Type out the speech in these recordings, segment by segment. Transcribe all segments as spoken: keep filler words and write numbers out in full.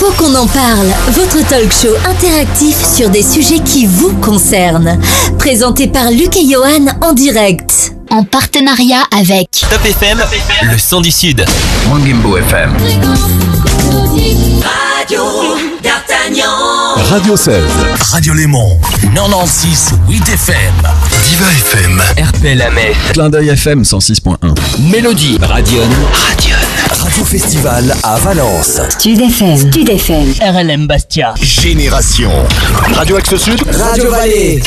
Faut qu'on en parle, votre talk show interactif sur des sujets qui vous concernent. Présenté par Luc et Johan en direct. En partenariat avec Top F M, le son du Sud. Mangimbo F M. Radio D'Artagnan. Radio seize. Radio Léman. quatre-vingt-seize huit F M. Diva F M. R P L à Metz. Clin d'œil F M cent six point un. Mélodie. Radion. Radion. Radio Festival à Valence. Stud F M. Stud F M. R L M Bastia. Génération. Radio Axe Sud. Radio Vallée.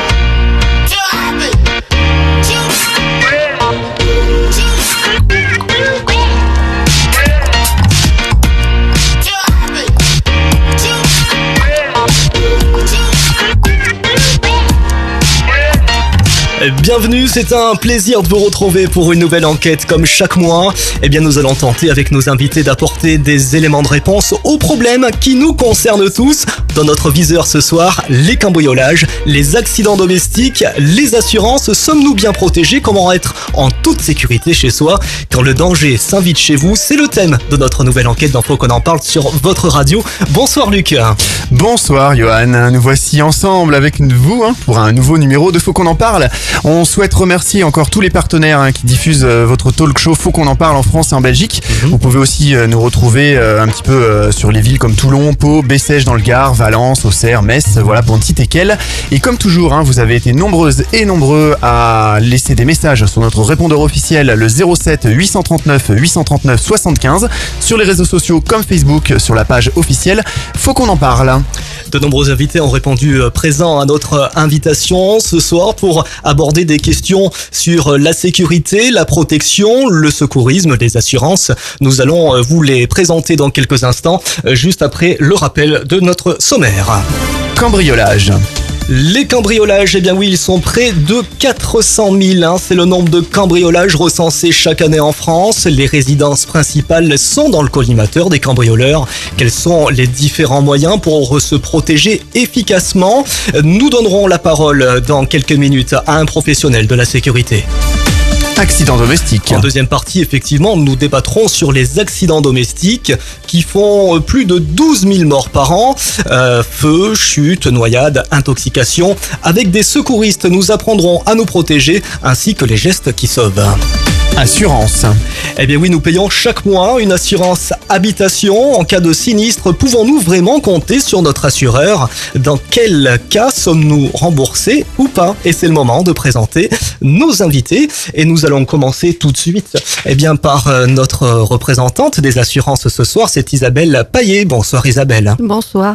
Bienvenue, c'est un plaisir de vous retrouver pour une nouvelle enquête comme chaque mois. Eh bien, nous allons tenter avec nos invités d'apporter des éléments de réponse aux problèmes qui nous concernent tous. Dans notre viseur ce soir, les cambriolages, les accidents domestiques, les assurances. Sommes-nous bien protégés? Comment être en toute sécurité chez soi quand le danger s'invite chez vous? C'est le thème de notre nouvelle enquête d'Info qu'on en parle sur votre radio. Bonsoir Luc. Bonsoir Johan, nous voici ensemble avec vous hein, pour un nouveau numéro de Faut qu'on en parle. On souhaite remercier encore tous les partenaires hein, qui diffusent euh, votre talk show Faut qu'on en parle en France et en Belgique. Mm-hmm. Vous pouvez aussi euh, nous retrouver euh, un petit peu euh, sur les villes comme Toulon, Pau, Bessèges dans le Gard, Valence, Auxerre, Metz, voilà pour ne citer qu'elles. Et comme toujours, hein, vous avez été nombreuses et nombreux à laisser des messages sur notre répondeur officiel, le zéro sept huit cent trente-neuf huit cent trente-neuf soixante-quinze, sur les réseaux sociaux comme Facebook, sur la page officielle Faut qu'on en parle. De nombreux invités ont répondu présent à notre invitation ce soir pour aborder des questions sur la sécurité, la protection, le secourisme, les assurances. Nous allons vous les présenter dans quelques instants, juste après le rappel de notre sommaire. Cambriolage. Les cambriolages, eh bien oui, ils sont près de quatre cent mille. Hein. C'est le nombre de cambriolages recensés chaque année en France. Les résidences principales sont dans le collimateur des cambrioleurs. Quels sont les différents moyens pour se protéger efficacement? Nous donnerons la parole dans quelques minutes à un professionnel de la sécurité. Accidents domestiques. En deuxième partie, effectivement, nous débattrons sur les accidents domestiques qui font plus de douze mille morts par an. Euh, feu, chute, noyade, intoxication. Avec des secouristes, nous apprendrons à nous protéger ainsi que les gestes qui sauvent. Assurance. Eh bien oui, nous payons chaque mois une assurance habitation. En cas de sinistre, pouvons-nous vraiment compter sur notre assureur? Dans quel cas sommes-nous remboursés ou pas? Et c'est le moment de présenter nos invités. Et nous allons commencer tout de suite eh bien, par notre représentante des assurances ce soir, c'est Isabelle Paillet. Bonsoir Isabelle. Bonsoir.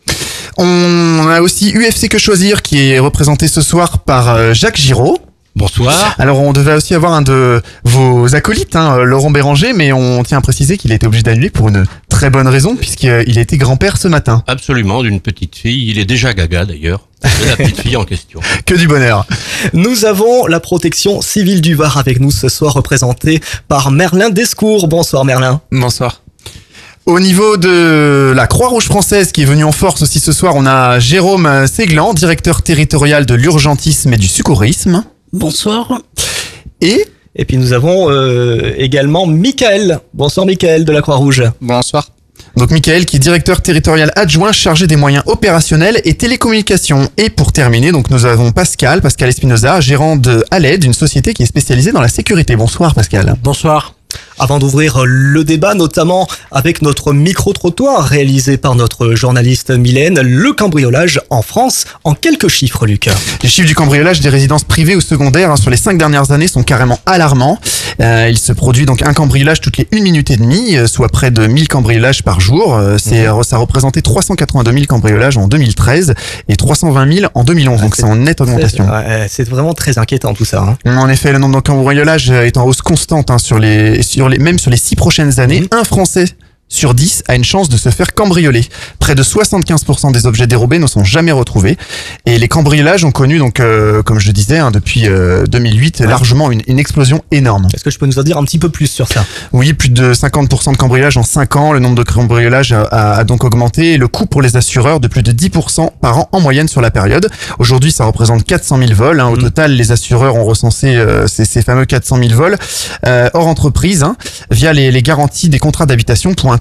On a aussi U F C Que Choisir qui est représenté ce soir par Jacques Giraud. Bonsoir. Alors on devait aussi avoir un de vos acolytes, hein, Laurent Béranger, mais on tient à préciser qu'il a été obligé d'annuler pour une très bonne raison, puisqu'il a été grand-père ce matin. Absolument, d'une petite fille. Il est déjà gaga d'ailleurs. C'est la petite fille en question. Que du bonheur. Nous avons la protection civile du Var avec nous ce soir, représentée par Merlin Descours. Bonsoir Merlin. Bonsoir. Au niveau de la Croix-Rouge française qui est venue en force aussi ce soir, on a Jérôme Séglan, directeur territorial de l'urgentisme et du secourisme. Bonsoir. Et Et puis nous avons euh, également Michael. Bonsoir Michael de la Croix-Rouge. Bonsoir. Donc Michael qui est directeur territorial adjoint chargé des moyens opérationnels et télécommunications. Et pour terminer, donc nous avons Pascal, Pascal Espinoza, gérant de Aled, une société qui est spécialisée dans la sécurité. Bonsoir Pascal. Bonsoir. Avant d'ouvrir le débat, notamment avec notre micro-trottoir réalisé par notre journaliste Mylène, le cambriolage en France, en quelques chiffres, Luc. Les chiffres du cambriolage des résidences privées ou secondaires hein, sur les cinq dernières années sont carrément alarmants. Euh, il se produit donc un cambriolage toutes les une minute et demie, euh, soit près de mille cambriolages par jour. Euh, c'est, mmh. Ça représentait trois cent quatre-vingt-deux mille cambriolages en deux mille treize et trois cent vingt mille en deux mille onze, donc c'est, c'est en nette augmentation. C'est, c'est vraiment très inquiétant tout ça. Hein. En effet, le nombre de cambriolages est en hausse constante hein, sur les, sur les, même sur les six prochaines années. Mmh. Un Français sur dix a une chance de se faire cambrioler. Près de soixante-quinze pour cent des objets dérobés ne sont jamais retrouvés. Et les cambriolages ont connu, donc, euh, comme je le disais, hein, depuis euh, deux mille huit, ouais. largement une, une explosion énorme. Est-ce que je peux nous en dire un petit peu plus sur ça? Oui, plus de cinquante pour cent de cambriolages en cinq ans. Le nombre de cambriolages a, a, a donc augmenté. Et le coût pour les assureurs de plus de dix pour cent par an en moyenne sur la période. Aujourd'hui, ça représente quatre cent mille vols. Hein. Au mmh. total, les assureurs ont recensé euh, ces, ces fameux quatre cent mille vols euh, hors entreprise, hein, via les, les garanties des contrats d'habitation pour un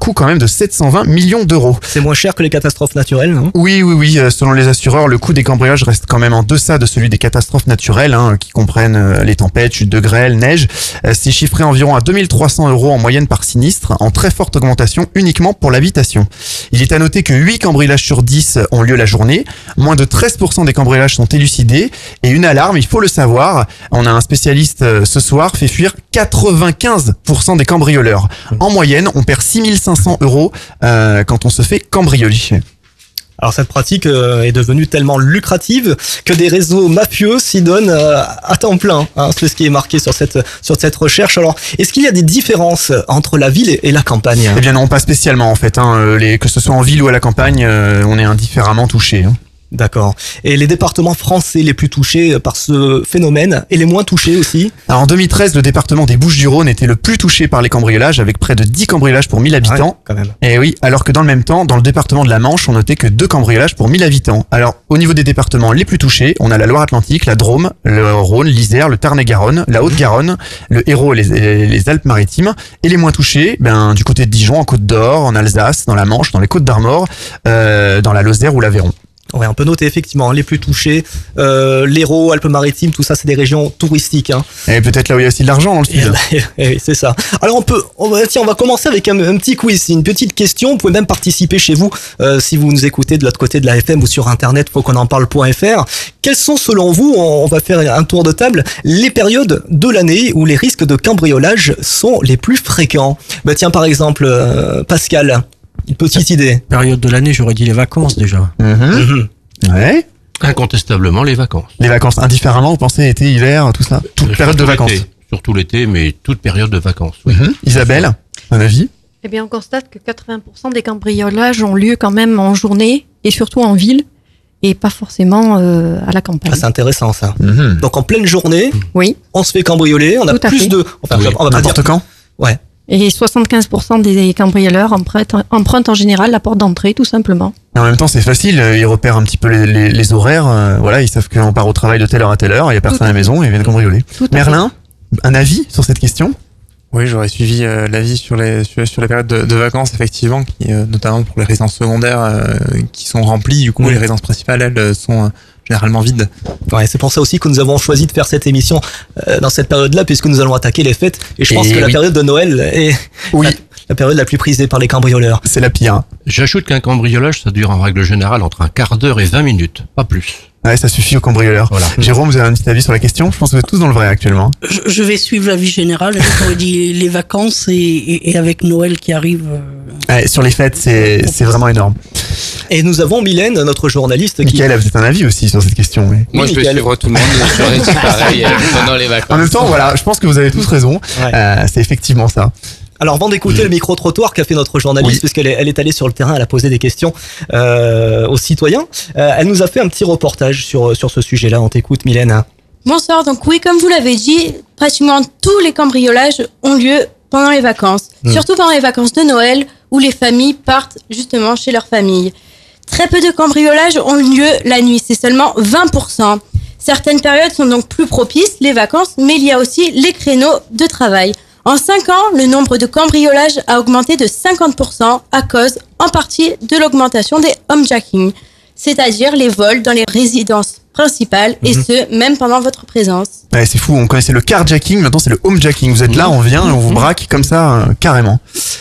coût quand même de sept cent vingt millions d'euros. C'est moins cher que les catastrophes naturelles, non ? Oui, oui, oui. Selon les assureurs, le coût des cambriolages reste quand même en deçà de celui des catastrophes naturelles, hein, qui comprennent les tempêtes, chutes de grêle, neige. C'est chiffré environ à deux mille trois cents euros en moyenne par sinistre, en très forte augmentation uniquement pour l'habitation. Il est à noter que huit cambriolages sur dix ont lieu la journée. Moins de treize pour cent des cambriolages sont élucidés. Et une alarme, il faut le savoir, on a un spécialiste ce soir, fait fuir quatre-vingt-quinze pour cent des cambrioleurs. En moyenne, on perd six mille cinq cents euros euh, quand on se fait cambrioler. Alors cette pratique euh, est devenue tellement lucrative que des réseaux mafieux s'y donnent euh, à temps plein. Hein, c'est ce qui est marqué sur cette sur cette recherche. Alors, est-ce qu'il y a des différences entre la ville et la campagne ? Eh bien non, pas spécialement en fait. Hein. Les, que ce soit en ville ou à la campagne, euh, on est indifféremment touché. Hein. D'accord. Et les départements français les plus touchés par ce phénomène et les moins touchés aussi ? Alors en deux mille treize, le département des Bouches-du-Rhône était le plus touché par les cambriolages, avec près de dix cambriolages pour mille habitants. Ouais, quand même. Et oui, alors que dans le même temps, dans le département de la Manche, on notait que deux cambriolages pour mille habitants. Alors au niveau des départements les plus touchés, on a la Loire-Atlantique, la Drôme, le Rhône, l'Isère, le Tarn-et-Garonne, la Haute-Garonne, le Hérault et les, les Alpes-Maritimes. Et les moins touchés, ben du côté de Dijon, en Côte-d'Or, en Alsace, dans la Manche, dans les Côtes-d'Armor, euh, dans la Lozère ou l'Aveyron. Ouais, on peut noter effectivement les plus touchés, euh, l'Hérault, Alpes-Maritimes, tout ça, c'est des régions touristiques. Hein. Et peut-être là où il y a aussi de l'argent dans le sud. Oui, c'est ça. Alors on peut, on va, tiens, on va commencer avec un, un petit quiz, une petite question. Vous pouvez même participer chez vous euh, si vous nous écoutez de l'autre côté de la F M ou sur internet, faut qu'on en parle point F R. Quelles sont selon vous, on va faire un tour de table, les périodes de l'année où les risques de cambriolage sont les plus fréquents ? Bah tiens, par exemple, euh, Pascal. Une petite idée. Période de l'année, j'aurais dit les vacances déjà. Mmh. Mmh. Ouais. Incontestablement les vacances. Les vacances, indifféremment, vous pensez été, hiver, tout ça ? Toute Surtout période de vacances. L'été. Surtout l'été, mais toute période de vacances. Oui. Mmh. Isabelle, un avis ? Eh bien, on constate que quatre-vingts pour cent des cambriolages ont lieu quand même en journée et surtout en ville et pas forcément euh, à la campagne. Ah, c'est intéressant ça. Mmh. Donc en pleine journée, oui. On se fait cambrioler, on a Tout à plus fait. de... Enfin, Oui. on va pas N'importe dire... quand ? Ouais. Et soixante-quinze pour cent des cambrioleurs empruntent, empruntent en général la porte d'entrée, tout simplement. Et en même temps, c'est facile, ils repèrent un petit peu les, les, les horaires, euh, voilà, ils savent qu'on part au travail de telle heure à telle heure, il y a personne à la maison et ils viennent cambrioler. Tout à Merlin, un avis sur cette question ? Oui, j'aurais suivi euh, l'avis sur les sur, sur les périodes de, de vacances, effectivement, qui, euh, notamment pour les résidences secondaires euh, qui sont remplies. Du coup, Oui. les résidences principales, elles, sont euh, généralement vides. Ouais, c'est pour ça aussi que nous avons choisi de faire cette émission euh, dans cette période-là, puisque nous allons attaquer les fêtes. Et je pense Et que la oui. période de Noël est Oui. la, la période la plus prisée par les cambrioleurs. C'est la pire. J'ajoute qu'un cambriolage, ça dure en règle générale entre un quart d'heure et vingt minutes, pas plus. Ouais, ça suffit aux cambrioleurs. Voilà. Jérôme, vous avez un petit avis sur la question ? Je pense que vous êtes tous dans le vrai actuellement. Je, je vais suivre l'avis général. J'aurais dit les vacances et, et, et avec Noël qui arrive. Euh... Ouais, sur les fêtes, c'est c'est vraiment énorme. Et nous avons Mylène, notre journaliste, qui... Michael, vous avez un avis aussi sur cette question. Oui. Moi, je vais Michael. suivre tout le monde. Je ferai tout pareil euh, pendant les vacances. En même temps, voilà, je pense que vous avez tous raison. Ouais. Euh, c'est effectivement ça. Alors avant d'écouter le micro-trottoir qu'a fait notre journaliste, Oui. puisqu'elle est, elle est allée sur le terrain, elle a posé des questions euh, aux citoyens, euh, elle nous a fait un petit reportage sur, sur ce sujet-là. On t'écoute, Mylène. Bonsoir, donc oui, comme vous l'avez dit, pratiquement tous les cambriolages ont lieu pendant les vacances. Mmh. Surtout pendant les vacances de Noël, où les familles partent justement chez leur famille. Très peu de cambriolages ont lieu la nuit, c'est seulement vingt pour cent. Certaines périodes sont donc plus propices, les vacances, mais il y a aussi les créneaux de travail. En cinq ans, le nombre de cambriolages a augmenté de cinquante pour cent à cause, en partie, de l'augmentation des homejacking, c'est-à-dire les vols dans les résidences principales, et Mhm. ce, même pendant votre présence. Ouais, c'est fou, on connaissait le carjacking, maintenant c'est le homejacking. Vous êtes là, on vient et on vous braque comme ça, euh, carrément.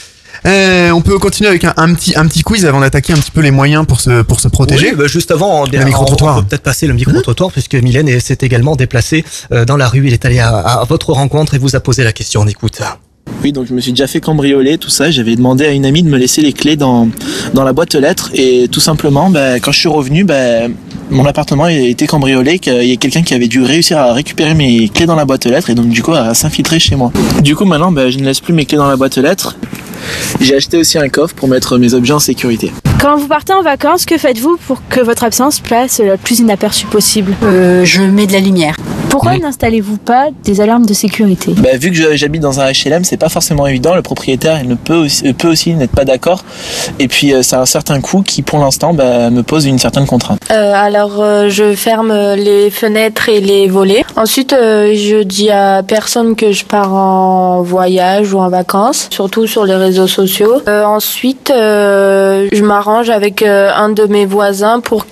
Euh, on peut continuer avec un, un petit un petit quiz avant d'attaquer un petit peu les moyens pour se pour se protéger. Oui, bah juste avant, Le micro-trottoir. on peut peut-être passer le micro-trottoir, puisque Mylène est- s'est également déplacée euh, dans la rue. Il est allé à, à votre rencontre et vous a posé la question. On écoute. Oui, donc je me suis déjà fait cambrioler, tout ça. J'avais demandé à une amie de me laisser les clés dans, dans la boîte aux lettres. Et tout simplement, bah, quand je suis revenu, bah, mon appartement a été cambriolé. Il y a quelqu'un qui avait dû réussir à récupérer mes clés dans la boîte aux lettres et donc du coup à s'infiltrer chez moi. Du coup maintenant, bah, je ne laisse plus mes clés dans la boîte aux lettres. J'ai acheté aussi un coffre pour mettre mes objets en sécurité. Quand vous partez en vacances, que faites-vous pour que votre absence passe le plus inaperçue possible ? Euh, je mets de la lumière. Pourquoi n'installez-vous pas des alarmes de sécurité? Bah, vu que je- j'habite dans un H L M, c'est pas forcément évident. Le propriétaire il ne peut aussi, peut aussi n'être pas d'accord. Et puis euh, c'est un certain coût qui, pour l'instant, bah, me pose une certaine contrainte. Euh, alors, euh, je ferme les fenêtres et les volets. Ensuite, euh, je dis à personne que je pars en voyage ou en vacances, surtout sur les réseaux sociaux. Euh, ensuite, euh, je m'arrange avec euh, un de mes voisins pour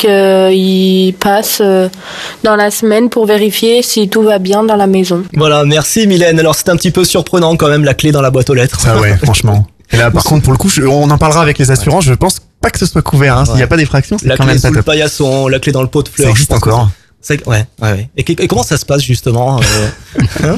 qu'il passe euh, dans la semaine pour vérifier si tout va bien dans la maison. Voilà, merci Mylène. Alors c'est un petit peu surprenant quand même la clé dans la boîte aux lettres. Ça ouais, franchement. Et là, par contre, pour le coup, je- on en parlera avec les assurances. Je pense pas que ce soit couvert. Hein. S'il n'y a pas d'effraction, c'est La quand clé même pas sous le top. paillasson, la clé dans le pot de fleurs. Ça existe je pense que encore. c'est- Ouais, ouais, ouais. Et, que- et comment ça se passe justement euh, hein,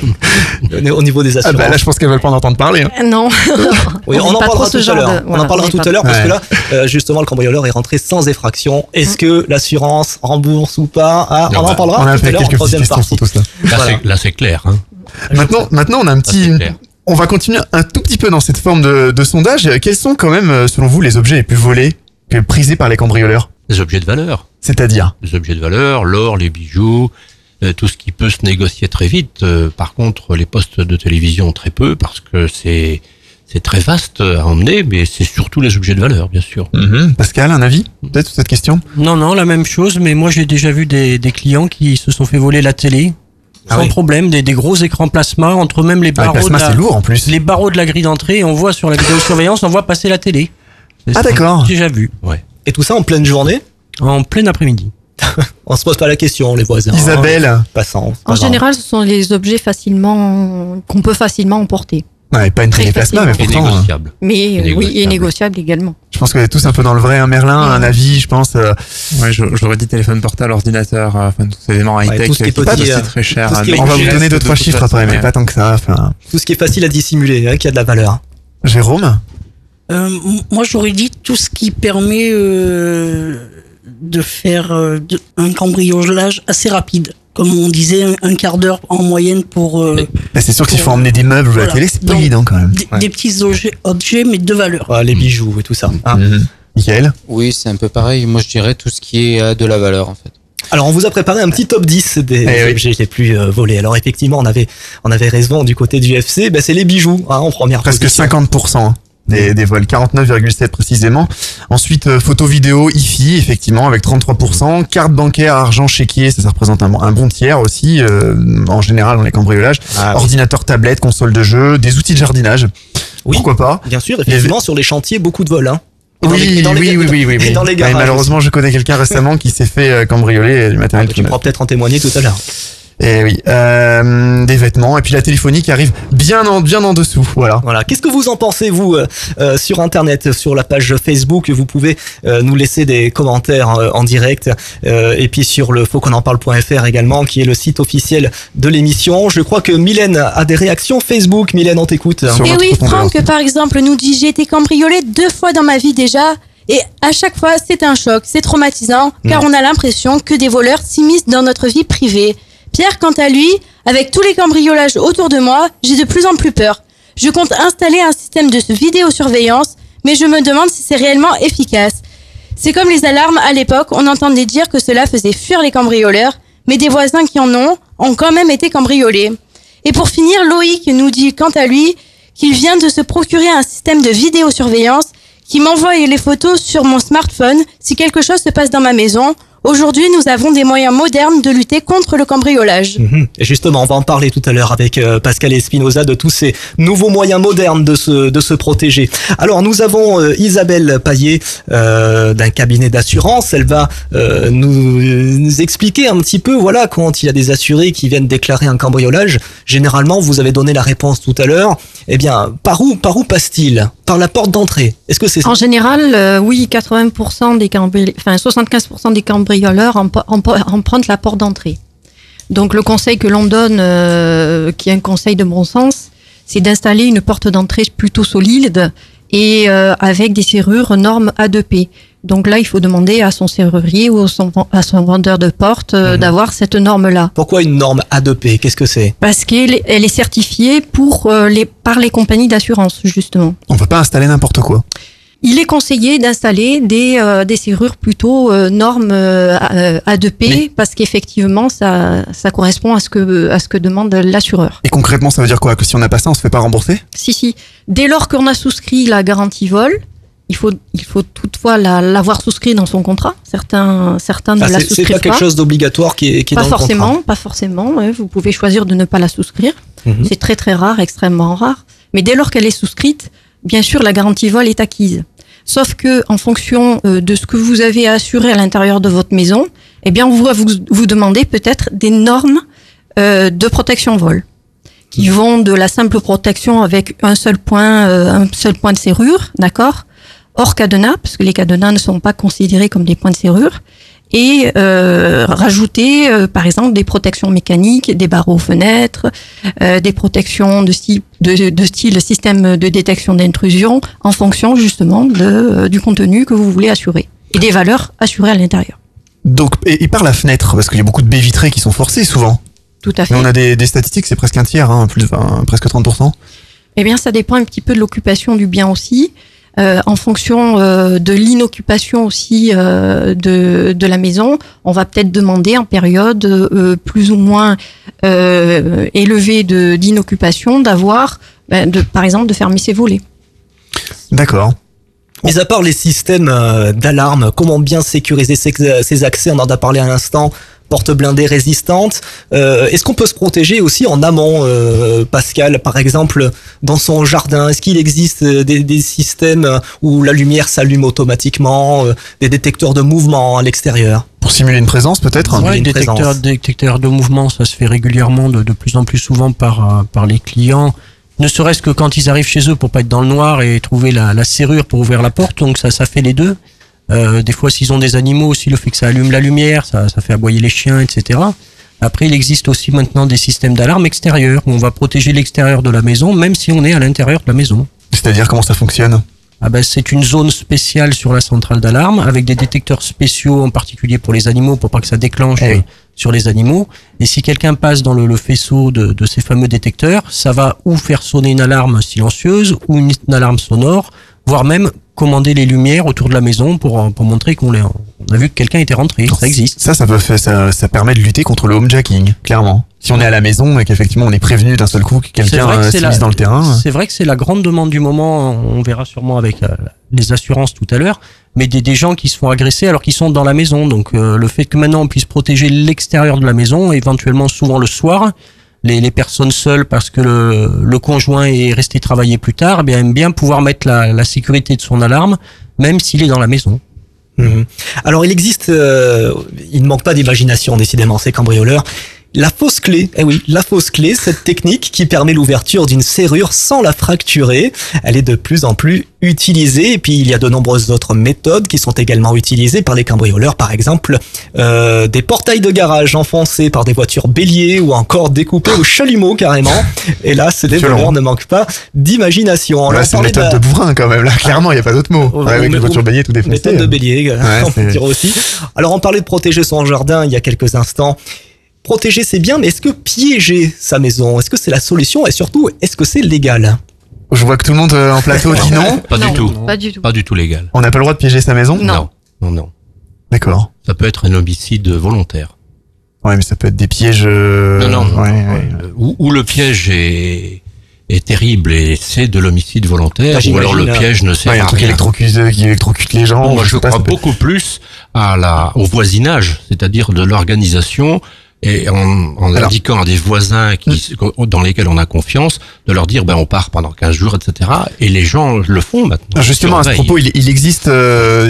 au niveau des Ah assurances? bah là, je pense qu'elles veulent pas en entendre parler. Hein. Non. Oui, on, On en dit pas parlera trop ce tout à genre l'heure. de- On voilà, en parlera on dit tout pas. à l'heure parce Ouais. que là, euh, justement, le cambrioleur est rentré sans effraction. Est-ce que l'assurance rembourse ou pas? Ah, on Non, en bah, parlera On a tout à fait l'heure en quelques petites troisième questions partie. pour tout ça. Là, Voilà. c'est, là, c'est clair. Hein. Maintenant, maintenant, on a un petit. c'est clair. On va continuer un tout petit peu dans cette forme de, de sondage. Quels sont quand même, euh, selon vous, les objets les plus volés, que prisés par les cambrioleurs? Des objets de valeur. C'est-à-dire? Des objets de valeur, l'or, les bijoux, euh, tout ce qui peut se négocier très vite. Euh, par contre, les postes de télévision, très peu, parce que c'est c'est très vaste à emmener, mais c'est surtout les objets de valeur, bien sûr. Mhm. Pascal, un avis peut-être sur cette question? Non, non, la même chose, mais moi j'ai déjà vu des, des clients qui se sont fait voler la télé. Ah Sans oui. problème, des, des gros écrans plasma, entre même les Ah, le barreaux, plasma, de la, c'est lourd en plus. les barreaux de la grille d'entrée, on voit sur la vidéosurveillance, on voit passer la télé. C'est Ah, ça, d'accord. J'ai déjà vu. Ouais. Et tout ça en pleine journée? En plein après-midi. On se pose pas la question, les voisins. Isabelle. Passant. c'est pas En grave. général, ce sont les objets facilement qu'on peut facilement emporter. Ouais, pas une Très télé plasma, mais facile. Et pourtant. euh, négociable. Mais Et euh, oui, et négociable. négociable également. Je pense qu'on est tous un peu dans le vrai. Un Merlin, un avis, je pense. euh, Ouais, je- j'aurais dit téléphone portable, ordinateur, euh, enfin tous ces éléments high-tech tout ce qui est qui petit, sont euh, aussi très cher. tout ce qui est- On va qui vous donner reste deux, de trois toute chiffres façon, après, mais ouais. pas tant que ça. Enfin, Tout ce qui est facile à dissimuler, hein, qui a de la valeur. Jérôme? Euh, m- moi, j'aurais dit tout ce qui permet euh, de faire euh, de- un cambriolage assez rapide. Comme on disait, un, un quart d'heure en moyenne pour... euh, Bah, c'est sûr que s'il faut emmener des meubles ou la Voilà. télé, c'est pas Donc, évident quand même. des, des petits objets, objets, mais de valeur. Ouais, les bijoux et tout ça. hein. Mhm. Michael? Oui, c'est un peu pareil. Moi, je dirais tout ce qui est euh, de la valeur, en fait. Alors, on vous a préparé un petit top dix des Eh oui. objets les plus euh, volés. Alors, effectivement, on avait, on avait raison du côté du F C. Ben, c'est les bijoux, hein, en première Presque position. cinquante pour cent des, des vols, quarante-neuf virgule sept précisément. Ensuite, euh, photo vidéo, I F I, effectivement, avec trente-trois pour cent. Carte bancaire, argent chéquier, ça, ça représente un, un bon tiers aussi, euh, en général dans les cambriolages. Ah, oui. Ordinateur, tablette, console de jeu, des outils de jardinage. Oui. Pourquoi pas? Bien sûr, effectivement, sur les chantiers, beaucoup de vols. Hein. Et dans Oui, les- et dans les- oui, oui, oui, oui, et oui. dans les Ouais, garages malheureusement, je connais quelqu'un récemment qui s'est fait euh, cambrioler du matériel. Tu tout neuf. pourras peut-être en témoigner tout à l'heure. Et oui, euh, des vêtements et puis la téléphonie qui arrive bien en bien en dessous. Voilà. Voilà. Qu'est-ce que vous en pensez, vous, euh, euh, sur Internet, sur la page Facebook? Vous pouvez euh, nous laisser des commentaires euh, en direct. Euh, et puis sur le faut qu'on en parle.fr également, qui est le site officiel de l'émission. Je crois que Mylène a des réactions Facebook. Mylène, on t'écoute. Sur Et votre oui, répondeur. Franck, par exemple, nous dit j'ai été cambriolé deux fois dans ma vie déjà. Et à chaque fois, c'est un choc, c'est traumatisant, car on a l'impression que des voleurs s'immiscent dans notre vie privée. Pierre, quant à lui, avec tous les cambriolages autour de moi, j'ai de plus en plus peur. Je compte installer un système de vidéosurveillance, mais je me demande si c'est réellement efficace. C'est comme les alarmes à l'époque, on entendait dire que cela faisait fuir les cambrioleurs, mais des voisins qui en ont ont quand même été cambriolés. Et pour finir, Loïc nous dit quant à lui qu'il vient de se procurer un système de vidéosurveillance qui m'envoie les photos sur mon smartphone si quelque chose se passe dans ma maison. Aujourd'hui, nous avons des moyens modernes de lutter contre le cambriolage. Mhm. Et justement, on va en parler tout à l'heure avec euh, Pascal Espinoza de tous ces nouveaux moyens modernes de se, de se protéger. Alors, nous avons euh, Isabelle Paillet euh, d'un cabinet d'assurance. Elle va euh, nous, nous expliquer un petit peu, voilà, quand il y a des assurés qui viennent déclarer un cambriolage. Généralement, vous avez donné la réponse tout à l'heure. Eh bien, par où, par où passe-t-il? Par la porte d'entrée. Est-ce que c'est ça? En général, euh, oui, quatre-vingts pour cent des cambri... enfin soixante-quinze pour cent des cambrioleurs emp- emp- empruntent la porte d'entrée. Donc le conseil que l'on donne, euh, qui est un conseil de bon sens, c'est d'installer une porte d'entrée plutôt solide et euh, avec des serrures normes A deux P. Donc là, il faut demander à son serrurier ou son- à son vendeur de porte euh, Mhm. d'avoir cette norme-là. Pourquoi une norme A deux P? Qu'est-ce que c'est? Parce qu'elle est- elle est certifiée pour, euh, les, par les compagnies d'assurance, justement. On peut pas installer n'importe quoi. il est conseillé d'installer des, euh, des serrures plutôt euh, normes euh, A deux P oui. parce qu'effectivement, ça, ça correspond à ce que, à ce que demande l'assureur. Et concrètement, ça veut dire quoi? Que si on n'a pas ça, on se fait pas rembourser? Si, si. Dès lors qu'on a souscrit la garantie vol, il faut, il faut toutefois la, l'avoir souscrit dans son contrat. Certains, certains ne ah, la c'est, souscrivent pas. C'est pas quelque chose d'obligatoire qui est, qui est pas dans forcément, le contrat. Pas forcément, ouais. Vous pouvez choisir de ne pas la souscrire. Mm-hmm. C'est très très rare, extrêmement rare. Mais dès lors qu'elle est souscrite, bien sûr, la garantie vol est acquise. Sauf que, en fonction de ce que vous avez à assurer à l'intérieur de votre maison, eh bien, on va vous, vous demander peut-être des normes euh, de protection vol, qui vont de la simple protection avec un seul point, euh, un seul point de serrure, d'accord, hors cadenas, parce que les cadenas ne sont pas considérés comme des points de serrure, et euh, rajouter, euh, par exemple, des protections mécaniques, des barreaux aux fenêtres, euh, des protections de style, de, de style système de détection d'intrusion, en fonction justement de, euh, du contenu que vous voulez assurer et des valeurs assurées à l'intérieur. Donc, et, et par la fenêtre, parce qu'il y a beaucoup de baies vitrées qui sont forcées souvent. Tout à fait. Mais on a des, des statistiques, c'est presque un tiers, hein, plus, enfin, presque trente pour cent. Eh bien, ça dépend un petit peu de l'occupation du bien aussi. Euh, en fonction euh, de l'inoccupation aussi euh, de, de la maison, on va peut-être demander en période euh, plus ou moins euh, élevée de, d'inoccupation d'avoir, ben, de, par exemple, de fermer ses volets. D'accord. Mis à part les systèmes euh, d'alarme, comment bien sécuriser ces, ces accès? On en a parlé à l'instant. Porte blindée résistante. Euh, est-ce qu'on peut se protéger aussi en amont, euh, Pascal, par exemple, dans son jardin? Est-ce qu'il existe des, des systèmes où la lumière s'allume automatiquement, euh, des détecteurs de mouvement à l'extérieur? Pour simuler une présence, peut-être? Oui, des détecteurs, détecteurs de mouvement, ça se fait régulièrement, de, de plus en plus souvent par, par les clients. Ne serait-ce que quand ils arrivent chez eux pour pas être dans le noir et trouver la, la serrure pour ouvrir la porte, donc ça, ça fait les deux. Euh, des fois, s'ils ont des animaux aussi, le fait que ça allume la lumière, ça, ça fait aboyer les chiens, et cetera. Après, il existe aussi maintenant des systèmes d'alarme extérieurs où on va protéger l'extérieur de la maison, même si on est à l'intérieur de la maison. C'est-à-dire, comment ça fonctionne? Ah ben, c'est une zone spéciale sur la centrale d'alarme avec des détecteurs spéciaux, en particulier pour les animaux, pour pas que ça déclenche eh oui. sur les animaux. Et si quelqu'un passe dans le, le faisceau de, de ces fameux détecteurs, ça va ou faire sonner une alarme silencieuse ou une, une alarme sonore, voire même commander les lumières autour de la maison pour, pour montrer qu'on les, on a vu que quelqu'un était rentré. Ça existe. Ça, ça peut faire, ça, ça permet de lutter contre le homejacking, clairement. Si on est à la maison et qu'effectivement on est prévenu d'un seul coup que quelqu'un s'est mis dans le terrain. C'est vrai que c'est la grande demande du moment. On verra sûrement avec euh, les assurances tout à l'heure. Mais des, des gens qui se font agresser alors qu'ils sont dans la maison. Donc euh, le fait que maintenant on puisse protéger l'extérieur de la maison, éventuellement souvent le soir, les, les personnes seules parce que le, le conjoint est resté travailler plus tard, eh bien, aiment bien pouvoir mettre la, la sécurité de son alarme, même s'il est dans la maison. Mmh. Alors il existe, euh, il ne manque pas d'imagination décidément ces cambrioleurs. La fausse clé, eh oui, la fausse clé, cette technique qui permet l'ouverture d'une serrure sans la fracturer, elle est de plus en plus utilisée. Et puis il y a de nombreuses autres méthodes qui sont également utilisées par les cambrioleurs, par exemple euh, des portails de garage enfoncés par des voitures béliers ou encore découpés au chalumeau carrément. Et là, ces voleurs ne manquent pas d'imagination. Là, c'est une méthode de... de bourrin quand même. Là, clairement, il n'y a pas d'autre mot. Oh, ouais, avec les voitures béliers tout défoncées. Méthode de bélier, ouais, on peut dire aussi. Alors on parlait de protéger son jardin il y a quelques instants. Protéger, c'est bien, mais est-ce que piéger sa maison, est-ce que c'est la solution? Et surtout, est-ce que c'est légal? Je vois que tout le monde en plateau dit non. Pas non, du tout. Pas du tout. Pas du tout légal. On n'a pas le droit de piéger sa maison? Non. Non, non. D'accord. Ça peut être un homicide volontaire. Ouais, mais ça peut être des pièges... Euh... Non, non. Ouais, non, ouais. Où, où le piège est... est terrible et c'est de l'homicide volontaire, ah, ou alors le piège ne sert ouais, à un truc rien. électrocute qui électrocute les gens. Bon, moi, je, je pas, crois peut... beaucoup plus à la, au voisinage, c'est-à-dire de l'organisation, et en, en alors, indiquant à des voisins qui, mmh. dans lesquels on a confiance, de leur dire ben on part pendant quinze jours, et cetera. Et les gens le font maintenant. Justement, à ce propos, il, il existe euh,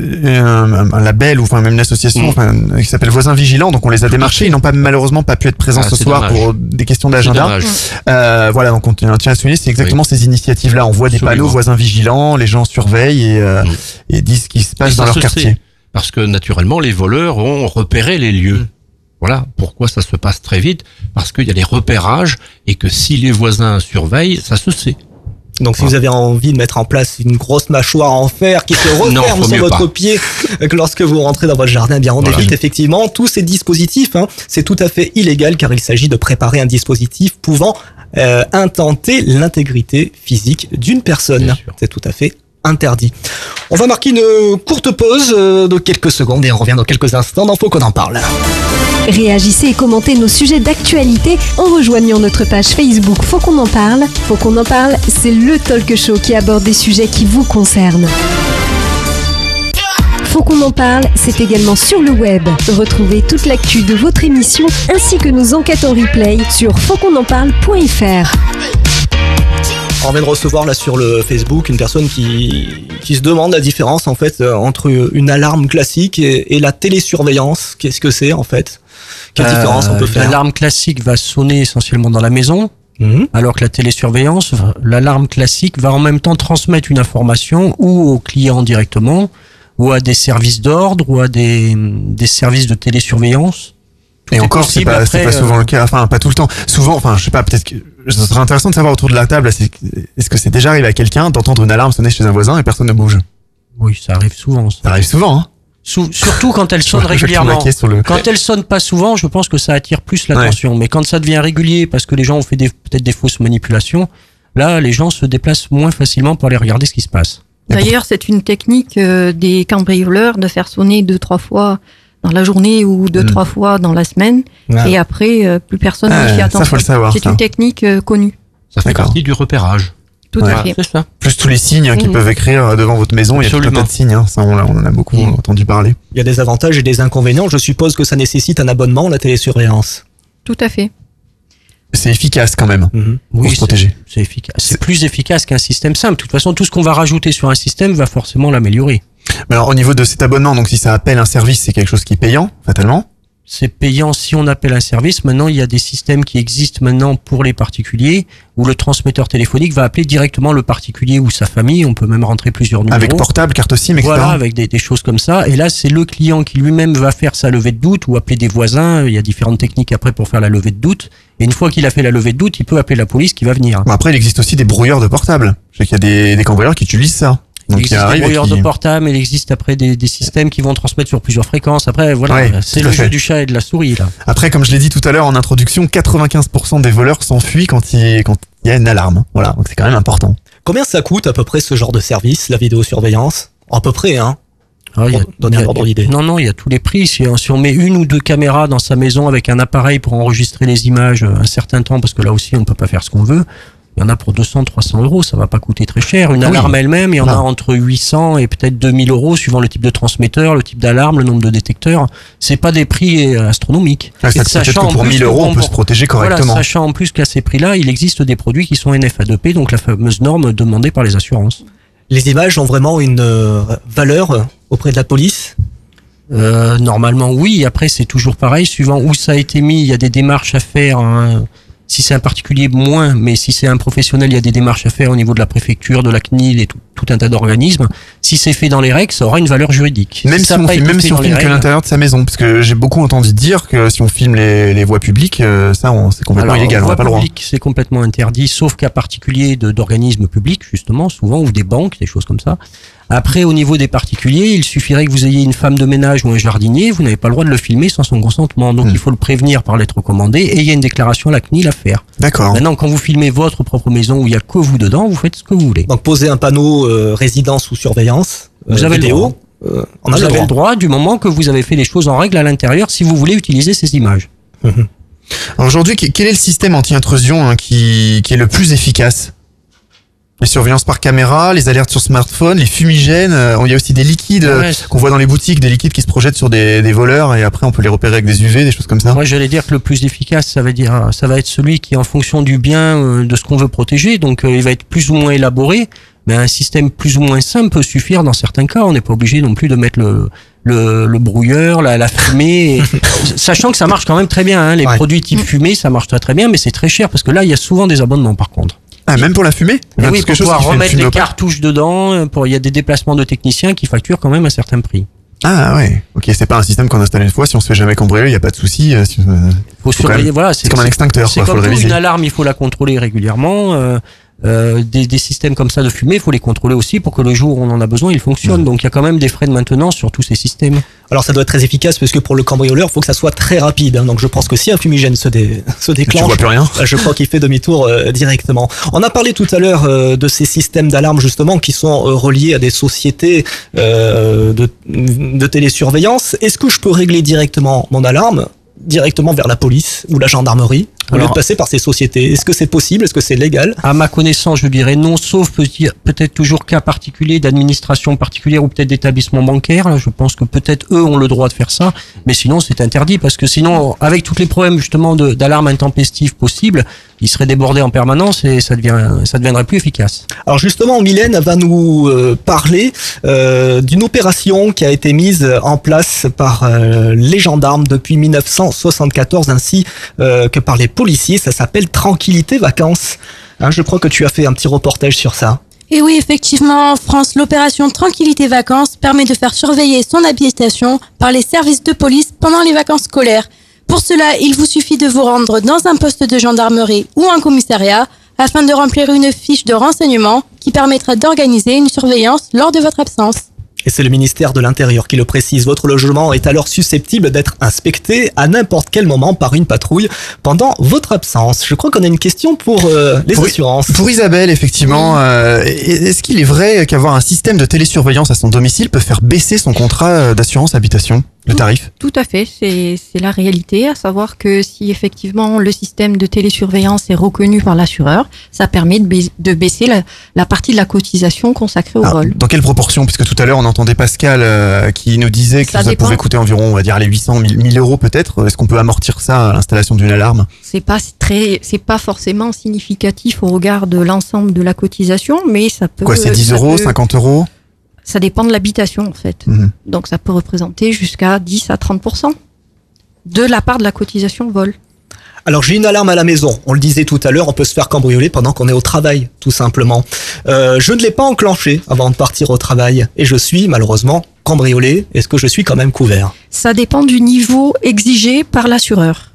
un, un label ou enfin même une association mmh. enfin, qui s'appelle Voisins Vigilants. Donc on les a démarchés. Ils n'ont pas malheureusement pas pu être présents ah, ce soir dommage. Pour des questions d'agenda. Euh, voilà, donc on tient à souligner, c'est exactement oui. ces initiatives-là. On voit des Absolument. Panneaux Voisins Vigilants, les gens surveillent et, euh, mmh. et disent ce qui se passe et dans leur quartier. Sait, parce que naturellement, les voleurs ont repéré les lieux. Mmh. Voilà pourquoi ça se passe très vite, parce qu'il y a des repérages et que si les voisins surveillent, ça se sait. Donc si voilà. vous avez envie de mettre en place une grosse mâchoire en fer qui se referme non, sur votre pas. Pied lorsque vous rentrez dans votre jardin, eh bien on voilà. évite effectivement tous ces dispositifs. Hein. C'est tout à fait illégal car il s'agit de préparer un dispositif pouvant euh, intenter l'intégrité physique d'une personne. C'est tout à fait interdits. On va marquer une courte pause de quelques secondes et on revient dans quelques instants dans Faut qu'on en parle. Réagissez et commentez nos sujets d'actualité en rejoignant notre page Facebook Faut qu'on en parle. Faut qu'on en parle, c'est le talk show qui aborde des sujets qui vous concernent. Faut qu'on en parle, c'est également sur le web. Retrouvez toute l'actu de votre émission ainsi que nos enquêtes en replay sur faut qu'on en parle point f r. On vient de recevoir là sur le Facebook une personne qui, qui se demande la différence en fait entre une alarme classique et, et la télésurveillance. Qu'est-ce que c'est en fait? Quelle euh, différence on peut faire? L'alarme classique va sonner essentiellement dans la maison, mmh. alors que la télésurveillance, l'alarme classique va en même temps transmettre une information ou au client directement, ou à des services d'ordre, ou à des, des services de télésurveillance. Et encore, c'est pas, c'est pas souvent le cas, enfin pas tout le temps. Souvent, enfin je sais pas, peut-être que ce serait intéressant de savoir autour de la table, c'est, est-ce que c'est déjà arrivé à quelqu'un d'entendre une alarme sonner chez un voisin et personne ne bouge? Oui, ça arrive souvent. Ça, ça arrive souvent, hein. Sou- surtout quand elle sonne régulièrement. Le... Quand elle sonne pas souvent, je pense que ça attire plus l'attention. Ouais. Mais quand ça devient régulier, parce que les gens ont fait des, peut-être des fausses manipulations, là, les gens se déplacent moins facilement pour aller regarder ce qui se passe. D'ailleurs, c'est une technique euh, des cambrioleurs de faire sonner deux, trois fois dans la journée ou deux, mmh. trois fois dans la semaine. Ouais. Et après, euh, plus personne ah, n'y fait attention. Ça, faut le savoir, c'est ça. une technique euh, connue. Ça fait D'accord. partie du repérage. Tout ouais. à fait. C'est ça. Plus tous les signes hein, qu'ils mmh. peuvent écrire devant votre maison, Absolument. Il y a tout un tas de signes. Hein. Ça, on, on en a beaucoup mmh. entendu parler. Il y a des avantages et des inconvénients. Je suppose que ça nécessite un abonnement, la télésurveillance. Tout à fait. C'est efficace quand même mmh. pour oui, se protéger. C'est, c'est efficace. C'est, c'est plus efficace qu'un système simple. De toute façon, tout ce qu'on va rajouter sur un système va forcément l'améliorer. Mais alors, au niveau de cet abonnement, donc si ça appelle un service, c'est quelque chose qui est payant, fatalement? C'est payant si on appelle un service. Maintenant, il y a des systèmes qui existent maintenant pour les particuliers où le transmetteur téléphonique va appeler directement le particulier ou sa famille. On peut même rentrer plusieurs numéros. Avec portable, carte SIM, et cetera. Voilà, avec des, des choses comme ça. Et là, c'est le client qui lui-même va faire sa levée de doute ou appeler des voisins. Il y a différentes techniques après pour faire la levée de doute. Et une fois qu'il a fait la levée de doute, il peut appeler la police qui va venir. Bon, après, il existe aussi des brouilleurs de portable. Je sais qu'il y a des, des cambrioleurs qui utilisent ça. Donc il existe des brouilleurs qui... de portable, il existe après des, des systèmes qui vont transmettre sur plusieurs fréquences. Après, voilà, ouais, c'est le jeu du chat et de la souris, là. Après, comme je l'ai dit tout à l'heure en introduction, quatre-vingt-quinze pour cent des voleurs s'enfuient quand il, quand il y a une alarme. Voilà, donc c'est quand même important. Combien ça coûte à peu près ce genre de service, la vidéosurveillance? À peu près, hein. Ah, y a, donner un ordre d'idée. Non, non, il y a tous les prix. Si, si on met une ou deux caméras dans sa maison avec un appareil pour enregistrer les images un certain temps, parce que là aussi, on peut pas faire ce qu'on veut. Il y en a pour deux cents, trois cents euros, ça va pas coûter très cher. Une alarme oui. elle-même, il y en non. a entre huit cents et peut-être deux mille euros, suivant le type de transmetteur, le type d'alarme, le nombre de détecteurs. C'est pas des prix astronomiques. Ah, ça, sachant que pour mille euros, on peut se protéger correctement. Voilà, sachant en plus qu'à ces prix-là, il existe des produits qui sont N F A deux P, donc la fameuse norme demandée par les assurances. Les images ont vraiment une euh, valeur auprès de la police? Euh, normalement, oui. Après, c'est toujours pareil. Suivant où ça a été mis, il y a des démarches à faire. Hein. Si c'est un particulier, moins, mais si c'est un professionnel, il y a des démarches à faire au niveau de la préfecture, de la C N I L et tout, tout un tas d'organismes. Si c'est fait dans les règles, ça aura une valeur juridique. Même si, si on, même si on filme que l'intérieur de sa maison, parce que j'ai beaucoup entendu dire que si on filme les, les voies publiques, ça, on, c'est complètement Alors, illégal, on n'a pas le droit. Publique, c'est complètement interdit, sauf cas particulier de, d'organismes publics, justement, souvent, ou des banques, des choses comme ça. Après, au niveau des particuliers, il suffirait que vous ayez une femme de ménage ou un jardinier, vous n'avez pas le droit de le filmer sans son consentement. Donc, mmh. il faut le prévenir par lettre commandée et il y a une déclaration à la C N I L à faire. D'accord. Maintenant, quand vous filmez votre propre maison où il y a que vous dedans, vous faites ce que vous voulez. Donc, poser un panneau euh, résidence sous surveillance, euh, vous avez vidéo, le droit. Euh, on vous a avez le droit. le droit du moment que vous avez fait les choses en règle à l'intérieur si vous voulez utiliser ces images. Mmh. Alors aujourd'hui, quel est le système anti-intrusion hein, qui, qui est le plus efficace ? Les surveillances par caméra, les alertes sur smartphone, les fumigènes, euh, il y a aussi des liquides ouais, qu'on voit dans les boutiques, des liquides qui se projettent sur des, des voleurs et après on peut les repérer avec des U V, des choses comme ça. Moi j'allais dire que le plus efficace, ça va dire, ça va être celui qui est en fonction du bien, euh, de ce qu'on veut protéger, donc euh, il va être plus ou moins élaboré, mais un système plus ou moins simple peut suffire dans certains cas. On n'est pas obligé non plus de mettre le le, le brouilleur, la, la fumée, et, sachant que ça marche quand même très bien. Hein, les ouais. produits type fumée, ça marche très très bien, mais c'est très cher parce que là il y a souvent des abonnements par contre. Ah, même pour la fumée? Oui, oui, pour pouvoir remettre les cartouches dedans, pour, il y a des déplacements de techniciens qui facturent quand même un certain prix. Ah ouais, ok, c'est pas un système qu'on installe une fois, si on se fait jamais cambrioler, il y a pas de souci. Il faut, faut surveiller, voilà. C'est comme un extincteur, c'est quoi, comme faut le réviser. Une alarme, il faut la contrôler régulièrement. Euh, euh, des, des systèmes comme ça de fumée, il faut les contrôler aussi pour que le jour où on en a besoin, ils fonctionnent. Mmh. Donc il y a quand même des frais de maintenance sur tous ces systèmes. Alors ça doit être très efficace parce que pour le cambrioleur, il faut que ça soit très rapide. Hein. Donc je pense que si un fumigène se, dé, se déclenche, tu vois plus rien. Je crois qu'il fait demi-tour euh, directement. On a parlé tout à l'heure euh, de ces systèmes d'alarme justement qui sont euh, reliés à des sociétés euh, de, de télésurveillance. Est-ce que je peux régler directement mon alarme directement vers la police ou la gendarmerie au lieu de passer par ces sociétés? Est-ce que c'est possible? Est-ce que c'est légal? À ma connaissance, je dirais non, sauf peut-être toujours cas particulier d'administration particulière ou peut-être d'établissement bancaire. Je pense que peut-être eux ont le droit de faire ça, mais sinon c'est interdit parce que sinon, avec tous les problèmes justement de, d'alarme intempestive possibles, ils seraient débordés en permanence et ça devient, ça deviendrait plus efficace. Alors justement, Mylène va nous euh, parler euh, d'une opération qui a été mise en place par euh, les gendarmes depuis mille neuf cent soixante-quatorze ainsi euh, que par les policiers. Ça s'appelle Tranquillité Vacances. Hein, je crois que tu as fait un petit reportage sur ça. Et oui, effectivement, en France, l'opération Tranquillité Vacances permet de faire surveiller son habitation par les services de police pendant les vacances scolaires. Pour cela, il vous suffit de vous rendre dans un poste de gendarmerie ou un commissariat afin de remplir une fiche de renseignement qui permettra d'organiser une surveillance lors de votre absence. Et c'est le ministère de l'Intérieur qui le précise. Votre logement est alors susceptible d'être inspecté à n'importe quel moment par une patrouille pendant votre absence. Je crois qu'on a une question pour euh, les pour, assurances. Pour Isabelle, effectivement, euh, est-ce qu'il est vrai qu'avoir un système de télésurveillance à son domicile peut faire baisser son contrat d'assurance habitation, le tout, tarif? Tout à fait, c'est, c'est la réalité, à savoir que si effectivement le système de télésurveillance est reconnu par l'assureur, ça permet de, ba- de baisser la, la partie de la cotisation consacrée au Alors, vol. dans quelle proportion? Puisque tout à l'heure on entendait Pascal euh, qui nous disait que ça, ça pouvait coûter environ, on va dire, les huit cents, mille euros peut-être. Est-ce qu'on peut amortir ça à l'installation d'une alarme? C'est pas très, c'est pas forcément significatif au regard de l'ensemble de la cotisation, mais ça peut... Quoi, c'est dix euros, cinquante euros? Ça dépend de l'habitation en fait. Mmh. Donc ça peut représenter jusqu'à dix à trente pour cent de la part de la cotisation vol. Alors j'ai une alarme à la maison, on le disait tout à l'heure, on peut se faire cambrioler pendant qu'on est au travail, tout simplement. Euh, je ne l'ai pas enclenchée avant de partir au travail et je suis malheureusement cambriolé. Est-ce que je suis quand même couvert? Ça dépend du niveau exigé par l'assureur.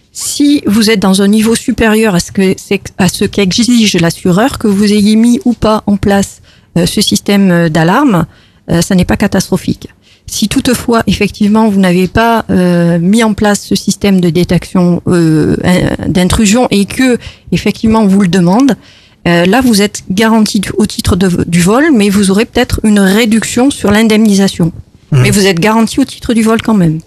Si vous êtes dans un niveau supérieur à ce que c'est, à ce qu'exige l'assureur, que vous ayez mis ou pas en place euh, ce système d'alarme, euh, ça n'est pas catastrophique. Si toutefois, effectivement, vous n'avez pas euh, mis en place ce système de détection euh, d'intrusion et que, effectivement, on vous le demande, euh, là, vous êtes garanti au titre de, du vol, mais vous aurez peut-être une réduction sur l'indemnisation. Mmh. Mais vous êtes garanti au titre du vol quand même.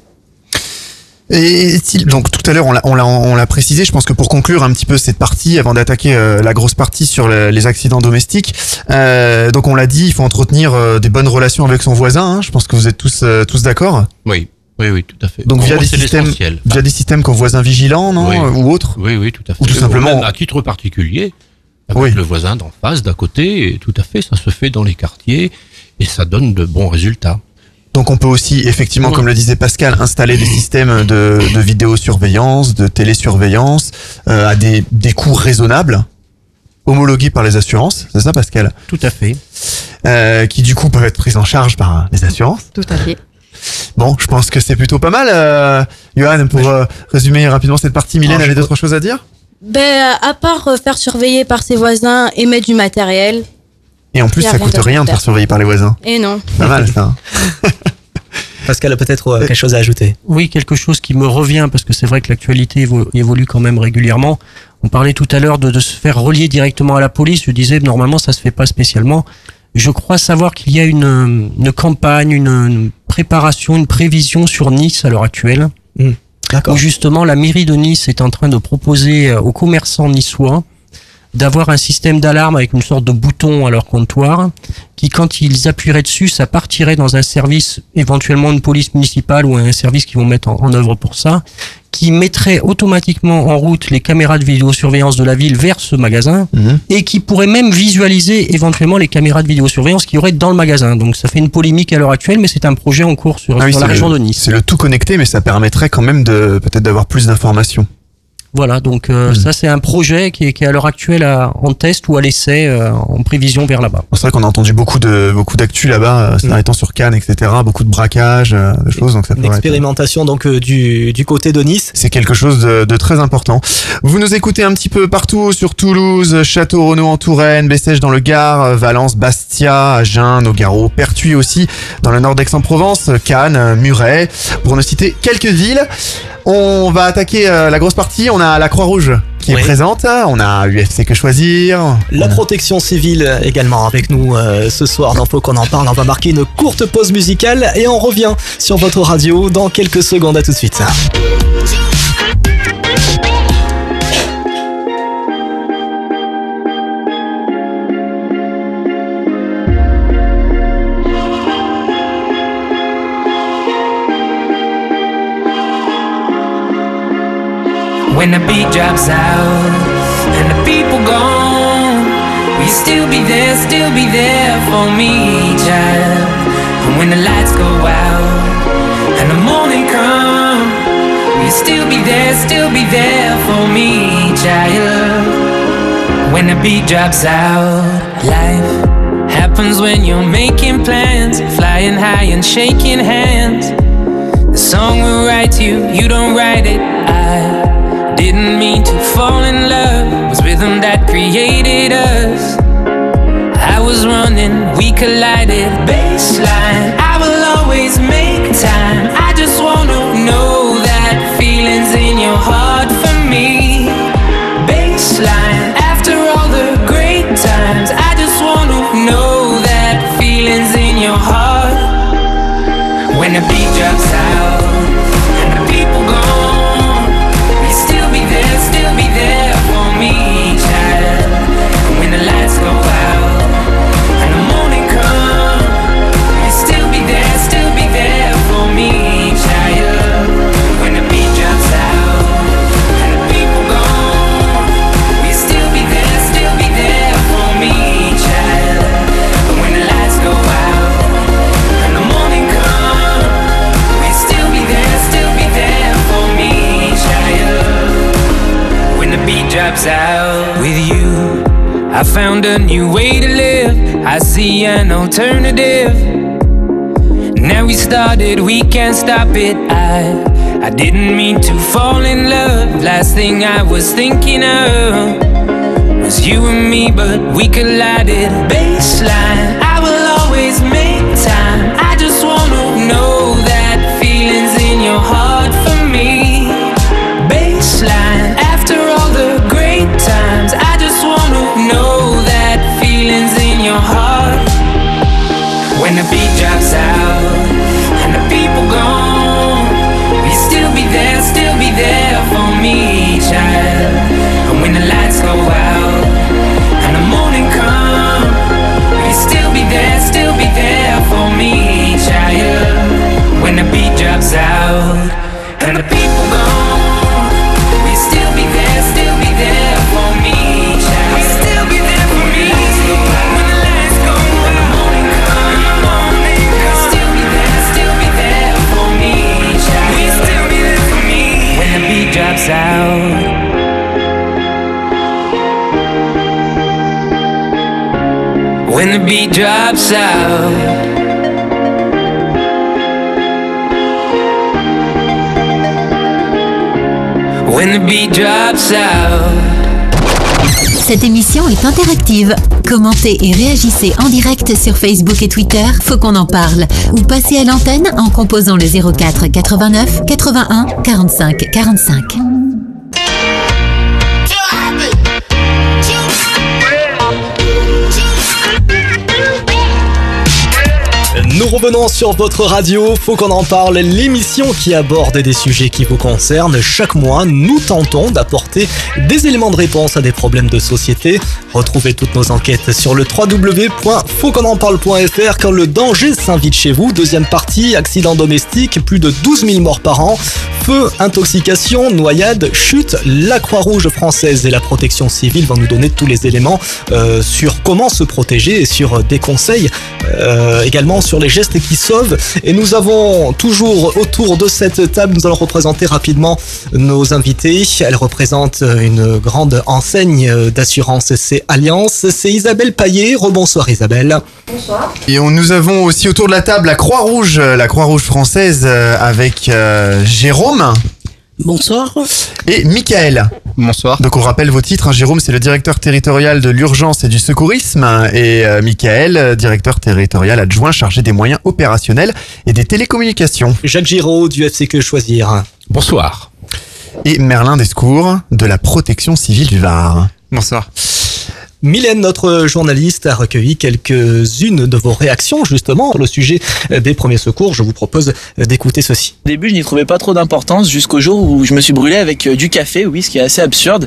Et donc tout à l'heure on l'a, on l'a, on l'a précisé, je pense que pour conclure un petit peu cette partie, avant d'attaquer euh, la grosse partie sur le, les accidents domestiques, euh, donc on l'a dit, il faut entretenir euh, des bonnes relations avec son voisin, hein, je pense que vous êtes tous, euh, tous d'accord? Oui, oui, oui, tout à fait. Donc via des, systèmes, via des systèmes comme voisin vigilant, non, oui. ou autre? Oui, oui, tout à fait. Ou tout simplement... Même à titre particulier, avec oui. le voisin d'en face, d'à côté, et tout à fait, ça se fait dans les quartiers, et ça donne de bons résultats. Donc on peut aussi, effectivement, comme le disait Pascal, installer des systèmes de, de vidéosurveillance, de télésurveillance, euh, à des, des coûts raisonnables, homologués par les assurances, c'est ça Pascal? Tout à fait. Euh, qui du coup peuvent être prises en charge par les assurances. Tout à fait. Bon, je pense que c'est plutôt pas mal. Euh, Johan, pour euh, résumer rapidement cette partie, Mylène avait d'autres choses à dire? Ben, à part euh, faire surveiller par ses voisins et mettre du matériel. Et en plus, ça coûte rien de faire surveiller par les voisins. Et non. Pas mal, ça. Pascal a peut-être euh, quelque chose à ajouter. Oui, quelque chose qui me revient, parce que c'est vrai que l'actualité évolue quand même régulièrement. On parlait tout à l'heure de, de se faire relier directement à la police. Je disais, normalement, ça se fait pas spécialement. Je crois savoir qu'il y a une, une campagne, une, une préparation, une prévision sur Nice à l'heure actuelle. Mmh. D'accord. Où justement, la mairie de Nice est en train de proposer aux commerçants niçois d'avoir un système d'alarme avec une sorte de bouton à leur comptoir qui, quand ils appuieraient dessus, ça partirait dans un service, éventuellement une police municipale ou un service qu'ils vont mettre en, en œuvre pour ça, qui mettrait automatiquement en route les caméras de vidéosurveillance de la ville vers ce magasin mmh. et qui pourrait même visualiser éventuellement les caméras de vidéosurveillance qu'il y aurait dans le magasin. Donc ça fait une polémique à l'heure actuelle, mais c'est un projet en cours sur, ah oui, sur la région le, de Nice. C'est le tout connecté, mais ça permettrait quand même de peut-être d'avoir plus d'informations. Voilà, donc euh, mmh. ça c'est un projet qui est, qui est à l'heure actuelle à, en test ou à l'essai euh, en prévision vers là-bas. C'est vrai qu'on a entendu beaucoup de beaucoup d'actu là-bas, ces derniers temps sur Cannes, et cetera. Beaucoup de braquages, euh, de choses. Donc ça Une expérimentation être... donc euh, du du côté de Nice. C'est quelque chose de, de très important. Vous nous écoutez un petit peu partout sur Toulouse, Château-Renaud en Touraine, Bessèges dans le Gard, Valence, Bastia, Agen, Nogaro, Pertuis aussi dans le nord d'Aix-en-Provence, Cannes, Muret, pour ne citer quelques villes. On va attaquer euh, la grosse partie. On a la Croix-Rouge qui oui. est présente. On a U F C Que Choisir. La protection civile également avec nous euh, ce soir. Dans Faut qu'on en parle. On va marquer une courte pause musicale et on revient sur votre radio dans quelques secondes. À tout de suite. When the beat drops out and the people gone, will you still be there, still be there for me, child? And when the lights go out and the morning come, will you still be there, still be there for me, child? When the beat drops out, life happens when you're making plans, flying high and shaking hands. The song will write you, you don't write it. I didn't mean to fall in love, it was rhythm that created us. I was running, we collided, baseline, I will always make time. I just wanna know that feeling's in your heart for me. Baseline, after all the great times, I just wanna know that feeling's in your heart. When the beat drops out and the people gone, still be there for me, child. And when the lights go out and the morning come, you still be there, still be there for me, child. When the beat drops out and the people gone, you still be there, still be there for me, child. And when the lights go out and the morning come, you still be there, still be there for me, child. When the beat drops out with you, I found a new way to live. I see an alternative. Now we started, we can't stop it. I, I didn't mean to fall in love. Last thing I was thinking of was you and me, but we collided. Baseline, I will always make time. I just wanna know that feeling's in your heart for me. Baseline, after all the great times, I just wanna know that feeling's in your heart. When the beat drops out and the people gone, will you still be there, still be there for me, child? And when the lights go out and the morning come, will you still be there, still be there for me, child? When the beat drops out and the people gone, out. When the beat drops out, when the beat drops out. Cette émission est interactive. Commentez et réagissez en direct sur Facebook et Twitter. Faut qu'on en parle. Ou passez à l'antenne en composant le zéro quatre quatre-vingt-neuf quatre-vingt-un quarante-cinq quarante-cinq. Nous revenons sur votre radio, Faut qu'on en parle, l'émission qui aborde des sujets qui vous concernent. Chaque mois, nous tentons d'apporter des éléments de réponse à des problèmes de société. Retrouvez toutes nos enquêtes sur le w w w point faut qu'on en parle point f r quand le danger s'invite chez vous. Deuxième partie, accidents domestiques, plus de douze mille morts par an. Feu, intoxication, noyade, chute. La Croix-Rouge française et la protection civile vont nous donner tous les éléments euh, sur comment se protéger et sur des conseils euh, également sur les gestes geste qui sauve. Et nous avons toujours autour de cette table, nous allons représenter rapidement nos invités. Elle représente une grande enseigne d'assurance, c'est Allianz. C'est Isabelle Paillet. Rebonsoir Isabelle. Bonsoir. Et on, nous avons aussi autour de la table la Croix-Rouge, la Croix-Rouge française euh, avec euh, Jérôme. Bonsoir. Et Michael. Bonsoir. Donc on rappelle vos titres, hein. Jérôme c'est le directeur territorial de l'urgence et du secourisme et euh, Michael, euh, directeur territorial adjoint chargé des moyens opérationnels et des télécommunications. Jacques Giraud du F C Que Choisir. Bonsoir. Et Merlin Descours de la protection civile du Var. Bonsoir. Mylène, notre journaliste, a recueilli quelques-unes de vos réactions justement sur le sujet des premiers secours. Je vous propose d'écouter ceci. Au début, je n'y trouvais pas trop d'importance jusqu'au jour où je me suis brûlé avec du café, oui, ce qui est assez absurde.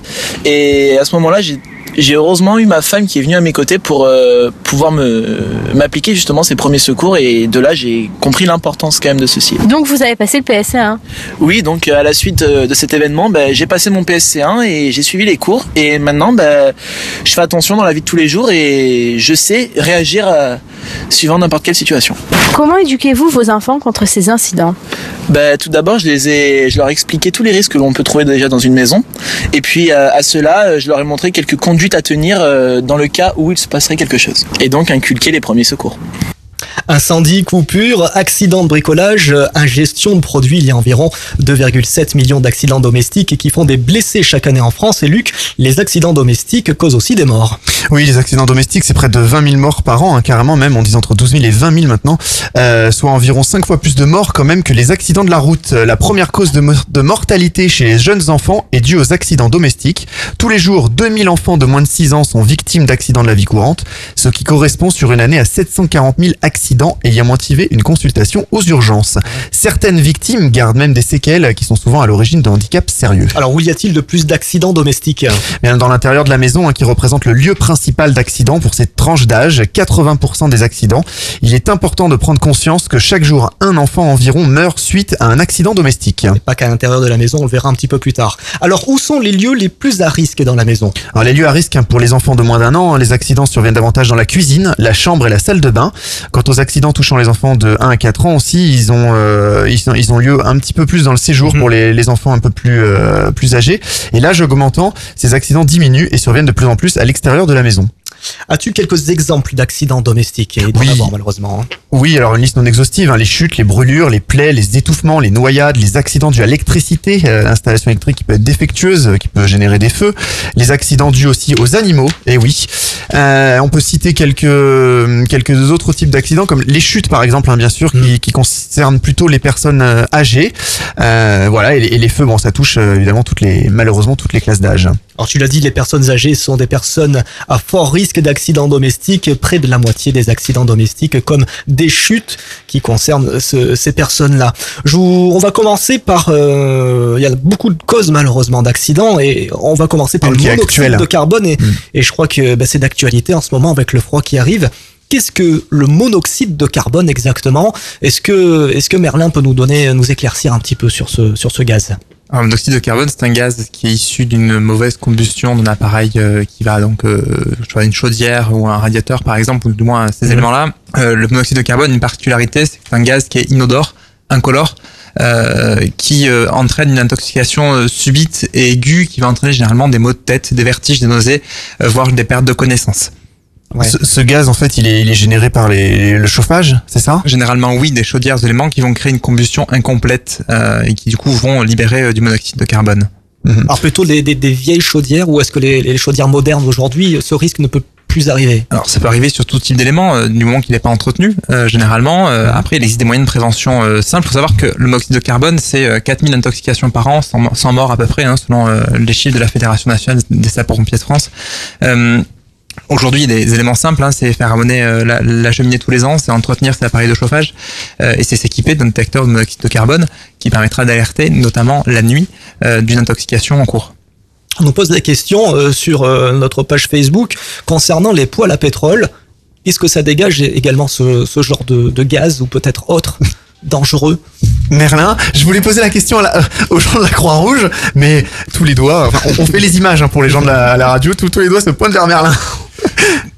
Et à ce moment-là, j'ai J'ai heureusement eu ma femme qui est venue à mes côtés pour euh, pouvoir me m'appliquer justement ces premiers secours et de là j'ai compris l'importance quand même de ceci. Donc vous avez passé le P S C un. Oui, donc à la suite de cet événement, bah, j'ai passé mon P S C un et j'ai suivi les cours et maintenant bah, je fais attention dans la vie de tous les jours et je sais réagir à, suivant n'importe quelle situation. Comment éduquez-vous vos enfants contre ces incidents? Bah, tout d'abord, je les ai, je leur ai expliqué tous les risques que l'on peut trouver déjà dans une maison. Et puis euh, à cela, je leur ai montré quelques conduites à tenir euh, dans le cas où il se passerait quelque chose. Et donc inculquer les premiers secours. Incendie, coupure, accident de bricolage, ingestion de produits. Il y a environ deux virgule sept millions d'accidents domestiques qui font des blessés chaque année en France. Et Luc, les accidents domestiques causent aussi des morts. Oui, les accidents domestiques, c'est près de vingt mille morts par an, hein, carrément même, on dit entre douze mille et vingt mille maintenant, euh, soit environ cinq fois plus de morts quand même que les accidents de la route. La première cause de, mo- de mortalité chez les jeunes enfants est due aux accidents domestiques. Tous les jours, deux mille enfants de moins de six ans sont victimes d'accidents de la vie courante, ce qui correspond sur une année à sept cent quarante mille accidents ayant motivé une consultation aux urgences. Certaines victimes gardent même des séquelles qui sont souvent à l'origine de handicaps sérieux. Alors où y a-t-il de plus d'accidents domestiques? Bien, dans l'intérieur de la maison, hein, qui représente le lieu principal d'accidents pour cette tranche d'âge, quatre-vingts pour cent des accidents. Il est important de prendre conscience que chaque jour, un enfant environ meurt suite à un accident domestique. Et pas qu'à l'intérieur de la maison, on le verra un petit peu plus tard. Alors où sont les lieux les plus à risque dans la maison? Alors les lieux à risque, hein, pour les enfants de moins d'un an, hein, les accidents surviennent davantage dans la cuisine, la chambre et la salle de bain. Quant aux accidents touchant les enfants de un à quatre ans aussi, ils ont euh, ils, sont, ils ont lieu un petit peu plus dans le séjour mmh. pour les, les enfants un peu plus euh, plus âgés. Et l'âge augmentant, ces accidents diminuent et surviennent de plus en plus à l'extérieur de la maison. As-tu quelques exemples d'accidents domestiques? Et oui. Avoir, malheureusement. Hein. Oui, alors une liste non exhaustive, hein, les chutes, les brûlures, les plaies, les étouffements, les noyades, les accidents dus à l'électricité, euh, l'installation électrique qui peut être défectueuse, euh, qui peut générer des feux, les accidents dus aussi aux animaux, et oui. Euh, on peut citer quelques quelques autres types d'accidents, comme les chutes par exemple, hein, bien sûr, mmh. qui, qui concernent plutôt les personnes euh, âgées. Euh, voilà, et, et les feux, bon, ça touche euh, évidemment toutes les, malheureusement toutes les classes d'âge. Alors tu l'as dit, les personnes âgées sont des personnes à fort risque d'accidents domestiques, près de la moitié des accidents domestiques comme des chutes qui concernent ce, ces personnes-là. Je vous, on va commencer par, euh, il y a beaucoup de causes malheureusement d'accidents et on va commencer par le monoxyde actuel. de carbone et, mmh. et je crois que bah, c'est d'actualité en ce moment avec le froid qui arrive. Qu'est-ce que le monoxyde de carbone exactement? Est-ce que, est-ce que Merlin peut nous donner, nous éclaircir un petit peu sur ce, sur ce gaz? Un monoxyde de carbone, c'est un gaz qui est issu d'une mauvaise combustion d'un appareil euh, qui va donc, euh, je vois, une chaudière ou un radiateur par exemple, ou du moins ces mmh. éléments-là. Euh, le monoxyde de carbone, une particularité, c'est que c'est un gaz qui est inodore, incolore, euh, qui euh, entraîne une intoxication euh, subite et aiguë, qui va entraîner généralement des maux de tête, des vertiges, des nausées, euh, voire des pertes de connaissance. Ouais. Ce, ce gaz, en fait, il est, il est généré par les, le chauffage, c'est ça? Généralement, oui, des chaudières d'éléments qui vont créer une combustion incomplète euh, et qui, du coup, vont libérer euh, du monoxyde de carbone. Mmh. Alors, plutôt des, des, des vieilles chaudières ou est-ce que les, les chaudières modernes aujourd'hui, ce risque ne peut plus arriver? Alors, ça peut arriver sur tout type d'éléments, euh, du moment qu'il n'est pas entretenu, euh, généralement. Euh, mmh. Après, il existe des moyens de prévention euh, simples. Il faut savoir que le monoxyde de carbone, c'est euh, quatre mille intoxications par an, sans, sans mort à peu près, hein, selon euh, les chiffres de la Fédération nationale des sapeurs-pompiers de France. Euh, Aujourd'hui, il y a des éléments simples, hein, c'est faire amener euh, la, la cheminée tous les ans, c'est entretenir cet appareil de chauffage euh, et c'est s'équiper d'un détecteur de monoxyde de carbone qui permettra d'alerter, notamment la nuit, euh, d'une intoxication en cours. On nous pose des questions euh, sur euh, notre page Facebook concernant les poêles à pétrole. Est-ce que ça dégage également ce, ce genre de, de gaz ou peut-être autre dangereux? Merlin, je voulais poser la question à la, aux gens de la Croix-Rouge, mais tous les doigts, enfin, on, on fait les images hein, pour les gens de la, la radio, tous, tous les doigts se pointent vers Merlin. Tout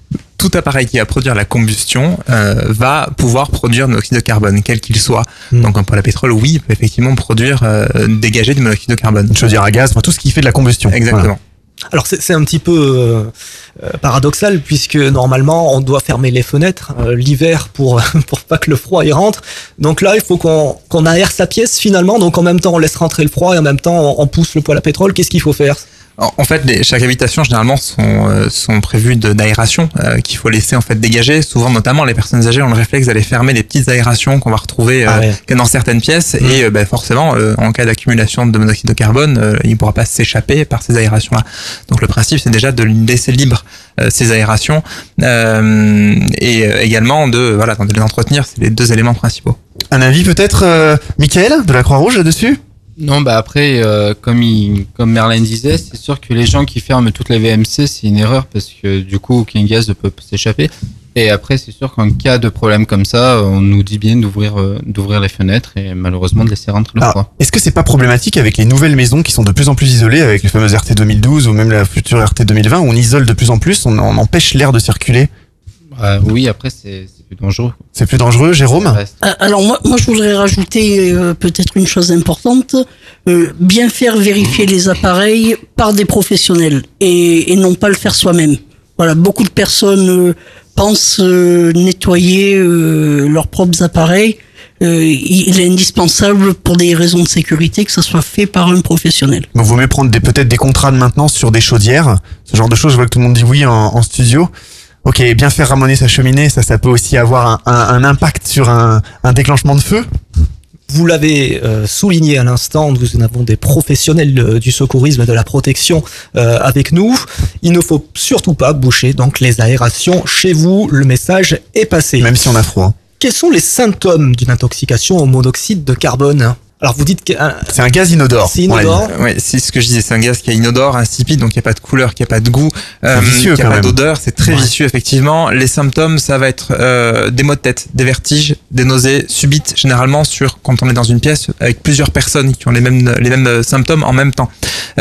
tout appareil qui va produire la combustion euh, va pouvoir produire de monoxyde de carbone, quel qu'il soit. Mmh. Donc un poêle à pétrole, oui, peut effectivement produire, euh, dégager du monoxyde de carbone. Une chaudière à gaz, enfin, tout ce qui fait de la combustion. Exactement. Voilà. Alors c'est, c'est un petit peu euh, paradoxal puisque normalement on doit fermer les fenêtres euh, l'hiver pour pour pas que le froid y rentre. Donc là il faut qu'on qu'on aère sa pièce finalement. Donc en même temps on laisse rentrer le froid et en même temps on, on pousse le poêle à pétrole. Qu'est-ce qu'il faut faire ? En fait, les, chaque habitation généralement sont euh, sont prévues de, d'aération euh, qu'il faut laisser en fait dégager. Souvent, notamment les personnes âgées ont le réflexe d'aller fermer les petites aérations qu'on va retrouver euh, ah ouais. dans certaines pièces mmh. et euh, bah, forcément, euh, en cas d'accumulation de monoxyde de carbone, euh, il ne pourra pas s'échapper par ces aérations-là. Donc le principe, c'est déjà de laisser libre euh, ces aérations euh, et euh, également de voilà de les entretenir. C'est les deux éléments principaux. Un avis peut-être, euh, Mickaël de la Croix-Rouge là-dessus ? Non, bah après, euh, comme il, comme Merlin disait, c'est sûr que les gens qui ferment toutes les V M C, c'est une erreur parce que du coup, aucun gaz ne peut s'échapper. Et après, c'est sûr qu'en cas de problème comme ça, on nous dit bien d'ouvrir, euh, d'ouvrir les fenêtres et malheureusement de laisser rentrer le froid. Est-ce que c'est pas problématique avec les nouvelles maisons qui sont de plus en plus isolées, avec les fameuses R T deux mille douze ou même la future R T deux mille vingt, où on isole de plus en plus, on, on empêche l'air de circuler? Euh, oui, après, c'est, c'est plus dangereux. C'est plus dangereux, Jérôme? Alors moi, moi, je voudrais rajouter euh, peut-être une chose importante. Euh, bien faire vérifier les appareils par des professionnels et, et non pas le faire soi-même. Voilà, beaucoup de personnes euh, pensent euh, nettoyer euh, leurs propres appareils. Euh, il est indispensable pour des raisons de sécurité que ça soit fait par un professionnel. Donc, vaut mieux prendre des, peut-être des contrats de maintenance sur des chaudières. Ce genre de choses, je vois que tout le monde dit oui en, en studio. Ok, bien faire ramoner sa cheminée, ça, ça peut aussi avoir un, un, un impact sur un, un déclenchement de feu. Vous l'avez euh, souligné à l'instant, nous avons des professionnels euh, du secourisme et de la protection euh, avec nous. Il ne faut surtout pas boucher donc les aérations chez vous. Le message est passé. Même si on a froid. Quels sont les symptômes d'une intoxication au monoxyde de carbone ? Alors vous dites que euh, c'est un gaz inodore. C'est inodore. Ouais, ouais, c'est ce que je disais, c'est un gaz qui est inodore, insipide, donc il n'y a pas de couleur, qui a pas de goût, euh, vicieux, qui a pas même. d'odeur, c'est très ouais. vicieux effectivement. Les symptômes, ça va être euh, des maux de tête, des vertiges, des nausées subites, généralement sur quand on est dans une pièce avec plusieurs personnes qui ont les mêmes les mêmes symptômes en même temps.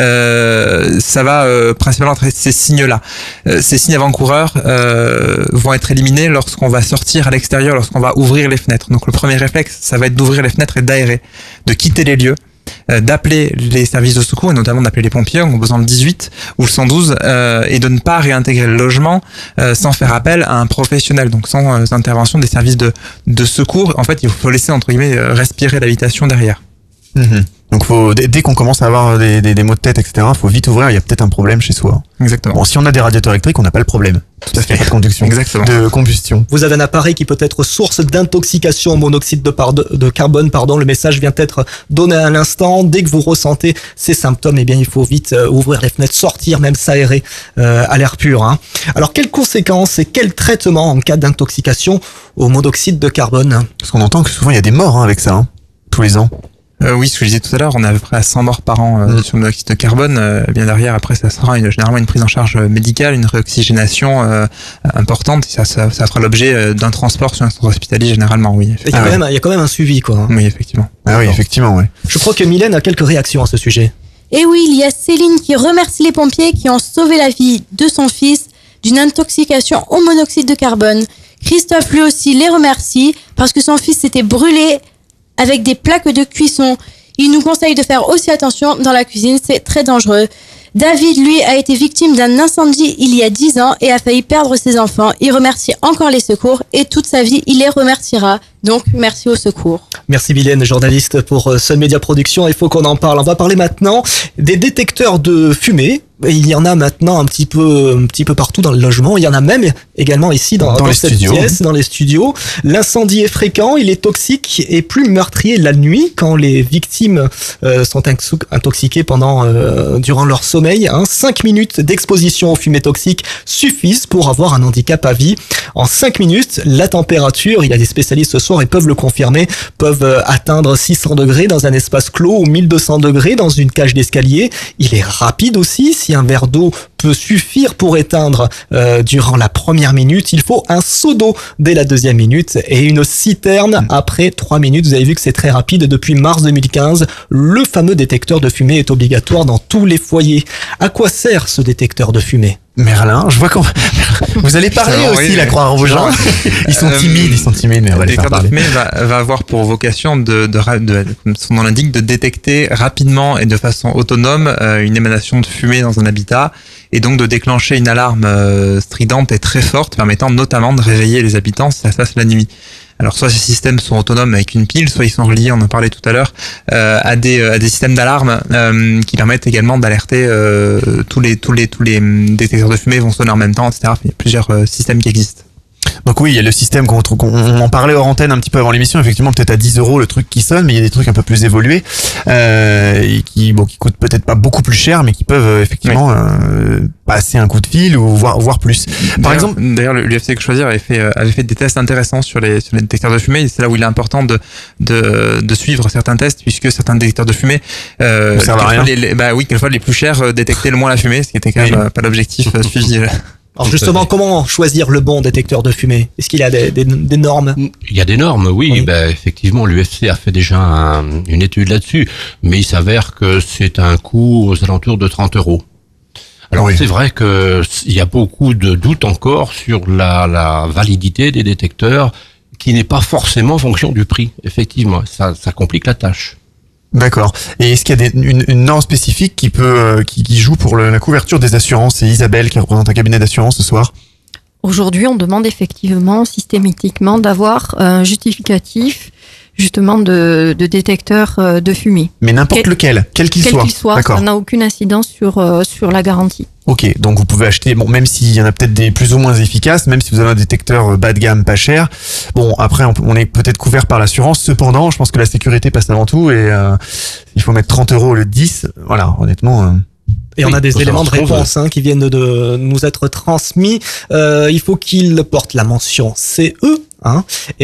Euh, ça va euh, principalement être ces signes-là. Euh, ces signes avant-coureurs euh, vont être éliminés lorsqu'on va sortir à l'extérieur, lorsqu'on va ouvrir les fenêtres. Donc le premier réflexe, ça va être d'ouvrir les fenêtres et d'aérer, de quitter les lieux, euh, d'appeler les services de secours et notamment d'appeler les pompiers en besoin le dix-huit ou le cent douze euh, et de ne pas réintégrer le logement euh, sans faire appel à un professionnel, donc sans euh, intervention des services de, de secours. En fait, il faut laisser entre guillemets respirer l'habitation derrière. Mmh. Donc faut, dès qu'on commence à avoir des, des, des maux de tête, et cetera, faut vite ouvrir, il y a peut-être un problème chez soi. Exactement. Bon, si on a des radiateurs électriques, on n'a pas le problème. Tout à fait. Pas de conduction. Exactement. De combustion. Vous avez un appareil qui peut être source d'intoxication au monoxyde de, par de carbone, pardon. Le message vient d'être donné à l'instant. Dès que vous ressentez ces symptômes, eh bien, il faut vite euh, ouvrir les fenêtres, sortir, même s'aérer euh, à l'air pur. Hein. Alors, quelles conséquences et quel traitement en cas d'intoxication au monoxyde de carbone? Parce qu'on entend que souvent il y a des morts hein, avec ça, hein, tous les ans. Euh, oui, ce que je disais tout à l'heure, on est à peu près à cent morts par an euh, mmh. sur le monoxyde de carbone. Euh, bien derrière, après, ça sera une, généralement une prise en charge médicale, une réoxygénation euh, importante. Ça, ça, ça fera l'objet d'un transport sur un centre hospitalier généralement, oui. Il y, a ah, quand ouais. même, il y a quand même un suivi, quoi. Hein. Oui, effectivement. Ah oui, effectivement, oui. Je crois que Mylène a quelques réactions à ce sujet. Et oui, il y a Céline qui remercie les pompiers qui ont sauvé la vie de son fils d'une intoxication au monoxyde de carbone. Christophe, lui aussi, les remercie parce que son fils s'était brûlé avec des plaques de cuisson. Il nous conseille de faire aussi attention dans la cuisine, c'est très dangereux. David, lui, a été victime d'un incendie il y a dix ans et a failli perdre ses enfants. Il remercie encore les secours et toute sa vie, il les remerciera. Donc, merci aux secours. Merci Mylène, journaliste pour Sun Media Production. Il faut qu'on en parle. On va parler maintenant des détecteurs de fumée. Il y en a maintenant un petit peu, un petit peu partout dans le logement. Il y en a même également ici dans, dans, dans les cette studios. pièce, dans les studios. L'incendie est fréquent, il est toxique et plus meurtrier la nuit quand les victimes euh, sont intoxiquées pendant, euh, durant leur sommeil. Hein. Cinq minutes d'exposition aux fumées toxiques suffisent pour avoir un handicap à vie. En cinq minutes, la température, il y a des spécialistes ce soir et peuvent le confirmer, peuvent atteindre six cents degrés dans un espace clos ou mille deux cents degrés dans une cage d'escalier. Il est rapide aussi. Si un verre d'eau peut suffire pour éteindre euh, durant la première minute, il faut un seau d'eau dès la deuxième minute et une citerne après trois minutes. Vous avez vu que c'est très rapide. Depuis mars deux mille quinze, le fameux détecteur de fumée est obligatoire dans tous les foyers. À quoi sert ce détecteur de fumée ? Merlin, je vois qu'on vous allez parler Alors, aussi oui, la croire aux gens. Ils sont Euh, timides, ils sont timides, mais on va Le les faire détecteur de parler. fumée va, va avoir pour vocation de, de, ra- de, comme son nom l'indique, de détecter rapidement et de façon autonome euh, une émanation de fumée dans un habitat et donc de déclencher une alarme euh, stridente et très forte permettant notamment de réveiller les habitants si ça se passe la nuit. Alors soit ces systèmes sont autonomes avec une pile, soit ils sont reliés, on en parlait tout à l'heure, euh, à des à des systèmes d'alarme euh, qui permettent également d'alerter euh, tous les tous les tous les hum, détecteurs de fumée vont sonner en même temps, et cetera. Il y a plusieurs euh, systèmes qui existent. Donc oui, il y a le système qu'on trouve, qu'on- on en parlait hors antenne un petit peu avant l'émission, effectivement peut-être à dix euros le truc qui sonne, mais il y a des trucs un peu plus évolués euh, et qui bon qui coûtent peut-être pas beaucoup plus cher, mais qui peuvent euh, effectivement euh, passer un coup de fil ou voir voir plus. Par D'ailleurs- exemple, d'ailleurs, l'U F C que choisir avait fait, euh, avait fait des tests intéressants sur les, sur les détecteurs de fumée. Et c'est là où il est important de, de, de suivre certains tests, puisque certains détecteurs de fumée, euh, Ne servent à quelquefois rien. les, les- bah oui, quelquefois les plus chers euh, détectaient le moins la fumée, ce qui était quand même Oui. euh, pas l'objectif euh, suivi. euh. Alors justement, comment choisir le bon détecteur de fumée? Est-ce qu'il y a des, des, des normes? Il y a des normes, oui. Oui. Ben, effectivement, l'U F C a fait déjà un- une étude là-dessus, mais il s'avère que c'est un coût aux alentours de trente euros. Alors Oui. c'est vrai que s- il y a beaucoup de doutes encore sur la, la validité des détecteurs, qui n'est pas forcément en fonction du prix. Effectivement, ça, ça complique la tâche. d'accord. Et est-ce qu'il y a des, une, une norme spécifique qui peut euh, qui, qui joue pour le- la couverture des assurances? C'est Isabelle qui représente un cabinet d'assurance ce soir. Aujourd'hui, on demande effectivement systématiquement d'avoir un justificatif justement de, de détecteur euh, de fumée. Mais n'importe Quel- lequel, quel qu'il Quel soit. qu'il soit, D'accord. ça n'a aucune incidence sur, euh, sur la garantie. Ok, donc vous pouvez acheter, bon, même s'il y en a peut-être des plus ou moins efficaces, même si vous avez un détecteur euh, bas de gamme, pas cher. Bon, après, on, on est peut-être couvert par l'assurance. Cependant, je pense que la sécurité passe avant tout et euh, il faut mettre trente euros au lieu de dix. Voilà, honnêtement. euh, Et on Oui, a des faut éléments de savoir ce qu'on réponse hein, qui viennent de nous être transmis. Euh, il faut qu'il porte la mention C E. Hein,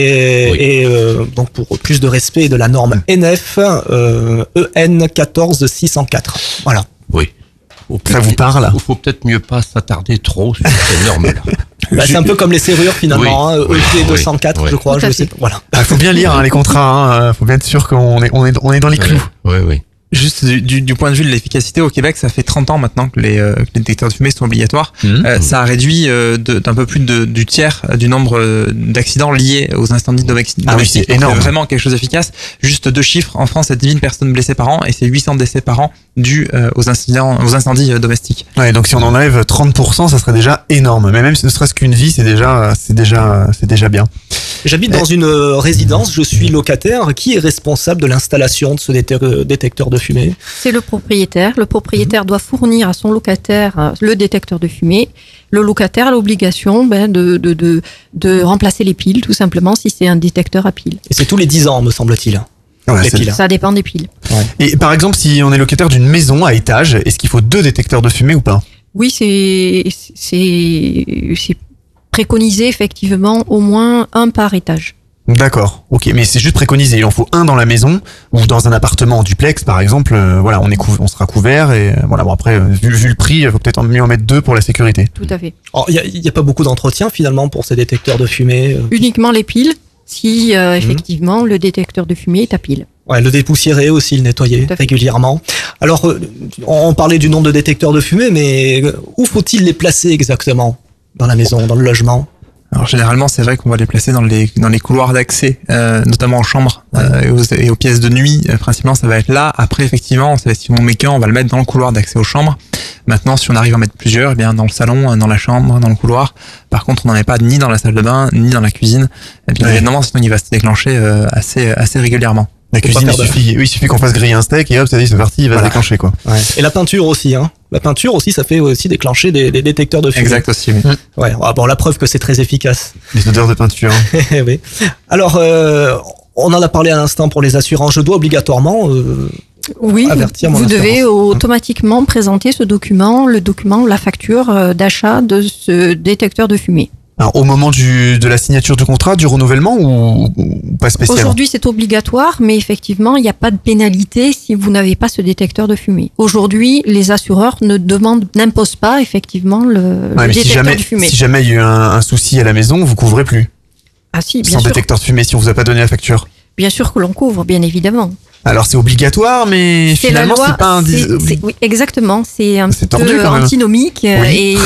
et Oui. et euh, donc pour plus de respect de la norme N F euh, E N quatorze six cent quatre. Voilà. Oui. Ça vous parle? Il faut peut-être mieux pas s'attarder trop sur ces normes-là. Bah, c'est un peu comme les serrures finalement, Oui, hein, oui, E P deux cent quatre oui, je crois. Tout à Je sais, fait. pas. Voilà. Il faut bien lire hein, les contrats. Hein, euh, faut bien être sûr qu'on est on est on est dans les clous. Oui, oui. Juste du, du, du point de vue de l'efficacité au Québec, ça fait trente ans maintenant que les, euh, que les détecteurs de fumée sont obligatoires. Mmh. Euh, ça a réduit euh, de- d'un peu plus de, du tiers euh, du nombre euh, d'accidents liés aux incendies domestiques. Ah oui, c'est Donc, énorme. vraiment quelque chose d'efficace. Juste deux chiffres, en France, c'est dix mille personnes blessées par an et c'est huit cents décès par an dus euh, aux, incidents, aux incendies euh, domestiques. Ouais, donc si on enlève trente pour cent, ça serait déjà énorme. Mais même si ne serait-ce qu'une vie, c'est déjà c'est déjà c'est déjà bien. J'habite Eh. dans une euh, résidence, je suis locataire. Qui est responsable de l'installation de ce déte- euh, détecteur de fumée? C'est le propriétaire. Le propriétaire doit fournir à son locataire euh, le détecteur de fumée. Le locataire a l'obligation ben, de, de, de, de remplacer les piles, tout simplement, si c'est un détecteur à piles. Et c'est tous les dix ans, me semble-t-il. Ouais, Les c'est- piles. Ça dépend des piles. Et par exemple, si on est locataire d'une maison à étage, est-ce qu'il faut deux détecteurs de fumée ou pas? Oui, c'est c'est c'est préconisé effectivement au moins un par étage. D'accord. Ok, mais c'est juste préconisé. Il en faut un dans la maison ou dans un appartement en duplex, par exemple. euh, voilà, on est cou- on sera couvert et euh, voilà. Bon après, euh, vu, vu le prix, il faut peut-être mieux en mettre deux pour la sécurité. Tout à fait. Oh, Il n'y a, pas beaucoup d'entretien finalement pour ces détecteurs de fumée. euh. Uniquement les piles, si euh, effectivement le détecteur de fumée est à pile. Ouais, le dépoussiérer aussi, le nettoyer Tout à fait. régulièrement. Alors, euh, on parlait du nombre de détecteurs de fumée, mais euh, où faut-il les placer exactement? Dans la maison, dans le logement? Alors généralement, c'est vrai qu'on va les placer dans les dans les couloirs d'accès, euh, notamment en chambre euh, et, aux, et aux pièces de nuit. Euh, principalement, ça va être là. Après, effectivement, ça va être si on met qu'un, on va le mettre dans le couloir d'accès aux chambres. Maintenant, si on arrive à en mettre plusieurs, eh bien dans le salon, dans la chambre, dans le couloir. Par contre, on n'en met pas ni dans la salle de bain, ni dans la cuisine. Et bien Ouais. évidemment, sinon il va se déclencher euh, assez assez régulièrement. La Faut cuisine, pas il faire de- suffit, oui, il suffit qu'on fasse griller un steak et hop, ça dit, c'est parti, il va Voilà. se déclencher quoi. Ouais. Et la peinture aussi, hein. La peinture aussi, ça fait aussi déclencher des, des détecteurs de fumée. Exact aussi. Oui. Ouais. Ah, bon, la preuve que c'est très efficace. Les odeurs de peinture. Oui. Alors, euh, on en a parlé à l'instant pour les assurances. Je dois obligatoirement. euh, Oui, vous, Avertir mon vous devez assurance. automatiquement présenter ce document, le document, la facture euh, d'achat de ce détecteur de fumée. Alors, au moment du de la signature du contrat, du renouvellement ou, ou pas spécialement? Aujourd'hui, c'est obligatoire, mais effectivement, il n'y a pas de pénalité si vous n'avez pas ce détecteur de fumée. Aujourd'hui, les assureurs ne demandent, n'imposent pas effectivement le, Ouais, le mais si détecteur jamais de fumée. si jamais il y a eu un, un souci à la maison, vous couvrez plus. Ah si, bien Sans sûr. détecteur de fumée si on vous a pas donné la facture. Bien sûr que l'on couvre, bien évidemment. Alors c'est obligatoire, mais C'est la finalement loi. c'est pas un... c'est- c'est- oui, exactement. C'est un C'est petit tordu, peu quand même. antinomique. euh, Oui. Et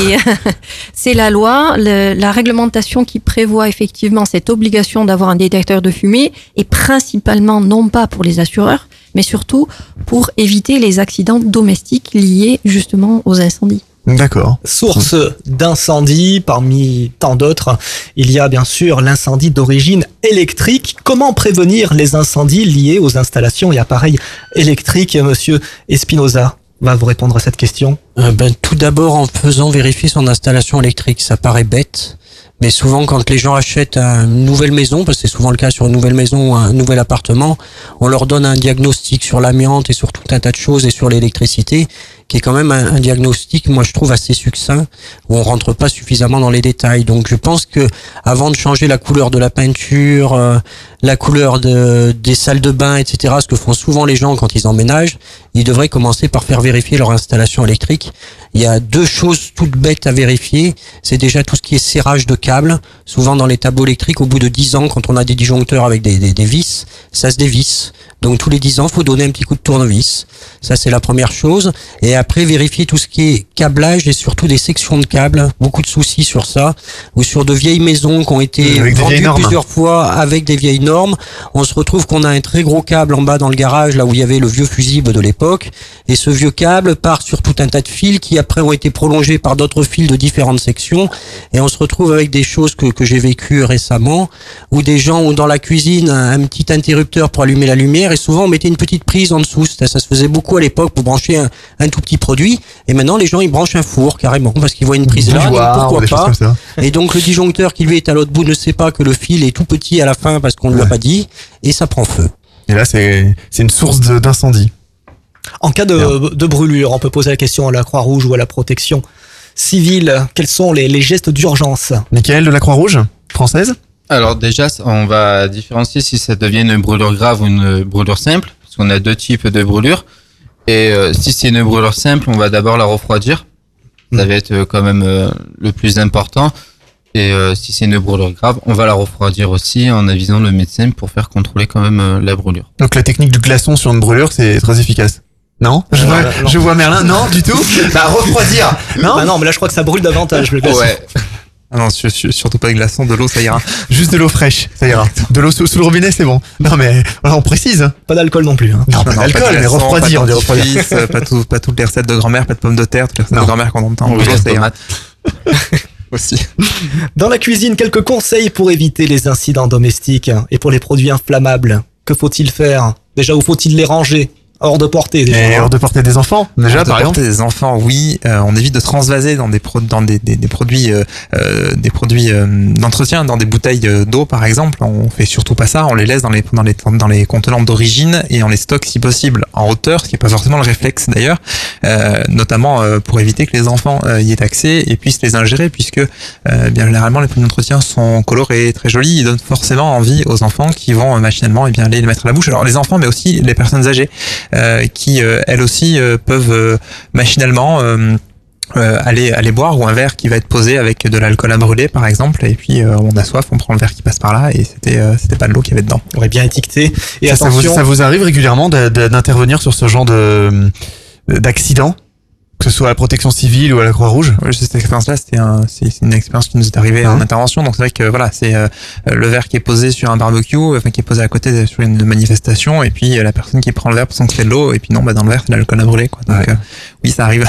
c'est la loi, le- la réglementation qui prévoit effectivement cette obligation d'avoir un détecteur de fumée, et principalement non pas pour les assureurs, mais surtout pour éviter les accidents domestiques liés justement aux incendies. D'accord. Source d'incendie, parmi tant d'autres, il y a bien sûr l'incendie d'origine électrique. Comment prévenir les incendies liés aux installations et appareils électriques? Monsieur Espinoza va vous répondre à cette question. Euh, ben, tout d'abord en faisant vérifier son installation électrique. Ça paraît bête, mais souvent quand les gens achètent une nouvelle maison, parce que c'est souvent le cas sur une nouvelle maison ou un nouvel appartement, on leur donne un diagnostic sur l'amiante et sur tout un tas de choses et sur l'électricité, qui est quand même un, un diagnostic, moi je trouve assez succinct, où on rentre pas suffisamment dans les détails. Donc je pense que avant de changer la couleur de la peinture, euh, la couleur de, des salles de bain, et cetera, ce que font souvent les gens quand ils emménagent, ils devraient commencer par faire vérifier leur installation électrique. Il y a deux choses toutes bêtes à vérifier. C'est déjà tout ce qui est serrage de câbles. Souvent dans les tableaux électriques, au bout de dix ans, quand on a des disjoncteurs avec des, des, des vis, ça se dévisse. Donc tous les dix ans, il faut donner un petit coup de tournevis. Ça, c'est la première chose. Et après, vérifier tout ce qui est câblage et surtout des sections de câbles. Beaucoup de soucis sur ça. Ou sur de vieilles maisons qui ont été Avec des vieilles vendues normes. plusieurs fois avec des vieilles normes. On se retrouve qu'on a un très gros câble en bas dans le garage, là où il y avait le vieux fusible de l'époque. Et ce vieux câble part sur tout un tas de fils qui après ont été prolongés par d'autres fils de différentes sections. Et on se retrouve avec des choses que, que j'ai vécues récemment, où des gens ont dans la cuisine un, un petit interrupteur pour allumer la lumière, et souvent on mettait une petite prise en dessous. Ça, ça se faisait beaucoup à l'époque pour brancher un, un tout petit produit. Et maintenant les gens ils branchent un four carrément parce qu'ils voient une prise là, donc Bougeoir, pourquoi des choses pas. comme ça. Et donc le disjoncteur qui lui est à l'autre bout ne sait pas que le fil est tout petit à la fin parce qu'on ne lui a pas dit, et ça prend feu. Et là c'est c'est une source de- d'incendie. En cas de, de brûlure, on peut poser la question à la Croix-Rouge ou à la protection civile. Quels sont les, les gestes d'urgence? Michael de la Croix-Rouge, française? Alors déjà, on va différencier si ça devient une brûlure grave ou une brûlure simple, parce qu'on a deux types de brûlures. Et euh, si c'est une brûlure simple, on va d'abord la refroidir. Ça va être euh, quand même euh, le plus important. Et euh, si c'est une brûlure grave, on va la refroidir aussi en avisant le médecin pour faire contrôler quand même euh, la brûlure. Donc la technique du glaçon sur une brûlure, c'est très efficace. Non, je, vois, Euh, non. je vois Merlin. Non, du tout. Bah refroidir. Non. Bah non, mais là je crois que ça brûle davantage le glaçon. Ouais. Ah non, su- su- surtout pas de glaçon, de l'eau, ça ira. Juste de l'eau fraîche, ça ira. De l'eau sous, sous le robinet, c'est bon. Non mais voilà, on précise. Pas d'alcool non plus. Hein. Non, pas Non, d'alcool, pas de mais glaçon, refroidir, on pas dit de refroidir. dentifrice, euh, pas, tout, pas toutes les recettes de grand-mère, pas de pommes de terre, toutes les recettes Non. de grand-mère qu'on entend. Oui, de l'eau, les ça ira. tomates. Aussi. Dans la cuisine, quelques conseils pour éviter les incidents domestiques et pour les produits inflammables. Que faut-il faire? Déjà, où faut-il les ranger? Hors de portée déjà. Et hors de portée des enfants, déjà, Hors de par portée exemple. des enfants, oui. Euh, on évite de transvaser dans des pro dans des, des, des produits euh, euh, des produits euh, d'entretien, dans des bouteilles euh, d'eau par exemple. On fait surtout pas ça. On les laisse dans les dans les dans les contenants d'origine et on les stocke si possible en hauteur, ce qui est pas forcément le réflexe d'ailleurs, euh, notamment euh, pour éviter que les enfants euh, y aient accès et puissent les ingérer, puisque euh, bien généralement les produits d'entretien sont colorés, très jolis. Ils donnent forcément envie aux enfants qui vont euh, machinalement et bien aller les mettre à la bouche. Alors les enfants, mais aussi les personnes âgées. Euh, qui euh, elles aussi euh, peuvent euh, machinalement euh, euh, aller aller boire, ou un verre qui va être posé avec de l'alcool à brûler par exemple, et puis euh, on a soif, on prend le verre qui passe par là et c'était euh, c'était pas de l'eau qu'il y avait dedans. On aurait bien étiqueté. Et ça, ça vous, attention. ça vous arrive régulièrement de- de- d'intervenir sur ce genre de d'accident, que ce soit à la protection civile ou à la Croix-Rouge? Ouais, cette expérience-là, c'était un, c'est c'est une expérience qui nous est arrivée en Hein intervention. Donc c'est vrai que voilà, c'est euh, le verre qui est posé sur un barbecue, enfin qui est posé à côté de- sur une manifestation, et puis euh, la personne qui prend le verre pensant que c'est de l'eau, et puis non, bah dans le verre c'est de l'alcool à brûler, quoi. Donc Ouais. euh, oui, ça arrive.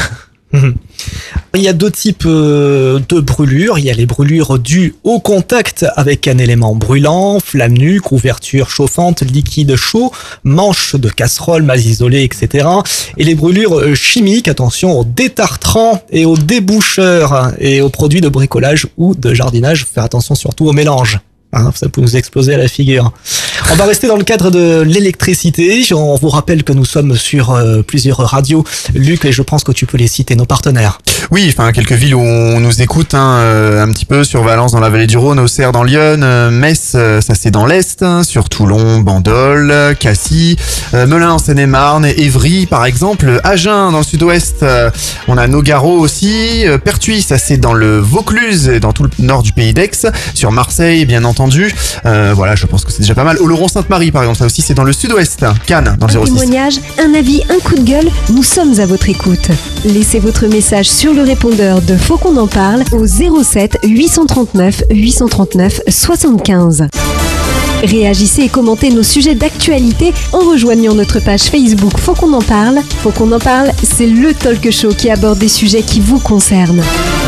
Il y a deux types euh, de brûlures. Il y a les brûlures dues au contact avec un élément brûlant, flamme nue, couverture chauffante, liquide chaud, manche de casserole mal isolée, et cetera. Et les brûlures euh, chimiques, attention aux détartrants et aux déboucheurs et aux produits de bricolage ou de jardinage. Faut faire attention surtout au mélange. Hein, ça peut nous exploser à la figure. On va rester dans le cadre de l'électricité. On vous rappelle que nous sommes sur euh, plusieurs radios. Luc, et je pense que tu peux les citer, nos partenaires. Oui, enfin quelques villes où on nous écoute hein, euh, un petit peu, sur Valence dans la vallée du Rhône, Auxerre dans l'Yonne, euh, Metz, euh, ça c'est dans l'Est, hein, sur Toulon, Bandol, Cassis, euh, Melun en Seine-et-Marne, Évry par exemple, Agen dans le sud-ouest, euh, on a Nogaro aussi, euh, Pertuis, ça c'est dans le Vaucluse et dans tout le nord du pays d'Aix, sur Marseille bien entendu, euh, voilà je pense que c'est déjà pas mal, Olo Oloron-Sainte-Marie par exemple, ça aussi c'est dans le sud-ouest. Cannes dans le Un zéro six. témoignage, un avis, un coup de gueule, nous sommes à votre écoute. Laissez votre message sur le répondeur de Faut qu'on en parle au zéro sept huit cent trente-neuf huit cent trente-neuf soixante-quinze. Réagissez et commentez nos sujets d'actualité en rejoignant notre page Facebook Faut qu'on en parle. Faut qu'on en parle, c'est le talk show qui aborde des sujets qui vous concernent.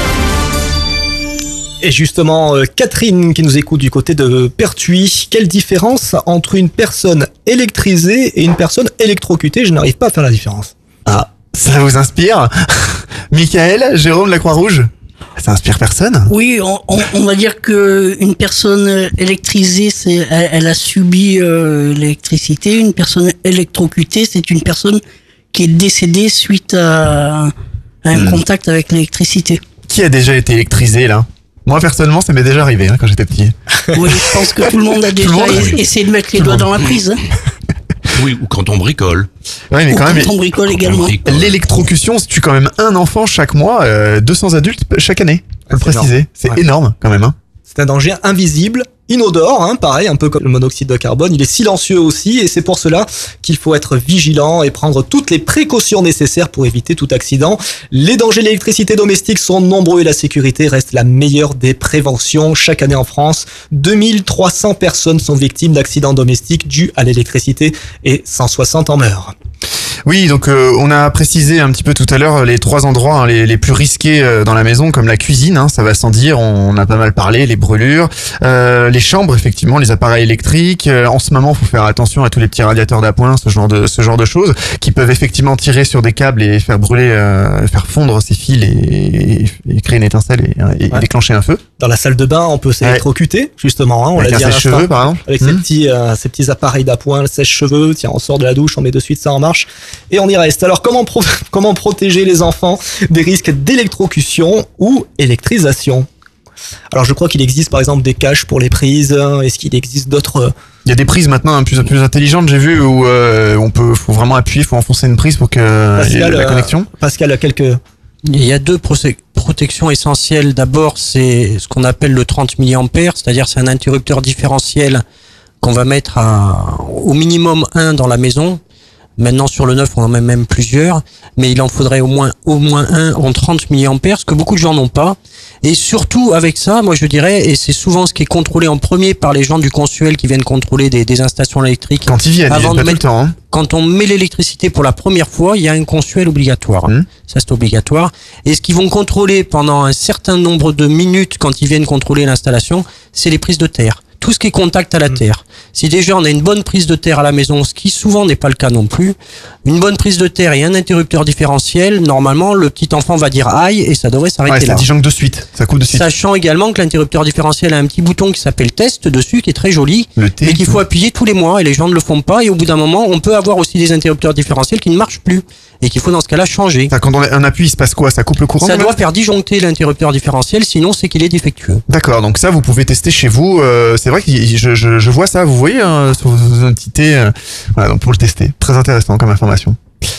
Et justement, euh, Catherine qui nous écoute du côté de Pertuis, quelle différence entre une personne électrisée et une personne électrocutée? Je n'arrive pas à faire la différence. Ah, ça vous inspire? Michael, Jérôme de la Croix-Rouge? Ça inspire personne? Oui, on, on, on va dire que une personne électrisée, c'est, elle, elle a subi euh, l'électricité. Une personne électrocutée, c'est une personne qui est décédée suite à, à un Hmm. contact avec l'électricité. Qui a déjà été électrisé là? Moi personnellement, ça m'est déjà arrivé hein, quand j'étais petit. Oui, je pense que tout le monde a déjà le monde, es- oui. essayé de mettre les doigts dans la prise. Hein. Oui, ou quand on bricole. Ouais, mais Ou quand même, quand on bricole également. l'électrocution, ça tue quand même un enfant chaque mois, euh, deux cents adultes chaque année. Faut le C'est préciser. énorme. C'est Ouais. énorme quand même. Hein. C'est un danger invisible, inodore, hein, pareil, un peu comme le monoxyde de carbone. Il est silencieux aussi et c'est pour cela qu'il faut être vigilant et prendre toutes les précautions nécessaires pour éviter tout accident. Les dangers de l'électricité domestique sont nombreux et la sécurité reste la meilleure des préventions. Chaque année en France, deux mille trois cents personnes sont victimes d'accidents domestiques dus à l'électricité et cent soixante en meurent. Oui, donc euh, on a précisé un petit peu tout à l'heure les trois endroits hein, les, les plus risqués euh, dans la maison, comme la cuisine, hein, ça va sans dire, on, on a pas mal parlé, les brûlures, euh, les chambres, effectivement, les appareils électriques. Euh, en ce moment, faut faire attention à tous les petits radiateurs d'appoint, ce genre de ce genre de choses, qui peuvent effectivement tirer sur des câbles et faire brûler, euh, faire fondre ces fils et, et, et créer une étincelle et, et Ouais. déclencher un feu. Dans la salle de bain, on peut s'électrocuter, justement, hein, on Avec l'a un dit à sèche-cheveux, l'instant. par exemple. Avec Hmm. ces petits, euh, ces petits appareils d'appoint, le sèche-cheveux, tiens, on sort de la douche, on met de suite ça en marche, et on y reste. Alors, comment, pro- comment protéger les enfants des risques d'électrocution ou électrisation? Alors, je crois qu'il existe, par exemple, des caches pour les prises. hein. Est-ce qu'il existe d'autres... Il y a des prises maintenant hein, plus plus intelligentes, j'ai vu, où euh, on peut, faut vraiment appuyer, faut enfoncer une prise pour que euh, il y ait Pascal, la euh, connexion. Pascal a quelques... Il y a deux proce- protections essentielles. D'abord, c'est ce qu'on appelle le trente milliampères, c'est-à-dire c'est un interrupteur différentiel qu'on va mettre à, au minimum un dans la maison. Maintenant, sur le neuf, on en met même plusieurs, mais il en faudrait au moins, au moins un en trente milliampères, ce que beaucoup de gens n'ont pas. Et surtout, avec ça, moi, je dirais, et c'est souvent ce qui est contrôlé en premier par les gens du consuel qui viennent contrôler des, des installations électriques. Quand ils viennent, ils Avant viennent de pas tout le mettre- temps. Hein. Quand on met l'électricité pour la première fois, il y a un consuel obligatoire. Mmh. Ça, c'est obligatoire. Et ce qu'ils vont contrôler pendant un certain nombre de minutes quand ils viennent contrôler l'installation, c'est les prises de terre. Tout ce qui est contact à la terre. Si déjà on a une bonne prise de terre à la maison, ce qui souvent n'est pas le cas non plus, une bonne prise de terre et un interrupteur différentiel, normalement le petit enfant va dire aïe et ça devrait s'arrêter Ouais, ça là. disjoncte de suite, ça coupe de suite. Sachant également que l'interrupteur différentiel a un petit bouton qui s'appelle test dessus, qui est très joli, Le T. et qu'il faut appuyer tous les mois, et les gens ne le font pas, et au bout d'un moment, on peut avoir aussi des interrupteurs différentiels qui ne marchent plus, et qu'il faut dans ce cas-là changer. Ça, quand on, on appuie, il se passe quoi? Ça coupe le courant? Ça quand doit même faire disjoncter l'interrupteur différentiel, sinon c'est qu'il est défectueux. D'accord, donc ça vous pouvez tester chez vous. Euh, c'est vrai que je, je, je vois ça, vous voyez hein, sur vos entités. Euh, voilà, donc pour le tester, très intéressant comme information.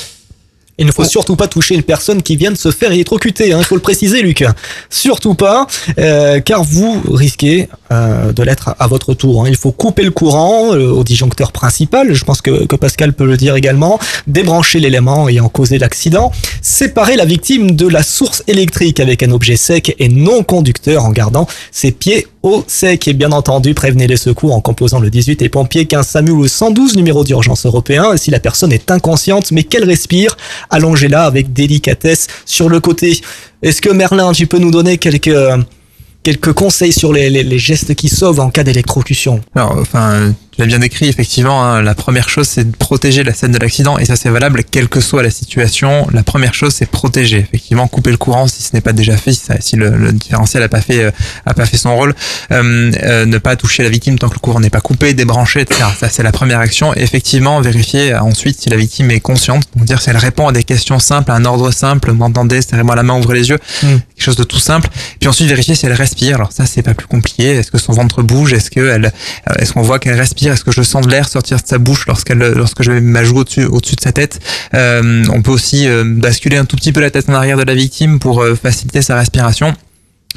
Il ne faut surtout pas toucher une personne qui vient de se faire électrocuter, hein, il faut le préciser, Luc. Surtout pas, euh, car vous risquez euh, de l'être à votre tour. Hein. Il faut couper le courant euh, au disjoncteur principal, je pense que, que Pascal peut le dire également, débrancher l'élément ayant causé l'accident, séparer la victime de la source électrique avec un objet sec et non conducteur en gardant ses pieds au sec. Et bien entendu, prévenez les secours en composant le dix-huit et pompiers quinze SAMU ou cent douze, numéro d'urgence européen. Et si la personne est inconsciente mais qu'elle respire, allongez-la avec délicatesse sur le côté. Est-ce que Merlin, tu peux nous donner quelques, quelques conseils sur les, les, les gestes qui sauvent en cas d'électrocution? Alors, enfin, tu l'as bien décrit, effectivement, hein, la première chose, c'est de protéger la scène de l'accident, et ça, c'est valable, quelle que soit la situation. La première chose, c'est protéger, effectivement, couper le courant si ce n'est pas déjà fait, si, ça, si le, le différentiel a pas fait, euh, a pas fait son rôle, euh, euh, ne pas toucher la victime tant que le courant n'est pas coupé, débrancher, et cetera. Ça, c'est la première action. Et effectivement, vérifier euh, ensuite si la victime est consciente, donc dire si elle répond à des questions simples, à un ordre simple, m'entendez, serrez-moi la main, ouvrez les yeux, Mm. quelque chose de tout simple. Puis ensuite, vérifier si elle respire. Alors ça, c'est pas plus compliqué. Est-ce que son ventre bouge? Est-ce que elle, est-ce qu'on voit qu'elle respire? Est-ce que je sens de l'air sortir de sa bouche lorsqu'elle, lorsque je mets ma joue au-dessus, au-dessus de sa tête? Euh, on peut aussi euh, basculer un tout petit peu la tête en arrière de la victime pour euh, faciliter sa respiration.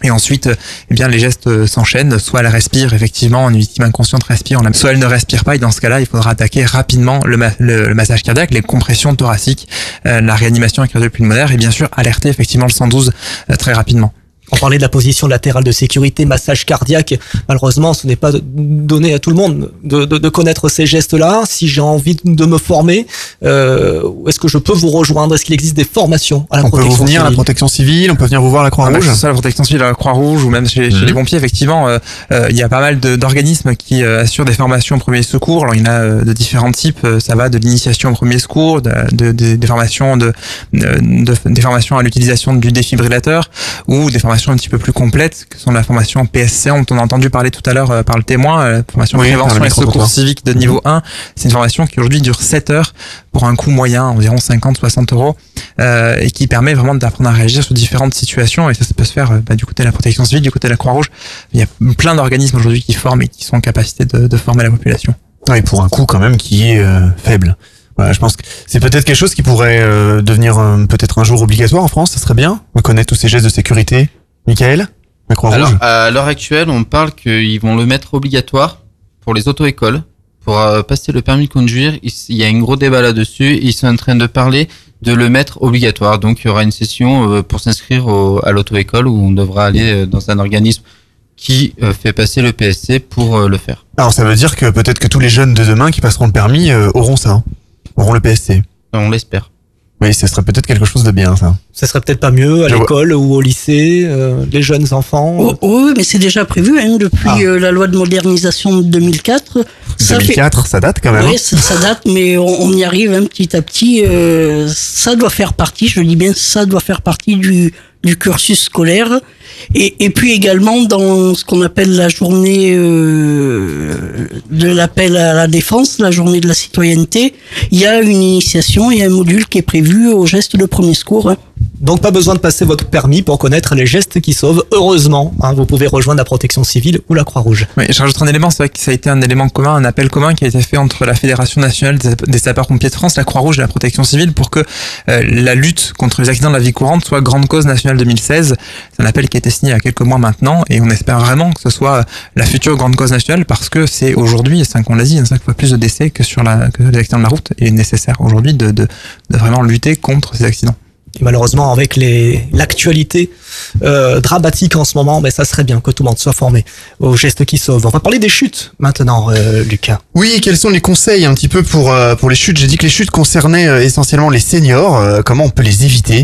Et ensuite, eh bien, les gestes s'enchaînent. Soit elle respire, effectivement, une victime inconsciente respire, soit elle ne respire pas. Et dans ce cas-là, il faudra attaquer rapidement le, ma- le, le massage cardiaque, les compressions thoraciques, euh, la réanimation cardio-pulmonaire et bien sûr alerter effectivement le cent douze euh, très rapidement. On parlait de la position latérale de sécurité, massage cardiaque. Malheureusement, ce n'est pas donné à tout le monde de, de, de connaître ces gestes-là. Si j'ai envie de me former, euh, est-ce que je peux vous rejoindre? Est-ce qu'il existe des formations à la on protection peut vous venir civile? à la protection civile, on peut venir vous voir à la Croix-Rouge. Ah bah, c'est ça, la protection civile à la Croix-Rouge ou même chez, mmh. chez les pompiers, effectivement, euh, euh, il y a pas mal de, d'organismes qui euh, assurent des formations au premier secours. Alors il y en a euh, de différents types. Ça va de l'initiation au premier secours, de, de, de, des formations de, de, de des formations à l'utilisation du défibrillateur ou des formations un petit peu plus complètes, que sont la formation P S C, dont on a entendu parler tout à l'heure euh, par le témoin, la formation oui, prévention et secours civique de niveau un. C'est une formation qui aujourd'hui dure sept heures pour un coût moyen, environ cinquante à soixante euros, euh, et qui permet vraiment d'apprendre à réagir sur différentes situations. Et ça, ça peut se faire bah, du côté de la protection civile, du côté de la Croix-Rouge. Il y a plein d'organismes aujourd'hui qui forment et qui sont en capacité de, de former la population. Ah, et pour un coût quand même qui est euh, faible. Voilà, je pense que c'est peut-être quelque chose qui pourrait euh, devenir euh, peut-être un jour obligatoire en France. Ça serait bien. On connaît tous ces gestes de sécurité. Michael, la Croix-Rouge. Alors, à l'heure actuelle, on parle qu'ils vont le mettre obligatoire pour les auto-écoles. Pour euh, passer le permis de conduire, il y a un gros débat là-dessus. Ils sont en train de parler de le mettre obligatoire. Donc, il y aura une session euh, pour s'inscrire au, à l'auto-école où on devra aller euh, dans un organisme qui euh, fait passer le P S C pour euh, le faire. Alors, ça veut dire que peut-être que tous les jeunes de demain qui passeront le permis euh, auront ça, hein, auront le P S C. On l'espère. Oui, ce serait peut-être quelque chose de bien, ça. Ça serait peut-être pas mieux à Je l'école ou au lycée, euh, les jeunes enfants. Oh, oh, oui, mais c'est déjà prévu hein, depuis Ah. euh, la loi de modernisation de deux mille quatre. Ça deux mille quatre, fait... ça date quand même. Oui, ça, ça date, mais on, on y arrive hein, petit à petit. Euh, ça doit faire partie, je dis bien, ça doit faire partie du, du cursus scolaire. Et, et puis également dans ce qu'on appelle la journée euh, de l'appel à la défense, la journée de la citoyenneté, il y a une initiation, il y a un module qui est prévu au geste de premier secours. Hein. Donc pas besoin de passer votre permis pour connaître les gestes qui sauvent. Heureusement, hein, vous pouvez rejoindre la protection civile ou la Croix-Rouge. Oui, je rajoute un élément, c'est vrai que ça a été un élément commun, un appel commun qui a été fait entre la Fédération nationale des sapeurs-pompiers de France, la Croix-Rouge et la protection civile pour que euh, la lutte contre les accidents de la vie courante soit grande cause nationale deux mille seize. C'est un appel qui a été signé il y a quelques mois maintenant et on espère vraiment que ce soit la future grande cause nationale parce que c'est aujourd'hui, c'est qu'on l'a dit, il y a cinq fois plus de décès que sur la, que les accidents de la route et il est nécessaire aujourd'hui de, de, de vraiment lutter contre ces accidents. Et malheureusement, avec les, l'actualité euh, dramatique en ce moment, mais ça serait bien que tout le monde soit formé aux gestes qui sauvent. On va parler des chutes maintenant, euh, Lucas. Oui, quels sont les conseils un petit peu pour euh, pour les chutes? J'ai dit que les chutes concernaient euh, essentiellement les seniors. Euh, comment on peut les éviter?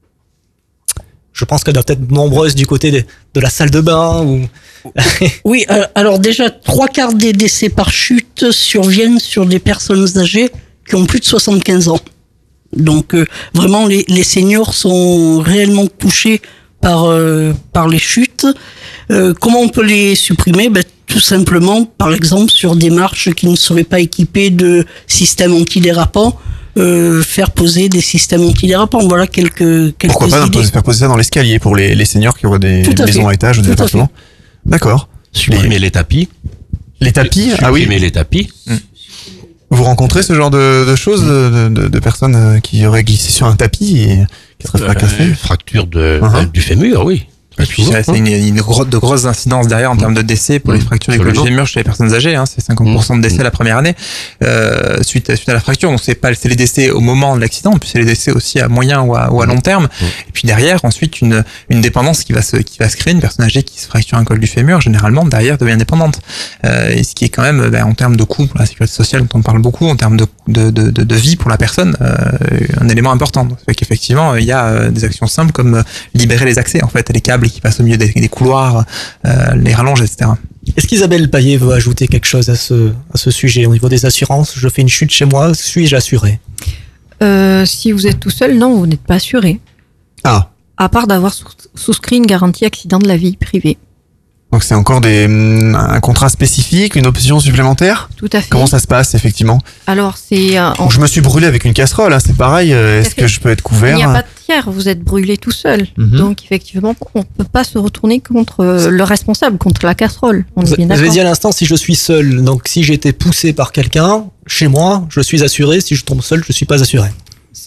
Je pense qu'elles doivent être nombreuses du côté de, de la salle de bain ou... Oui, alors déjà, trois quarts des décès par chute surviennent sur des personnes âgées qui ont plus de soixante-quinze ans. Donc euh, vraiment, les, les seniors sont réellement touchés par euh, par les chutes. Euh, comment on peut les supprimer? Ben, tout simplement, par exemple, sur des marches qui ne seraient pas équipées de systèmes antidérapants, euh, faire poser des systèmes antidérapants. Voilà quelques quelques Pourquoi pas idées. faire poser ça dans l'escalier pour les, les seniors qui auraient des Tout à maisons fait. à étage ou des Tout à appartements. D'accord. Supprimer les tapis. Les tapis, ah oui. Supprimer les tapis. Vous rencontrez ce genre de, de choses, de, de, de personnes euh, qui auraient glissé sur un tapis et qui seraient fracassées? Euh, fracture de, Uh-huh. du fémur, oui. Et puis c'est c'est une, une gro- de grosses incidences derrière en termes de décès pour les fractures du Sur le col dos. du fémur chez les personnes âgées. Hein, c'est cinquante pour cent de décès la première année euh, suite à, suite à la fracture. Donc c'est pas c'est les décès au moment de l'accident, puis c'est les décès aussi à moyen ou à, ou à long terme. Et puis derrière ensuite une une dépendance qui va se qui va se créer. Une personne âgée qui se fracture un col du fémur généralement derrière devient dépendante. Euh, et ce qui est quand même ben, en termes de coût pour la sécurité sociale dont on parle beaucoup, en termes de de de, de, de vie pour la personne, euh, un élément important. Donc, ça fait qu'effectivement il y a euh, des actions simples comme euh, libérer les accès en fait, les câbles qui passent au milieu des, des couloirs, euh, les rallonges, et cetera. Est-ce qu'Isabelle Paillet veut ajouter quelque chose à ce, à ce sujet au niveau des assurances? Je fais une chute chez moi, suis-je assuré? Euh, si vous êtes tout seul, non, vous n'êtes pas assuré. Ah. À part d'avoir sous- souscrit une garantie accident de la vie privée. Donc c'est encore des, hum, un contrat spécifique, une option supplémentaire? Tout à fait. Comment ça se passe effectivement? Alors, c'est... euh, en- Je me suis brûlé avec une casserole, hein, c'est pareil. euh, Est-ce que je peux être couvert? Il n'y a pas de tiers, vous êtes brûlé tout seul. Mhm. Donc, effectivement, on ne peut pas se retourner contre euh, le responsable, contre la casserole. On est Vous bien vous avez d'accord. dit à l'instant si je suis seul, donc si j'ai été poussé par quelqu'un, chez moi, je suis assuré, si je tombe seul, je suis pas assuré.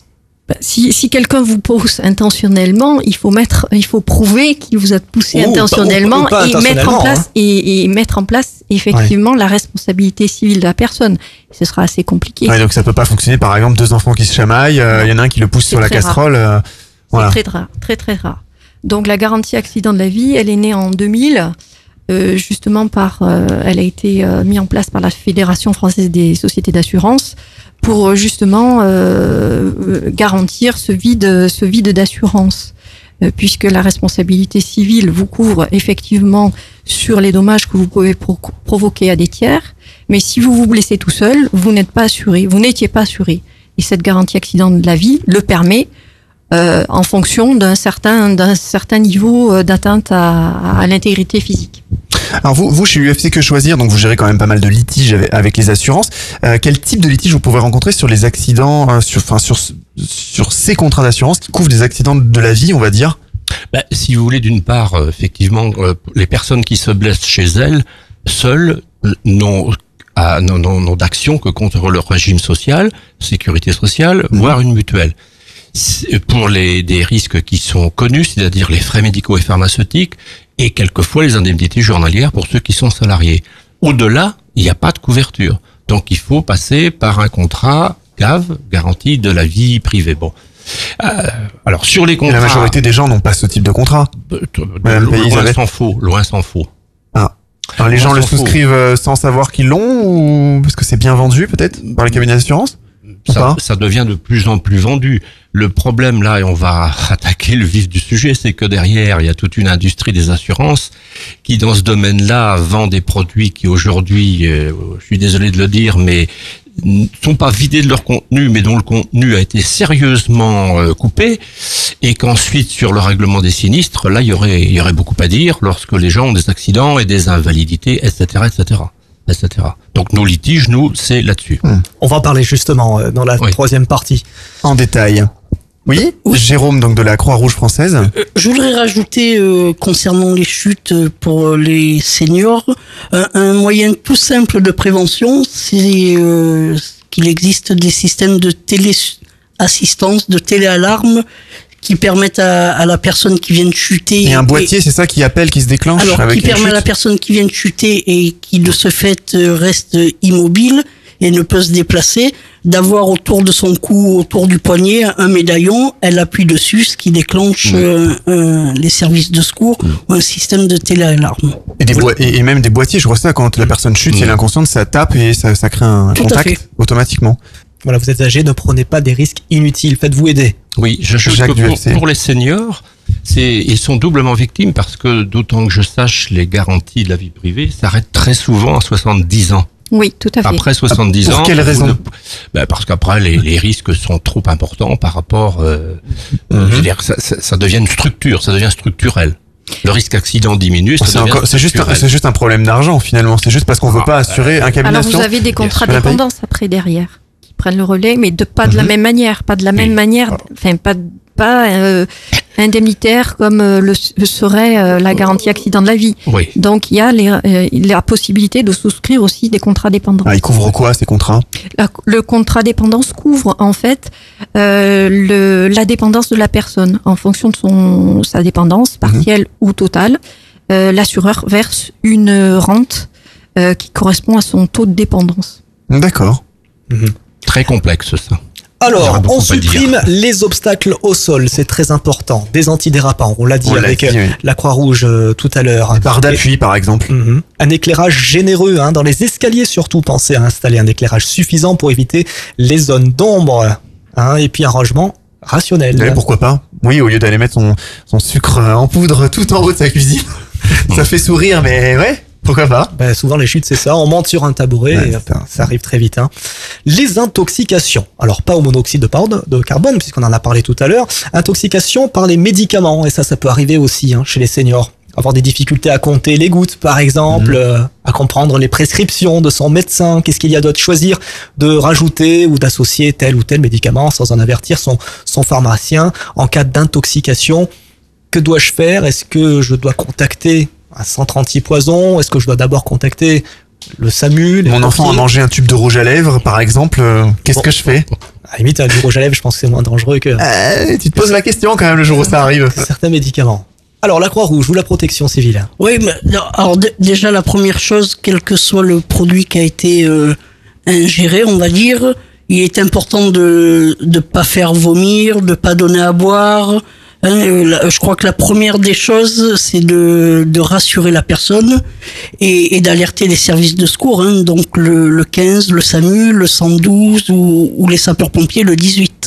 Ben, si, si quelqu'un vous pousse intentionnellement, il faut mettre, il faut prouver qu'il vous a poussé Ou intentionnellement, pas- ou- ou pas et mettre en intentionnellement, place hein. et, et mettre en place effectivement la responsabilité civile de la personne. Ce sera assez compliqué. Ouais, donc ça peut pas fonctionner. Par exemple, deux enfants qui se chamaillent, il y en a un qui le pousse sur la très rare. casserole. euh, voilà. C'est très rare, très très rare. Donc la garantie accident de la vie, elle est née en deux mille, euh, justement par, euh, elle a été euh, mise en place par la Fédération française des sociétés d'assurance pour euh, justement euh, euh, garantir ce vide, ce vide d'assurance, euh, puisque la responsabilité civile vous couvre effectivement sur les dommages que vous pouvez pro- provoquer à des tiers, mais si vous vous blessez tout seul, vous n'êtes pas assuré, vous n'étiez pas assuré. Et cette garantie accident de la vie le permet. Euh, en fonction d'un certain, d'un certain niveau euh, d'atteinte à, à l'intégrité physique. Alors vous, vous chez U F C Que Choisir, donc vous gérez quand même pas mal de litiges avec, avec les assurances. Euh, quel type de litige vous pouvez rencontrer sur les accidents, euh, sur, enfin sur sur ces contrats d'assurance qui couvrent des accidents de la vie, on va dire? Bah, si vous voulez, d'une part, euh, effectivement, euh, les personnes qui se blessent chez elles, seules, euh, n'ont à- n'ont- n'ont- n'ont d'action que contre leur régime social, sécurité sociale, voire une mutuelle. C'est pour les des risques qui sont connus, c'est-à-dire les frais médicaux et pharmaceutiques, et quelquefois les indemnités journalières pour ceux qui sont salariés. Au-delà, il n'y a pas de couverture. Donc il faut passer par un contrat G A V, garantie de la vie privée. Bon. Euh, alors sur les Et contrats, la majorité des gens n'ont pas ce type de contrat. Madame loin Elisabeth. s'en faut, loin s'en faut. Ah. Alors les Loin gens le s'en faut. souscrivent euh, sans savoir qu'ils l'ont, ou parce que c'est bien vendu peut-être par les cabinets d'assurance? Ou Ça, pas ça devient de plus en plus vendu. Le problème là, et on va attaquer le vif du sujet, c'est que derrière, il y a toute une industrie des assurances qui, dans ce domaine-là, vend des produits qui aujourd'hui, euh, je suis désolé de le dire, mais ne sont pas vidés de leur contenu, mais dont le contenu a été sérieusement euh, coupé, et qu'ensuite, sur le règlement des sinistres, là, il y aurait, il y aurait beaucoup à dire lorsque les gens ont des accidents et des invalidités, et cetera, et cetera, et cetera. Donc nos litiges, nous, c'est là-dessus. On va en parler justement euh, dans la troisième partie. En détail. Oui, Jérôme, donc de la Croix-Rouge française. Euh, Je voudrais rajouter euh, concernant les chutes euh, pour les seniors, un, un moyen tout simple de prévention, c'est euh, qu'il existe des systèmes de téléassistance, de téléalarme qui permettent à, à la personne qui vient de chuter. Et un boîtier, c'est ça qui appelle, qui se déclenche Alors, avec qui une permet à chute la personne qui vient de chuter et qui de ce fait euh, reste immobile et ne peut se déplacer, d'avoir autour de son cou, autour du poignet, un médaillon. Elle appuie dessus, ce qui déclenche euh, euh, les services de secours ou un système de téléalarme. Et, des boi- et, et même des boîtiers, je vois ça, quand la personne chute, si elle est inconsciente, ça tape et ça, ça crée un Tout à contact fait. automatiquement. Voilà, vous êtes âgé, ne prenez pas des risques inutiles, faites-vous aider. Oui, j'ajoute Jacques que pour, du F C. pour les seniors, c'est, ils sont doublement victimes parce que, d'autant que je sache, les garanties de la vie privée s'arrêtent très souvent à soixante-dix ans. Oui, tout à fait. Après soixante-dix Pour ans. quelle vous raison ne- ben parce qu'après, les, les risques sont trop importants par rapport, euh, euh, je veux dire, ça, ça, ça devient une structure, ça devient structurel. Le risque accident diminue, ça C'est devient encore- c'est juste, un- structurel. c'est juste un problème d'argent finalement. C'est juste parce qu'on veut pas assurer un cabinet Alors vous d'assurance. avez des contrats Bien sûr. dépendance après derrière qui prennent le relais, mais de pas de la Mhm. même manière, pas de la même manière, enfin pas pas euh, indemnitaire comme euh, le, le serait euh, la garantie accident de la vie. Oui. Donc il y a les, euh, la possibilité de souscrire aussi des contrats dépendants. Ah, ils couvrent quoi ces contrats? La- le contrat dépendance couvre en fait euh, le, la dépendance de la personne en fonction de son sa dépendance partielle ou totale. Euh, L'assureur verse une rente euh, qui correspond à son taux de dépendance. D'accord. Très complexe, ça. Il y Alors, aura beaucoup on à dire. supprime les obstacles au sol, c'est très important. Des antidérapants, on l'a dit On l'a avec dit, euh, oui. la Croix-Rouge euh, tout à l'heure. Barre d'appui par exemple. Mhm. Un éclairage généreux, hein, dans les escaliers surtout. Pensez à installer un éclairage suffisant pour éviter les zones d'ombre. Hein, et puis un rangement rationnel. Ouais, pourquoi pas? Oui, au lieu d'aller mettre son, son sucre euh, en poudre tout en haut de sa cuisine. Ça fait sourire, mais ouais, pourquoi pas? Ben, souvent les chutes c'est ça, on monte sur un tabouret Ouais, et hop, ça arrive très vite. Hein. Les intoxications, alors pas au monoxyde de, par- de carbone puisqu'on en a parlé tout à l'heure, intoxication par les médicaments et ça ça peut arriver aussi hein, chez les seniors. Avoir des difficultés à compter les gouttes par exemple, Mhm. euh, à comprendre les prescriptions de son médecin, qu'est-ce qu'il y a d'autre, choisir de rajouter ou d'associer tel ou tel médicament sans en avertir son, son pharmacien en cas d'intoxication. Que dois-je faire? Est-ce que je dois contacter un centre anti-poison? Est-ce que je dois d'abord contacter le SAMU? les Mon enfant a pompiers mangé un tube de rouge à lèvres, par exemple. euh, Qu'est-ce Bon. que je fais? À la limite, du rouge à lèvres, je pense que c'est moins dangereux que Euh, tu te poses la question quand même le jour où ça arrive. certains médicaments. Alors, la Croix-Rouge ou la protection civile? Oui, mais non, alors d- déjà la première chose, quel que soit le produit qui a été euh, ingéré, on va dire, il est important de de pas faire vomir, de pas donner à boire. Hein, euh, la- je crois que la première des choses, c'est de de rassurer la personne et, et d'alerter les services de secours. Hein, donc le, le quinze, le SAMU, le cent douze ou, ou les sapeurs-pompiers le dix-huit.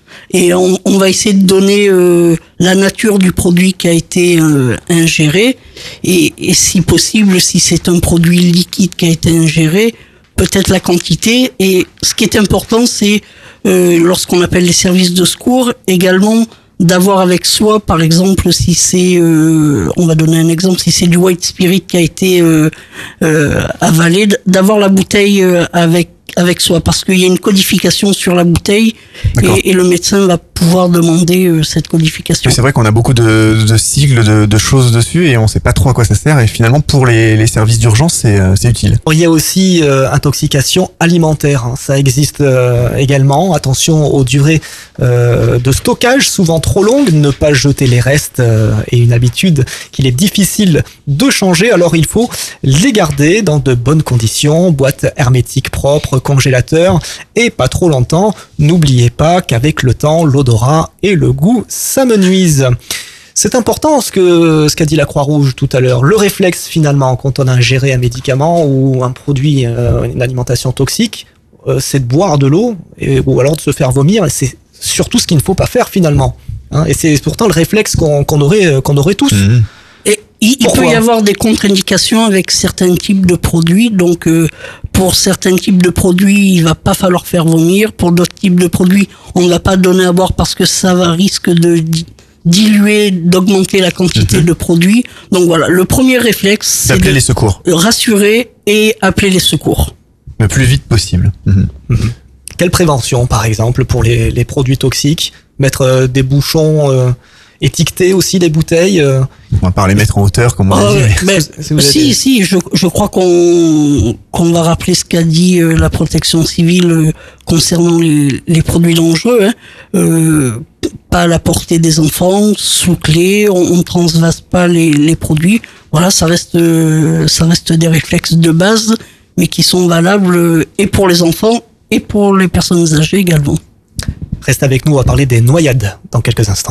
Et on, on va essayer de donner euh, la nature du produit qui a été euh, ingéré et, et si possible, si c'est un produit liquide qui a été ingéré, peut-être la quantité. Et ce qui est important, c'est euh, lorsqu'on appelle les services de secours, également d'avoir avec soi, par exemple, si c'est, euh, on va donner un exemple, si c'est du white spirit qui a été euh, euh, avalé, d'avoir la bouteille euh, avec avec soi, parce qu'il y a une codification sur la bouteille et, et le médecin va pouvoir demander euh, cette codification. Oui, c'est vrai qu'on a beaucoup de, de sigles, de, de choses dessus et on sait pas trop à quoi ça sert. Et finalement, pour les, les services d'urgence, c'est euh, c'est utile. Il y a aussi euh, intoxication alimentaire, hein. Ça existe euh, également. Attention aux durées euh, de stockage, souvent trop longues, ne pas jeter les restes euh, est une habitude qu'il est difficile de changer. Alors il faut les garder dans de bonnes conditions, boîte hermétique propre, congélateur et pas trop longtemps. N'oubliez pas qu'avec le temps, l'odorat et le goût s'amenuisent. C'est important ce que ce qu'a dit la Croix-Rouge tout à l'heure. Le réflexe finalement quand on a ingéré un médicament ou un produit, euh, une alimentation toxique, euh, c'est de boire de l'eau et, ou alors de se faire vomir. Et c'est surtout ce qu'il ne faut pas faire finalement. Hein, et c'est pourtant le réflexe qu'on qu'on aurait qu'on aurait tous. Mmh. Et il, il peut y avoir des contre-indications avec certains types de produits. Donc, euh, pour certains types de produits, il va pas falloir faire vomir. Pour d'autres types de produits, on ne va pas donner à boire parce que ça va risque de di- diluer, d'augmenter la quantité mmh. de produits. Donc voilà, le premier réflexe, c'est d'appeler de les secours, rassurer et appeler les secours le plus vite possible. Mmh. Mmh. Quelle prévention, par exemple, pour les, les produits toxiques? Mettre euh, des bouchons euh, étiquetés aussi des bouteilles. Euh... On va pas les mettre en hauteur comme on oh, a dit. Mais, si, avez... si, si, je, je crois qu'on qu'on va rappeler ce qu'a dit euh, la protection civile euh, concernant les, les produits dangereux. Hein. Euh, pas à la portée des enfants, sous clé, on, on ne transvase pas les, les produits. Voilà, ça reste, euh, ça reste des réflexes de base, mais qui sont valables et pour les enfants et pour les personnes âgées également. Reste avec nous, on va parler des noyades dans quelques instants.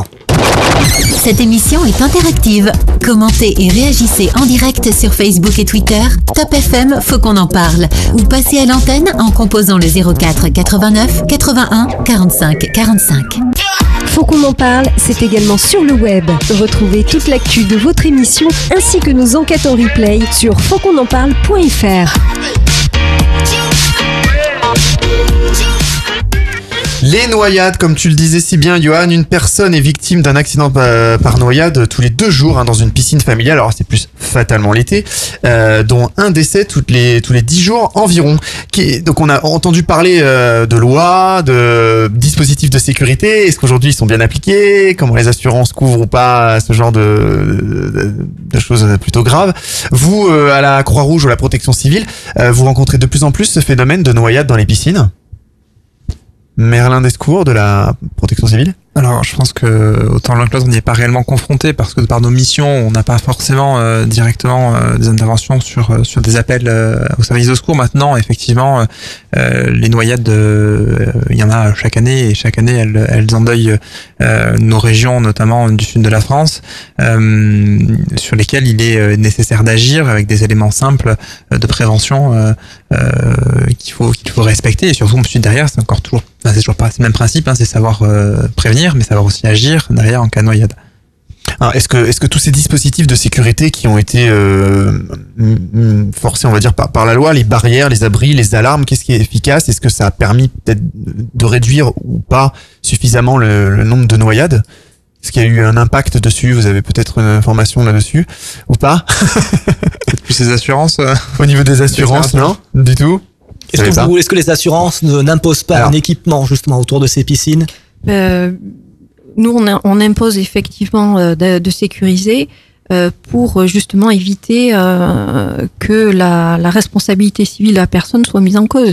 Cette émission est interactive. Commentez et réagissez en direct sur Facebook et Twitter. Top F M, faut qu'on en parle. Ou passez à l'antenne en composant le zéro quatre quatre-vingt-neuf quatre-vingt-un quarante-cinq quarante-cinq. Faut qu'on en parle, c'est également sur le web. Retrouvez toute l'actu de votre émission ainsi que nos enquêtes en replay sur faut qu'on en parle point f r. Les noyades, comme tu le disais si bien, Johan, une personne est victime d'un accident par noyade tous les deux jours hein, dans une piscine familiale. Alors c'est plus fatalement l'été, euh, dont un décès toutes les tous les dix jours environ. Qui, donc on a entendu parler euh, de lois, de dispositifs de sécurité. Est-ce qu'aujourd'hui ils sont bien appliqués? Comment les assurances couvrent ou pas ce genre de de, de choses plutôt graves? Vous, euh, à la Croix-Rouge ou à la Protection Civile, euh, vous rencontrez de plus en plus ce phénomène de noyade dans les piscines? Merlin Descours de la Protection Civile? Alors, je pense que autant l'un que l'autre, on n'y est pas réellement confronté parce que par nos missions, on n'a pas forcément euh, directement euh, des interventions sur euh, sur des appels euh, au service de secours. Maintenant, effectivement, euh, les noyades, euh, il y en a chaque année et chaque année, elles, elles endeuillent euh, nos régions, notamment du sud de la France, euh, sur lesquelles il est nécessaire d'agir avec des éléments simples de prévention euh, euh, qu'il faut qu'il faut respecter. Et surtout, ensuite derrière, c'est encore toujours, enfin, c'est toujours pas c'est le même principe, hein, c'est savoir euh, prévenir, mais savoir aussi agir derrière en cas de noyade. Alors, est-ce que, est-ce que tous ces dispositifs de sécurité qui ont été euh, forcés, on va dire, par, par la loi, les barrières, les abris, les alarmes, qu'est-ce qui est efficace? Est-ce que ça a permis peut-être de réduire ou pas suffisamment le, le nombre de noyades? Est-ce qu'il y a eu un impact dessus? Vous avez peut-être une information là-dessus ou pas? Peut-être plus les assurances euh... Au niveau des assurances, non? Du tout? Est-ce que, vous, est-ce que les assurances n'imposent pas Alors, un équipement justement autour de ces piscines? euh, Nous, on, a, on impose effectivement euh, de, de sécuriser euh, pour justement éviter euh, que la, la responsabilité civile de la personne soit mise en cause.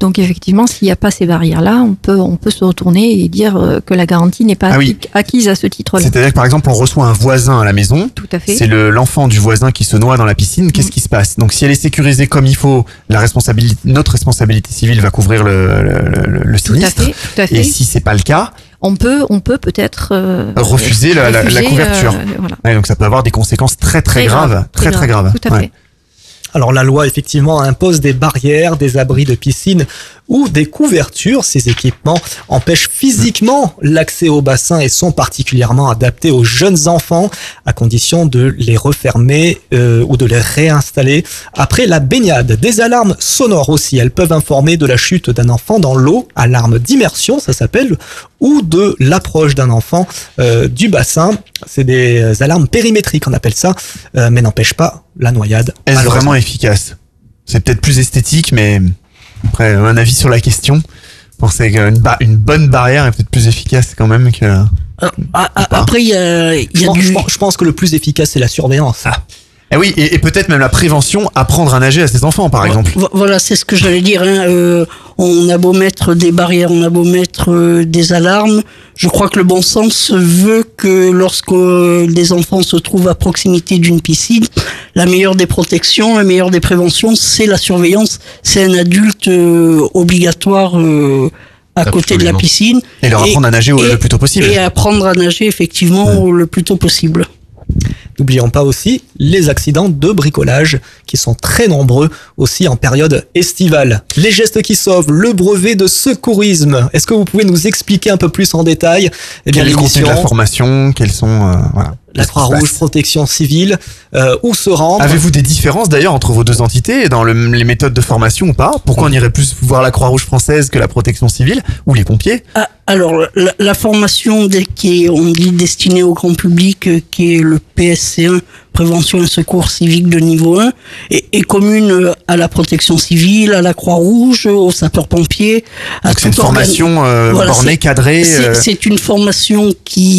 Donc effectivement, s'il n'y a pas ces barrières-là, on peut, on peut se retourner et dire euh, que la garantie n'est pas Ah oui. acqui- acquise à ce titre-là. C'est-à-dire que par exemple, on reçoit un voisin à la maison. Tout à fait. C'est le, l'enfant du voisin qui se noie dans la piscine. Qu'est-ce qui se passe? Donc, si elle est sécurisée comme il faut, la responsabilité, notre responsabilité civile va couvrir le, le, le, le Tout à sinistre. fait, tout à fait. Et si c'est pas le cas, On peut, on peut peut-être euh, refuser la, la, la refuser, couverture. euh, voilà. Ouais, donc ça peut avoir des conséquences très très, Très graves, grave, très très très grave, graves. tout à fait. Alors la loi effectivement impose des barrières, des abris de piscine ou des couvertures. Ces équipements empêchent physiquement l'accès au bassin et sont particulièrement adaptés aux jeunes enfants à condition de les refermer euh, ou de les réinstaller après la baignade. Des alarmes sonores aussi, elles peuvent informer de la chute d'un enfant dans l'eau, alarme d'immersion ça s'appelle, ou de l'approche d'un enfant euh, du bassin. C'est des alarmes périmétriques on appelle ça, euh, mais n'empêche pas la noyade. Est-ce malheureusement. vraiment efficace? C'est peut-être plus esthétique, mais après, un avis sur la question. Je pensais qu'une ba- une bonne barrière est peut-être plus efficace quand même que... Après, il y a, il y a je, pense, du... je pense- je pense que le plus efficace, c'est la surveillance. Eh oui, et, et peut-être même la prévention, apprendre à nager à ses enfants, par exemple. Vo- Voilà, c'est ce que j'allais dire. Hein. Euh, on a beau mettre des barrières, on a beau mettre euh, des alarmes. Je crois que le bon sens veut que lorsque euh, des enfants se trouvent à proximité d'une piscine, la meilleure des protections, la meilleure des préventions, c'est la surveillance. C'est un adulte euh, obligatoire euh, à côté de la Absolument. piscine. Et leur apprendre à nager au- le plus tôt possible. Et apprendre à nager effectivement le plus tôt possible. N'oublions pas aussi les accidents de bricolage qui sont très nombreux aussi en période estivale. Les gestes qui sauvent, le brevet de secourisme. Est-ce que vous pouvez nous expliquer un peu plus en détail eh bien, Quel est le contenu de la l'émission, formation? Quels sont... euh, voilà. la Croix-Rouge, protection civile, euh, où se rendre? Avez-vous des différences d'ailleurs entre vos deux entités dans le- les méthodes de formation ou pas? Pourquoi on irait plus voir la Croix-Rouge française que la protection civile ou les pompiers? Ah, alors, la, la formation des- qui est, on dit, destinée au grand public, euh, qui est le P S C un, prévention et secours civique de niveau un, est, est commune euh, à la protection civile, à la Croix-Rouge, aux sapeurs-pompiers. à Donc c'est une tout organe. formation euh, Voilà, bornée, c'est- cadrée. C'est euh, c'est une formation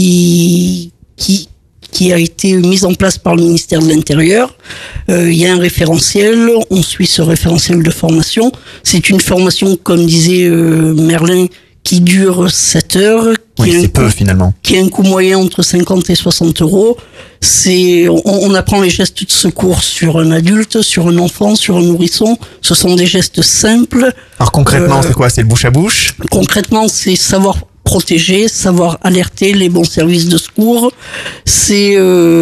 qui, qui, qui a été mise en place par le ministère de l'Intérieur. Euh, Il y a un référentiel, on suit ce référentiel de formation. C'est une formation, comme disait euh, Merlin, qui dure sept heures. Qui Oui, a un c'est peu coût- finalement. Qui a un coût moyen entre cinquante et soixante euros. C'est, on, on apprend les gestes de secours sur un adulte, sur un enfant, sur un nourrisson. Ce sont des gestes simples. Alors concrètement, Euh, c'est quoi? C'est le bouche à bouche? Concrètement, c'est savoir protéger, savoir alerter les bons services de secours. C'est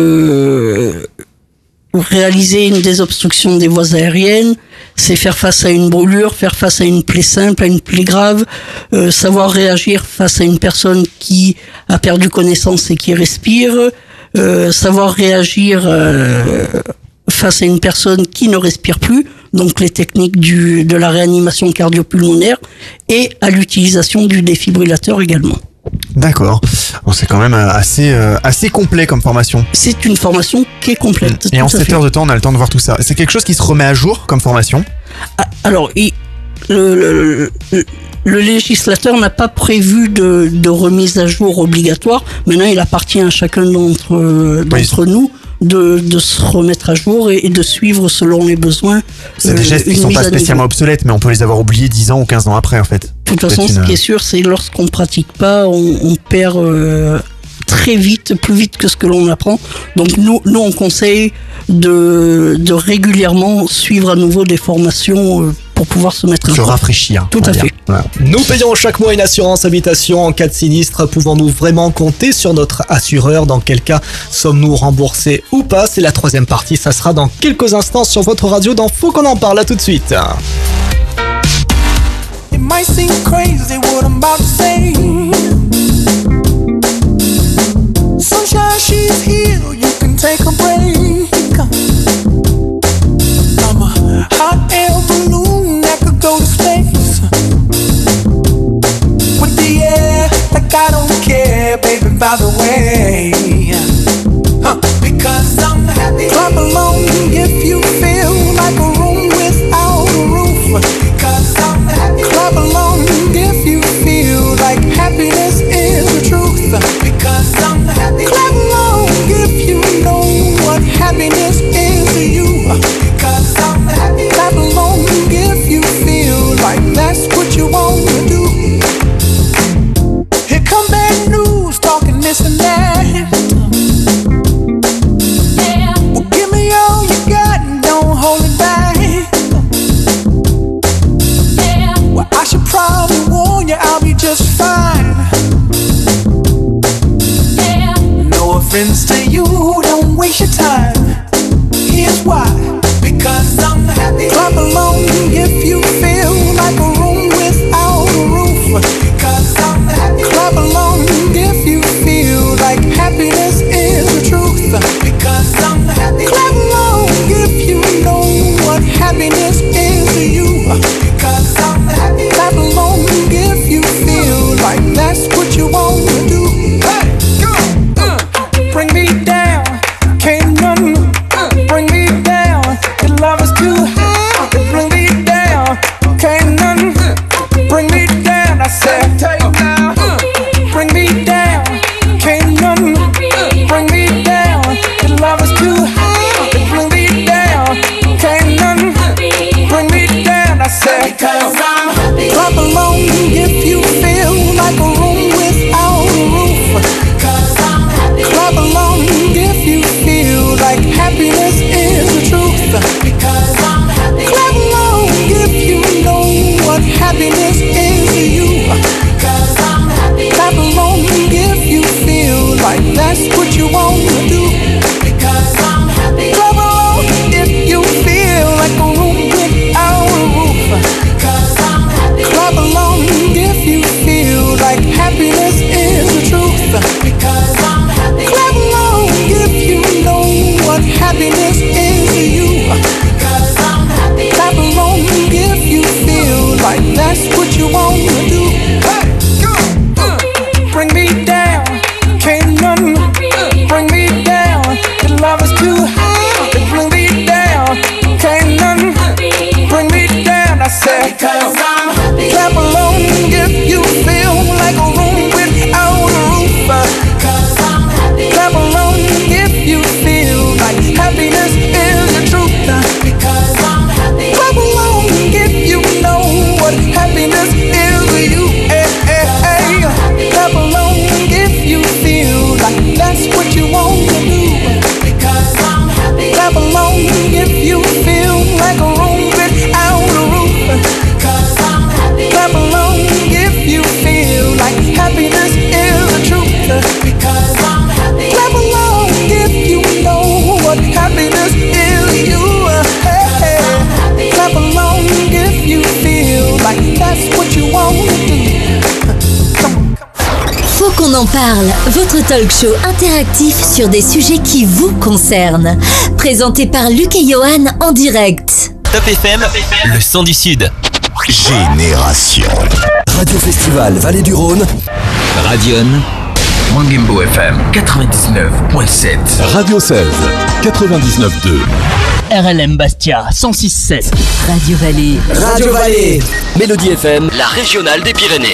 euh, réaliser une désobstruction des voies aériennes. C'est faire face à une brûlure, faire face à une plaie simple, à une plaie grave. Euh, savoir réagir face à une personne qui a perdu connaissance et qui respire. Euh, savoir réagir euh, face à une personne qui ne respire plus, donc les techniques du, de la réanimation cardio-pulmonaire, et à l'utilisation du défibrillateur également. D'accord. Bon, c'est quand même euh, assez, euh, assez complet comme formation. C'est une formation qui est complète. Et en tout à sept fait. heures de temps, on a le temps de voir tout ça. C'est quelque chose qui se remet à jour comme formation? Ah, alors, il- le, le- le- le législateur n'a pas prévu de, de remise à jour obligatoire. Maintenant, il appartient à chacun d'entre euh, d'entre nous de, de se remettre à jour et, et de suivre selon les besoins. C'est des euh, gestes qui une sont mise pas à niveau. spécialement obsolètes, mais on peut les avoir oubliés dix ans ou quinze ans après, en fait. De toute façon, ce qui est sûr, c'est lorsqu'on pratique pas, on, on perd euh, très vite, plus vite que ce que l'on apprend. Donc nous, nous on conseille de, de régulièrement suivre à nouveau des formations euh, pour pouvoir se mettre à Se jour. rafraîchir. Tout on va à dire. fait. Voilà. Nous payons chaque mois une assurance habitation en cas de sinistre. Pouvons-nous vraiment compter sur notre assureur? Dans quel cas sommes-nous remboursés ou pas? C'est la troisième partie. Ça sera dans quelques instants sur votre radio dans Faut qu'on en parle. À tout de suite. It might seem crazy what I'm about to say. Sunshine, she's here, you can take a break. I'm a hot air balloon that could go to space. With the air, like I don't care, baby, by the way. Huh. Because I'm happy. Clap along if you feel like a room without a roof. Because I'm happy. Clap along if you feel like happiness is the truth. Because I'm happy. Clap along if you know what happiness is to you. Because I'm happy. Clap along if you feel like that's what qu'on en parle, votre talk show interactif sur des sujets qui vous concernent. Présenté par Luc et Johan en direct. Top F M, le son du Sud. Génération. Radio Festival Vallée du Rhône. Radion. Mangimbo F M quatre-vingt-dix-neuf virgule sept. Radio seize quatre-vingt-dix-neuf virgule deux. R L M Bastia cent six virgule sept. Radio Vallée. Radio Vallée. Mélodie F M, la régionale des Pyrénées.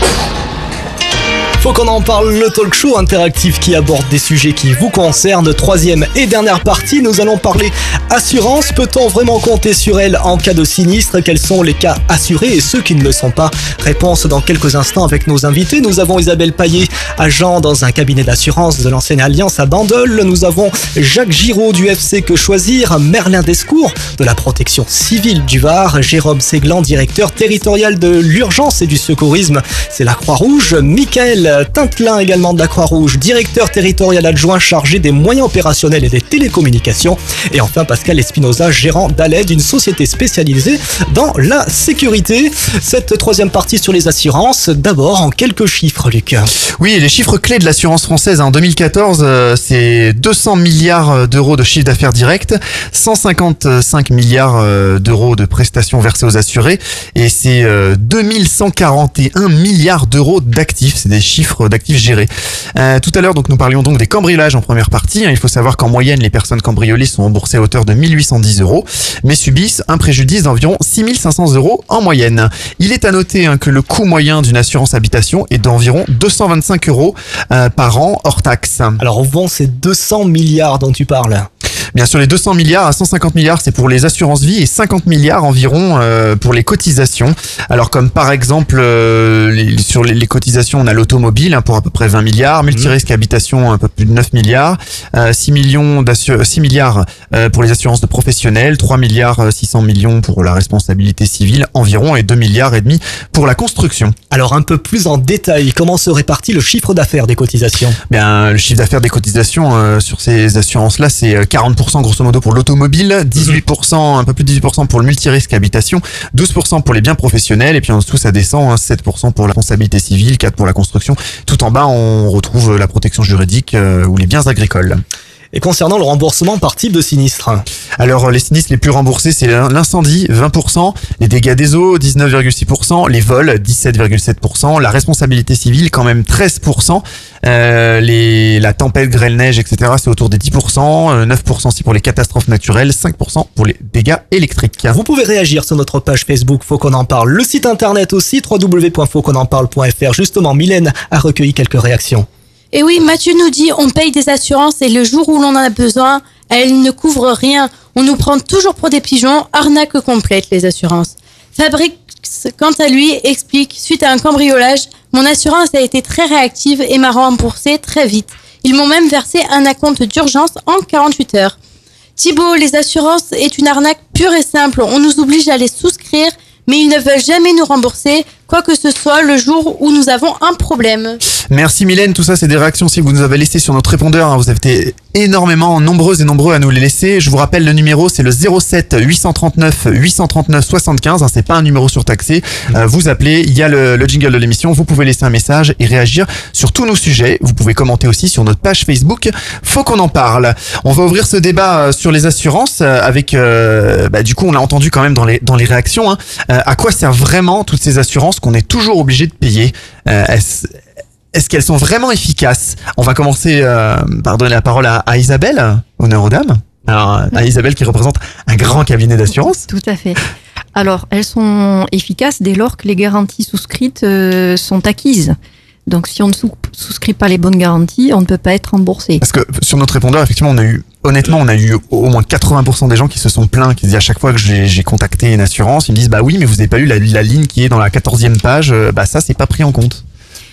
Faut qu'on en parle, le talk show interactif qui aborde des sujets qui vous concernent. Troisième et dernière partie, nous allons parler assurance. Peut-on vraiment compter sur elle en cas de sinistre? Quels sont les cas assurés et ceux qui ne le sont pas? Réponse dans quelques instants avec nos invités. Nous avons Isabelle Paillet, agent dans un cabinet d'assurance de l'ancienne Alliance à Bandol. Nous avons Jacques Giraud du F C Que Choisir, Merlin Descours de la protection civile du Var, Jérôme Séglan, directeur territorial de l'urgence et du secourisme, c'est la Croix-Rouge, Michael Tintelin également de la Croix-Rouge, directeur territorial adjoint chargé des moyens opérationnels et des télécommunications. Et enfin Pascal Espinosa, gérant d'Aled, une société spécialisée dans la sécurité. Cette troisième partie sur les assurances, d'abord en quelques chiffres, Luc. Oui, les chiffres clés de l'assurance française en deux mille quatorze, euh, c'est deux cents milliards d'euros de chiffre d'affaires direct, cent cinquante-cinq milliards euh, d'euros de prestations versées aux assurés, et c'est euh, deux mille cent quarante et un milliards d'euros d'actifs. C'est des chiffres d'actifs gérés. Euh, tout à l'heure, donc, nous parlions donc des cambriolages en première partie. Il faut savoir qu'en moyenne, les personnes cambriolées sont remboursées à hauteur de mille huit cent dix euros, mais subissent un préjudice d'environ six mille cinq cents euros en moyenne. Il est à noter hein, que le coût moyen d'une assurance habitation est d'environ deux cent vingt-cinq euros euh, par an hors taxe. Alors, au fond, c'est deux cents milliards dont tu parles. Bien sûr, les deux cents milliards à cent cinquante milliards, c'est pour les assurances vie et cinquante milliards environ euh, pour les cotisations. Alors comme par exemple, euh, les, sur les, les cotisations, on a l'automobile hein, pour à peu près vingt milliards, multirisque mmh. habitation un peu plus de neuf milliards, euh, six millions six milliards euh, pour les assurances de professionnels, trois milliards six cents millions pour la responsabilité civile environ et deux milliards et demi pour la construction. Alors un peu plus en détail, comment se répartit le chiffre d'affaires des cotisations? Bien, le chiffre d'affaires des cotisations euh, sur ces assurances-là, c'est quarante pour cent grosso modo pour l'automobile, dix-huit pour cent, un peu plus de dix-huit pour cent pour le multirisque habitation, douze pour cent pour les biens professionnels, et puis en dessous ça descend, hein, sept pour cent pour la responsabilité civile, quatre pour cent pour la construction. Tout en bas, on retrouve la protection juridique euh, ou les biens agricoles. Et concernant le remboursement par type de sinistre? Alors les sinistres les plus remboursés, c'est l'incendie, vingt pour cent, les dégâts des eaux, dix-neuf virgule six pour cent, les vols, dix-sept virgule sept pour cent, la responsabilité civile, quand même treize pour cent, euh, les, la tempête, grêle, neige, et cetera, c'est autour des dix pour cent, neuf pour cent aussi pour les catastrophes naturelles, cinq pour cent pour les dégâts électriques. Vous pouvez réagir sur notre page Facebook Faut qu'on en parle, le site internet aussi, w w w point faut qu'on en parle point f r. Justement, Mylène a recueilli quelques réactions. Et oui, Mathieu nous dit, on paye des assurances et le jour où l'on en a besoin, elles ne couvrent rien. On nous prend toujours pour des pigeons, arnaque complète les assurances. Fabrice, quant à lui, explique, suite à un cambriolage, mon assurance a été très réactive et m'a remboursé très vite. Ils m'ont même versé un acompte d'urgence en quarante-huit heures. Thibaut, les assurances est une arnaque pure et simple. On nous oblige à les souscrire, mais ils ne veulent jamais nous rembourser, quoi que ce soit, le jour où nous avons un problème. Merci Mylène, tout ça c'est des réactions si vous nous avez laissé sur notre répondeur, hein. Vous avez été énormément nombreuses et nombreux à nous les laisser. Je vous rappelle le numéro, c'est le zéro sept huit cent trente-neuf huit cent trente-neuf soixante-quinze, hein, c'est pas un numéro surtaxé. Euh, vous appelez, il y a le, le jingle de l'émission, vous pouvez laisser un message et réagir sur tous nos sujets. Vous pouvez commenter aussi sur notre page Facebook, Faut qu'on en parle. On va ouvrir ce débat sur les assurances avec, euh, bah, du coup on l'a entendu quand même dans les, dans les réactions, hein. Euh, à quoi servent vraiment toutes ces assurances qu'on est toujours obligé de payer? euh, est-ce, Est-ce qu'elles sont vraiment efficaces? On va commencer euh, par donner la parole à, à Isabelle, honneur aux dames. Alors, à Isabelle qui représente un grand cabinet d'assurance. Tout à fait. Alors, elles sont efficaces dès lors que les garanties souscrites euh, sont acquises. Donc, si on ne sous- souscrit pas les bonnes garanties, on ne peut pas être remboursé. Parce que sur notre répondeur, effectivement, on a eu, honnêtement, on a eu au moins quatre-vingts pour cent des gens qui se sont plaints, qui disent à chaque fois que j'ai, j'ai contacté une assurance, ils me disent, bah oui, mais vous n'avez pas eu la, la ligne qui est dans la quatorzième page, bah ça, c'est pas pris en compte.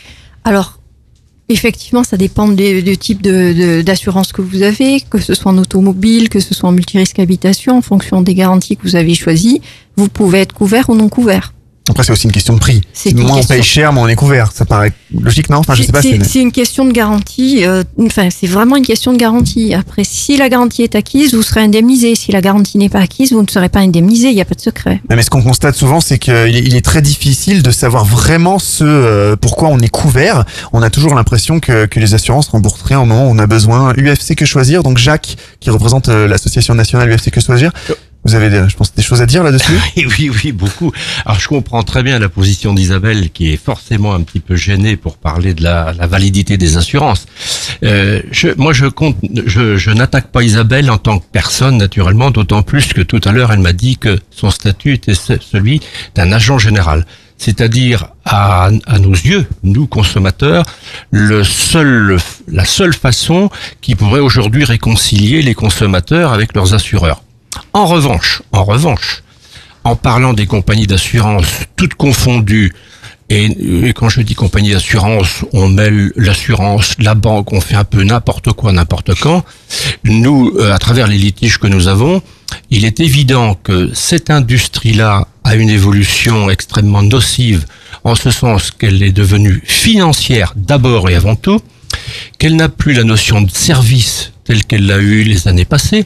Alors, effectivement, ça dépend du, du type de, de, d'assurance que vous avez, que ce soit en automobile, que ce soit en multirisque habitation, en fonction des garanties que vous avez choisies, vous pouvez être couvert ou non couvert. Après, c'est aussi une question de prix. C'est une moins question- on paye cher, moins on est couvert. Ça paraît logique, non? Enfin, je sais pas. C'est c'est- c'est une question de garantie. euh, Enfin, c'est vraiment une question de garantie. Après, si la garantie est acquise, vous serez indemnisé. Si la garantie n'est pas acquise, vous ne serez pas indemnisé. Il n'y a pas de secret. Mais ce qu'on constate souvent, c'est qu'il est, il est très difficile de savoir vraiment ce euh, pourquoi on est couvert. On a toujours l'impression que, que les assurances remboursent rien au moment où on a besoin. U F C Que Choisir, donc Jacques, qui représente euh, l'association nationale U F C Que Choisir. Vous avez, des, je pense, des choses à dire là-dessus? Oui, oui, beaucoup. Alors, je comprends très bien la position d'Isabelle, qui est forcément un petit peu gênée pour parler de la, la validité des assurances. Euh, je, moi, je compte, je, je n'attaque pas Isabelle en tant que personne, naturellement, d'autant plus que tout à l'heure, elle m'a dit que son statut était ce- celui d'un agent général. C'est-à-dire, à, à nos yeux, nous consommateurs, le seul, la seule façon qui pourrait aujourd'hui réconcilier les consommateurs avec leurs assureurs. En revanche, en revanche, en parlant des compagnies d'assurance toutes confondues, et, et quand je dis compagnie d'assurance, on mêle l'assurance, la banque, on fait un peu n'importe quoi, n'importe quand. Nous, euh, à travers les litiges que nous avons, il est évident que cette industrie-là a une évolution extrêmement nocive, en ce sens qu'elle est devenue financière d'abord et avant tout, qu'elle n'a plus la notion de service telle qu'elle l'a eu les années passées.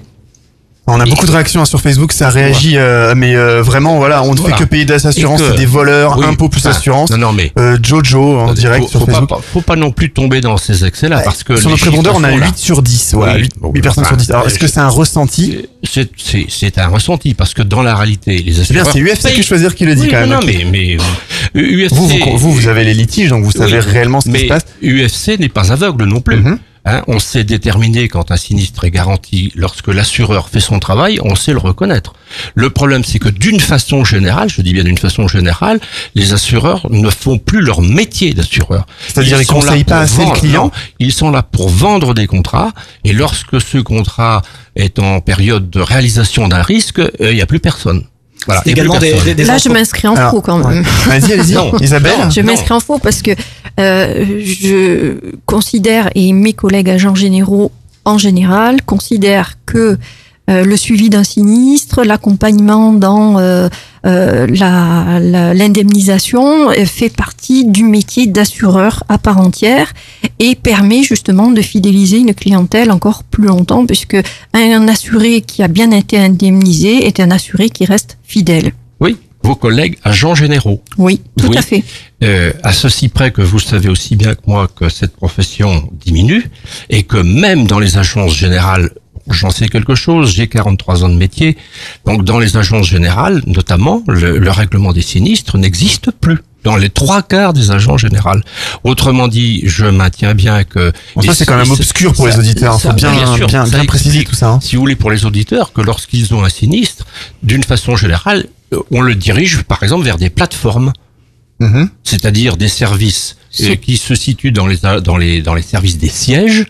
On a beaucoup de réactions hein, sur Facebook, ça réagit, euh, mais euh, vraiment, voilà, on ne Voilà. fait que payer des assurances, Et que- c'est des voleurs, oui, impôts plus enfin, assurance. non, non, mais- Euh, Jojo en direct faut, sur faut Facebook. Pas, faut pas non plus tomber dans ces excès-là, parce que Sur les notre répondeur, chiffres on a sont là. huit sur dix. Voilà, Oui, huit, bon, huit personnes enfin, sur dix. Alors, est-ce que je- c'est un ressenti? C'est, c'est, c'est un ressenti, parce que dans la réalité, les C'est bien, assureurs... c'est U F C Que payent- Choisir qui le dit Oui, quand même. Non, non, mais, mais euh, U F C... Vous, vous, vous, vous avez les litiges, donc vous savez Oui, réellement ce qui mais se passe. U F C n'est pas aveugle non plus. Hein, on sait déterminer quand un sinistre est garanti lorsque l'assureur fait son travail, on sait le reconnaître. Le problème, c'est que d'une façon générale, je dis bien d'une façon générale, les assureurs ne font plus leur métier d'assureur. C'est-à-dire, ils sont là conseillent pas pour assez le vendre- client. non, ils sont là pour vendre des contrats, et lorsque ce contrat est en période de réalisation d'un risque, euh, il n'y a plus personne. Voilà, C'est il y a plus également des- personne. des- des Là, je m'inscris en faux quand même. Vas-y, allez-y, Non. Isabelle. Non. Je m'inscris en faux parce que euh, je considère, et mes collègues agents généraux en général, considèrent que euh, le suivi d'un sinistre, l'accompagnement dans euh, euh, la- la- l'indemnisation euh, fait partie du métier d'assureur à part entière et permet justement de fidéliser une clientèle encore plus longtemps, puisque un assuré qui a bien été indemnisé est un assuré qui reste fidèle. Oui, vos collègues agents généraux. Oui, tout Oui. à fait. Euh, à ceci près que vous savez aussi bien que moi que cette profession diminue et que même dans les agences générales, j'en sais quelque chose, j'ai quarante-trois ans de métier, donc dans les agences générales, notamment, le, le règlement des sinistres n'existe plus dans les trois quarts des agences générales. Autrement dit, je maintiens bien que... Bon, ça, et c'est quand même ça- obscur pour les ça- auditeurs. ça- Faut bien- sûr, bien- ça bien préciser explique, tout ça, hein. Si vous voulez, pour les auditeurs, que lorsqu'ils ont un sinistre, d'une façon générale, euh, on le dirige, par exemple, vers des plateformes. Mhm. C'est-à-dire des services euh, qui se situent dans les dans les dans les services des sièges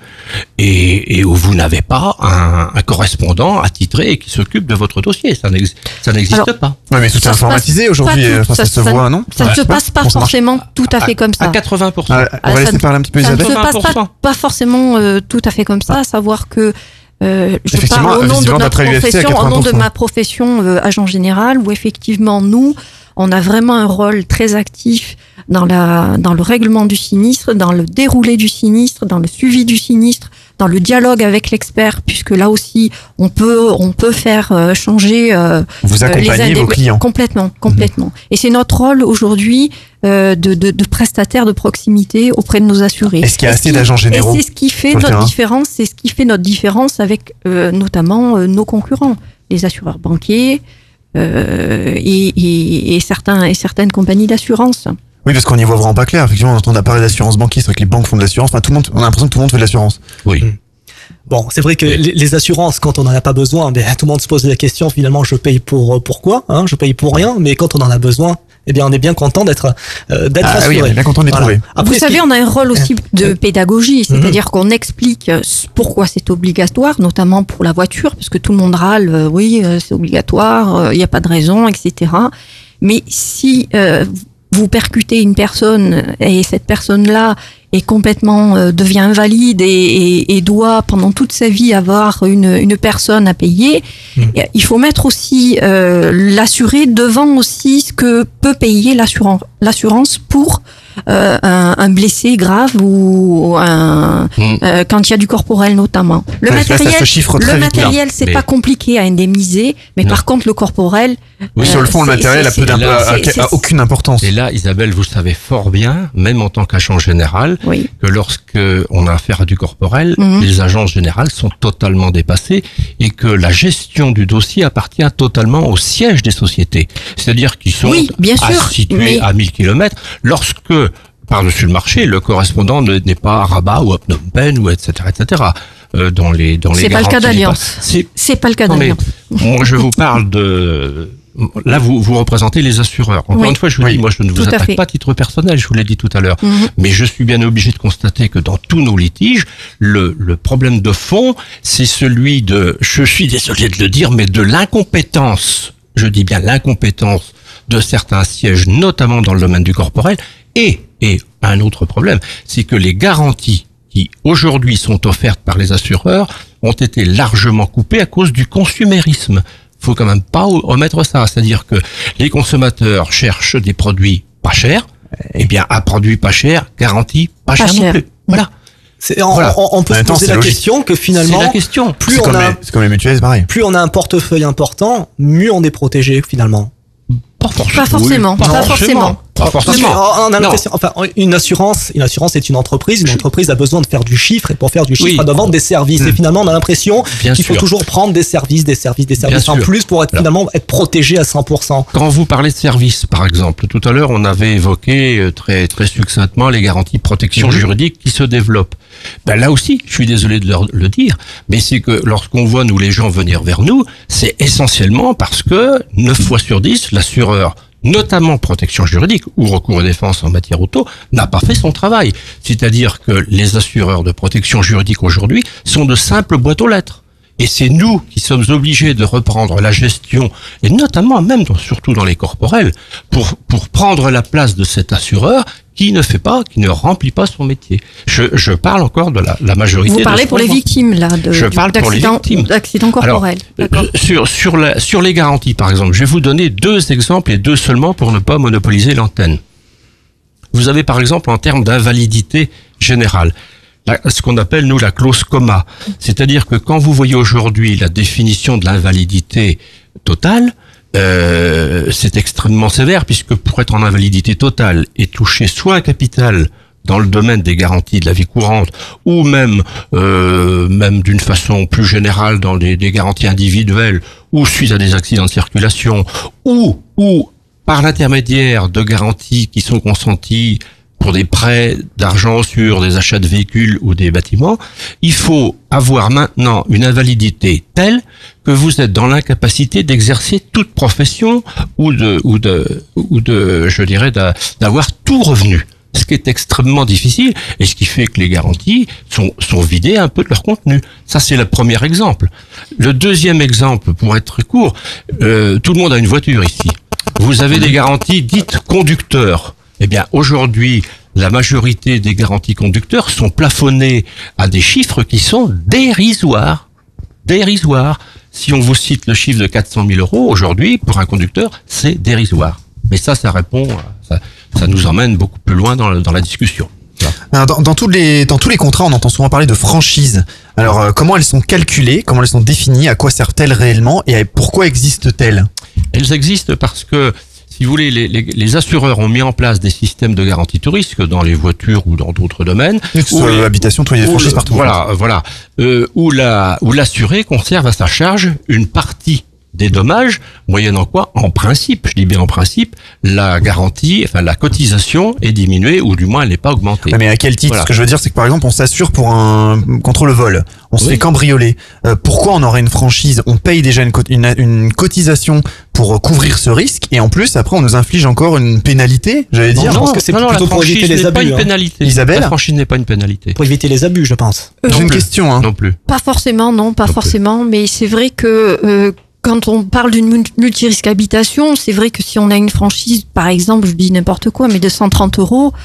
et, et où vous n'avez pas un, un correspondant attitré et qui s'occupe de votre dossier. Ça n'existe ça n'existe Alors, pas. Ouais, mais tout est Ça se informatisé passe aujourd'hui. pas tout- Enfin, ça, se voit, non? Ça ne Ouais. se passe pas Bon, ça marche. forcément tout à fait comme ça. À quatre-vingts pour cent. Ouais, on va ça laisser ne- parler un petit peu ça ne Isabelle. se passe pas, quatre-vingts pour cent. pas forcément euh, tout à fait comme ça, à savoir que euh, je Effectivement, parle au nom de visiblement, notre d'après U F C, à profession, au nom de quatre-vingts pour cent. ma profession euh, agent général, où effectivement nous, on a vraiment un rôle très actif dans la dans le règlement du sinistre, dans le déroulé du sinistre, dans le suivi du sinistre, dans le dialogue avec l'expert, puisque là aussi on peut on peut faire euh, changer euh, Vous euh, accompagnez indé- vos clients. complètement complètement. Et c'est notre rôle aujourd'hui euh, de, de de prestataire de proximité auprès de nos assurés. Est-ce qu'il y a Et assez qui- d'agents généraux Et c'est ce qui fait sur le notre terrain différence, c'est ce qui fait notre différence avec euh, notamment euh, nos concurrents, les assureurs banquiers euh, et, et, et certains et certaines compagnies d'assurance. Oui, parce qu'on n'y voit vraiment pas clair. Effectivement, on entend parler d'assurance banquier, c'est vrai que les banques font de l'assurance. Enfin, tout le monde, on a l'impression que tout le monde fait de l'assurance. Oui. Bon, c'est vrai que les, les assurances, quand on n'en a pas besoin, ben, tout le monde se pose la question, finalement, je paye pour euh, pourquoi hein, je paye pour rien, mais quand on en a besoin, eh bien, on est bien content d'être euh, d'être Ah oui, assuré. on est bien content de les trouver. Après, Vous ce qui- savez, on a un rôle aussi de euh, pédagogie, c'est-à-dire qu'on explique euh, pourquoi c'est obligatoire, notamment pour la voiture, parce que tout le monde râle, euh, oui, euh, c'est obligatoire, il n'y a pas de raison, et cetera. Mais si euh, vous percutez une personne et cette personne-là est complètement euh, devient invalide et, et, et doit pendant toute sa vie avoir une, une personne à payer, mmh. il faut mettre aussi euh, l'assuré devant aussi ce que peut payer l'assurance, l'assurance pour euh, un, un blessé grave ou un, mmh. euh, quand il y a du corporel notamment. Le ouais, matériel, là, ça se chiffre très le vite, matériel, là. c'est Mais... pas compliqué à indemniser, mais non. par contre le corporel. Oui, sur le fond, euh, le matériel a, peu a, a, a aucune importance. Et là, Isabelle, vous savez fort bien, même en tant qu'agent général, oui. que lorsque on a affaire à du corporel, mmh. les agences générales sont totalement dépassées et que la gestion du dossier appartient totalement au siège des sociétés. C'est-à-dire qu'ils sont oui, bien à, sûr, situés mais... à mille kilomètres. Lorsque par-dessus le marché, le correspondant n'est pas à Rabat ou à Phnom Penh ou et cetera et cetera. Euh, dans les dans les c'est pas le cas d'Alliance. C'est, c'est pas le cas d'Alliance. Moi, je vous parle de. Là, vous vous représentez les assureurs. Encore oui. une fois, je vous oui. dis, moi, je ne vous tout attaque pas à titre personnel. Je vous l'ai dit tout à l'heure, mm-hmm. mais je suis bien obligé de constater que dans tous nos litiges, le le problème de fond, c'est celui de. Je suis désolé de le dire, mais de l'incompétence. Je dis bien l'incompétence de certains sièges, notamment dans le domaine du corporel, et et un autre problème, c'est que les garanties qui aujourd'hui sont offertes par les assureurs ont été largement coupées à cause du consumérisme. Faut quand même pas omettre ça, c'est-à-dire que les consommateurs cherchent des produits pas chers, et bien un produit pas cher, garantie pas, pas cher, cher non plus. Voilà. C'est, on, voilà. on, on peut se poser la logique. question que finalement, c'est la question. plus c'est on comme a, les, c'est comme les mutuelles, c'est pareil. Plus on a un portefeuille important, mieux on est protégé finalement. Pas forcément. Pas forcément. Oui, pas forcément. Pas forcément. On a l'impression, enfin, une assurance, une assurance est une entreprise. Une entreprise a besoin de faire du chiffre et pour faire du chiffre, oui. elle doit vendre des services. Mmh. Et finalement, on a l'impression Bien qu'il sûr. faut toujours prendre des services, des services, des services Bien en sûr. plus pour être Alors, finalement être protégé à cent pour cent. Quand vous parlez de services, par exemple, tout à l'heure, on avait évoqué très très succinctement les garanties de protection mmh. juridique qui se développent. Ben là aussi, je suis désolé de leur, le dire, mais c'est que lorsqu'on voit nous les gens venir vers nous, c'est essentiellement parce que neuf fois sur dix, l'assureur, notamment protection juridique ou recours et défense en matière auto, n'a pas fait son travail. C'est-à-dire que les assureurs de protection juridique aujourd'hui sont de simples boîtes aux lettres. Et c'est nous qui sommes obligés de reprendre la gestion, et notamment même, surtout dans les corporels, pour, pour prendre la place de cet assureur qui ne fait pas, qui ne remplit pas son métier. Je, je parle encore de la, la majorité. Vous parlez pour les victimes, là, de, je parle pour les victimes d'accidents corporels. Alors, sur, sur, la, sur les garanties, par exemple, je vais vous donner deux exemples et deux seulement pour ne pas monopoliser l'antenne. Vous avez, par exemple, en termes d'invalidité générale, La, ce qu'on appelle, nous, la clause coma. C'est-à-dire que quand vous voyez aujourd'hui la définition de l'invalidité totale, euh, c'est extrêmement sévère, puisque pour être en invalidité totale et toucher soit un capital dans le domaine des garanties de la vie courante, ou même euh, même d'une façon plus générale dans les, les garanties individuelles, ou suite à des accidents de circulation, ou, ou par l'intermédiaire de garanties qui sont consenties pour des prêts d'argent sur des achats de véhicules ou des bâtiments, il faut avoir maintenant une invalidité telle que vous êtes dans l'incapacité d'exercer toute profession ou de, ou de, ou de, je dirais, d'avoir tout revenu. Ce qui est extrêmement difficile et ce qui fait que les garanties sont, sont vidées un peu de leur contenu. Ça, c'est le premier exemple. Le deuxième exemple, pour être très court, euh, tout le monde a une voiture ici. Vous avez des garanties dites conducteurs. Eh bien, aujourd'hui, la majorité des garanties conducteurs sont plafonnées à des chiffres qui sont dérisoires. Dérisoires. Si on vous cite le chiffre de quatre cent mille euros, aujourd'hui, pour un conducteur, c'est dérisoire. Mais ça, ça répond, ça, ça nous emmène beaucoup plus loin dans, le, dans la discussion. Alors, dans, dans, tous les, dans tous les contrats, on entend souvent parler de franchises. Alors, euh, comment elles sont calculées, comment elles sont définies, à quoi servent-elles réellement et pourquoi existent-elles ? Elles existent parce que, si vous voulez, les, les, les assureurs ont mis en place des systèmes de garantie tout risque dans les voitures ou dans d'autres domaines. Que ce soit l'habitation, tout, il y a des franchises partout. Voilà, voilà. Euh, où la, où l'assuré conserve à sa charge une partie des dommages, moyennant quoi, en principe, je dis bien en principe, la garantie, enfin la cotisation est diminuée ou du moins elle n'est pas augmentée. Ouais, mais à quel titre ? Voilà. Ce que je veux dire, c'est que par exemple, on s'assure pour un contre le vol, on se oui. fait cambrioler. Euh, pourquoi on aurait une franchise ? On paye déjà une, une, une cotisation pour couvrir ce risque et en plus après on nous inflige encore une pénalité, j'allais dire. Non, je pense que c'est non, plutôt non, pour éviter les abus. Pas une hein. pénalité. Isabelle ? La franchise n'est pas une pénalité. Pour éviter les abus, je pense. Euh, J'ai une plus. question. Hein. Non plus. Pas forcément, non, pas non forcément, plus. Mais c'est vrai que euh, quand on parle d'une multirisque habitation, c'est vrai que si on a une franchise, par exemple, je dis n'importe quoi, mais de cent trente euros,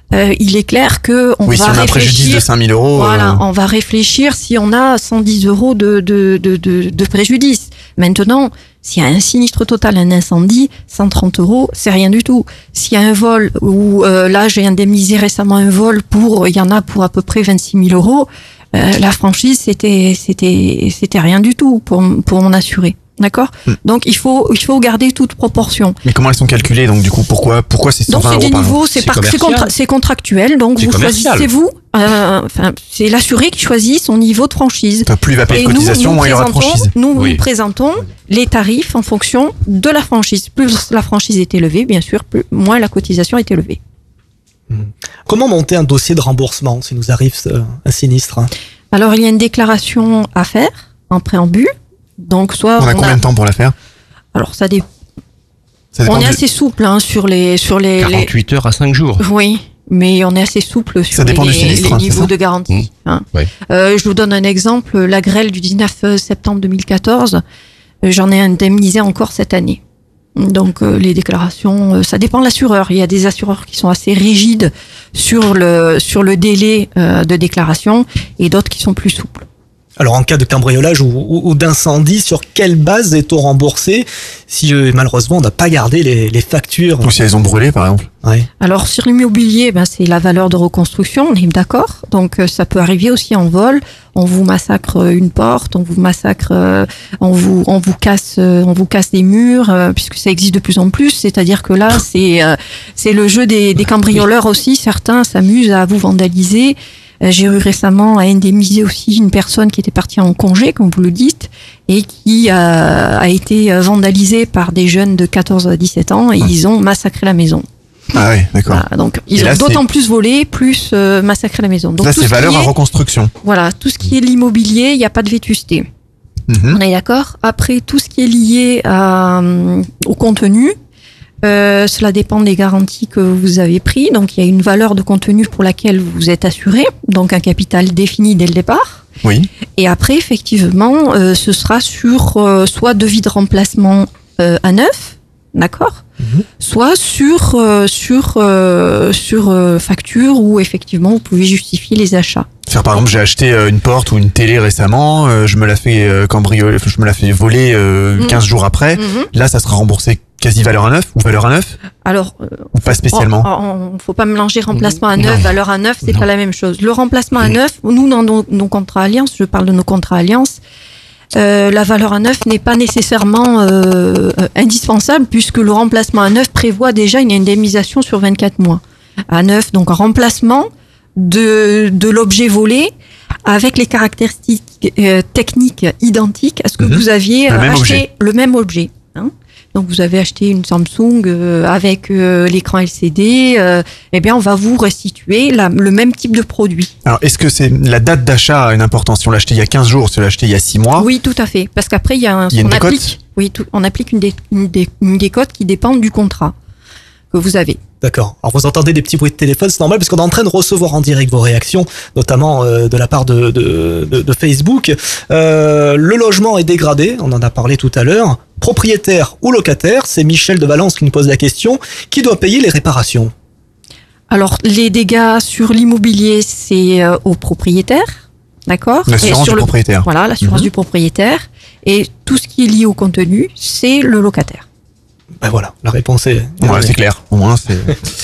euh, il est clair que on oui, va si on a un préjudice réfléchir. de cinq mille euros. Voilà, euh, on va réfléchir si on a cent dix euros de, de, de, de, de préjudice. Maintenant, s'il y a un sinistre total, un incendie, cent trente euros, c'est rien du tout. S'il y a un vol, ou euh, là j'ai indemnisé récemment un vol pour, il y en a pour à peu près vingt-six mille euros, euh, la franchise c'était c'était c'était rien du tout pour pour mon assuré. D'accord. Hmm. Donc il faut il faut garder toute proportion. Mais comment elles sont calculées donc du coup pourquoi pourquoi c'est cent Donc vingt c'est euros des par niveaux, an c'est par c'est, contra- c'est contractuel. Donc C'est vous commercial. choisissez vous. Euh, enfin, c'est l'assuré qui choisit son niveau de franchise. Plus il va payer Et de nous, cotisation, nous moins il y aura de présentons- franchise. Nous Oui. nous présentons les tarifs en fonction de la franchise. Plus la franchise est élevée, bien sûr, plus moins la cotisation est élevée. Comment monter un dossier de remboursement si nous arrive ce- un sinistre? Alors il y a une déclaration à faire en préambule. Donc soit On a on combien a- de temps pour la faire? Alors ça dépend. Ça dépend On est du- assez souple hein, sur les sur les, les- quarante-huit heures à cinq jours. Oui, mais on est assez souple sur Ça dépend les, du sinistre, les hein, c'est niveaux ça de garantie. hein. Ouais. Euh, je vous donne un exemple. La grêle du dix-neuf septembre deux mille quatorze, euh, j'en ai indemnisé encore cette année. Donc euh, les déclarations, euh, ça dépend de l'assureur. Il y a des assureurs qui sont assez rigides sur le sur le délai euh, de déclaration et d'autres qui sont plus souples. Alors en cas de cambriolage ou, ou- ou d'incendie, sur quelle base est-on remboursé si euh, malheureusement on n'a pas gardé les, les factures? Ou si elles ont brûlé par exemple. Ouais. Alors sur l'immobilier, ben, c'est la valeur de reconstruction, on est d'accord. Donc euh, ça peut arriver aussi en vol. On vous massacre une porte, on vous massacre, euh, on vous on vous casse, euh, on vous casse des murs, euh, puisque ça existe de plus en plus. C'est-à-dire que là, c'est euh, c'est le jeu des, des cambrioleurs aussi. Certains s'amusent à vous vandaliser. Euh, J'ai eu récemment à indemniser aussi une personne qui était partie en congé, comme vous le dites, et qui a, a été vandalisée par des jeunes de quatorze à dix-sept ans et ils ont massacré la maison. Ah oui, d'accord. Voilà, donc ils Et ont là, d'autant c'est- plus volé, plus euh, massacré la maison. Donc Là tout c'est ce qui valeur à est- reconstruction. Voilà, tout ce qui est l'immobilier, il n'y a pas de vétusté. Mhm. On est d'accord. Après, tout ce qui est lié à, euh, au contenu, euh, cela dépend des garanties que vous avez pris. Donc, il y a une valeur de contenu pour laquelle vous êtes assuré, donc un capital défini dès le départ. Oui. Et après, effectivement, euh, ce sera sur euh, soit devis de remplacement euh, à neuf, d'accord, soit sur euh, sur euh, sur euh, facture où effectivement vous pouvez justifier les achats. Faire par exemple j'ai acheté euh, une porte ou une télé récemment, euh, je me la fais euh, cambrioler, enfin, je me la fais voler euh, Mhm. quinze jours après. Mhm. Là ça sera remboursé quasi valeur à neuf ou valeur à neuf Alors, euh, ou pas spécialement. on, on- faut pas mélanger remplacement à Non. neuf, valeur à neuf, c'est pas la même chose. Le remplacement à neuf, nous dans nos, nos contrats alliance, je parle de nos contrats alliance, euh, la valeur à neuf n'est pas nécessairement euh, euh, indispensable puisque le remplacement à neuf prévoit déjà une indemnisation sur vingt-quatre mois. À neuf, donc un remplacement de, de l'objet volé avec les caractéristiques euh, techniques identiques à ce que Mhm. vous aviez Le euh, même acheté, objet. le même objet. hein. Donc vous avez acheté une Samsung euh, avec euh, l'écran L C D, euh, eh bien on va vous restituer la- le même type de produit. Alors est-ce que c'est la date d'achat a une importance? Si on l'a acheté il y a quinze jours, si on l'a acheté il y a six mois. Oui, tout à fait. Parce qu'après il y a un, Il y a une on décote applique, oui, tout- on applique une, dé, une, dé- une décote qui dépend du contrat que vous avez. D'accord. Alors vous entendez des petits bruits de téléphone, c'est normal parce qu'on est en train de recevoir en direct vos réactions, notamment euh, de la part de, de, de, de Facebook. Euh, le logement est dégradé, on en a parlé tout à l'heure. Propriétaire ou locataire, c'est Michel de Valence qui nous pose la question. Qui doit payer les réparations? Alors les dégâts sur l'immobilier, c'est euh, au propriétaire, d'accord. L'assurance Et sur du le- propriétaire. Voilà, l'assurance Mhm. du propriétaire. Et tout ce qui est lié au contenu, c'est le locataire. Ben voilà, la réponse est... Ouais, c'est clair. Au moins, c'est.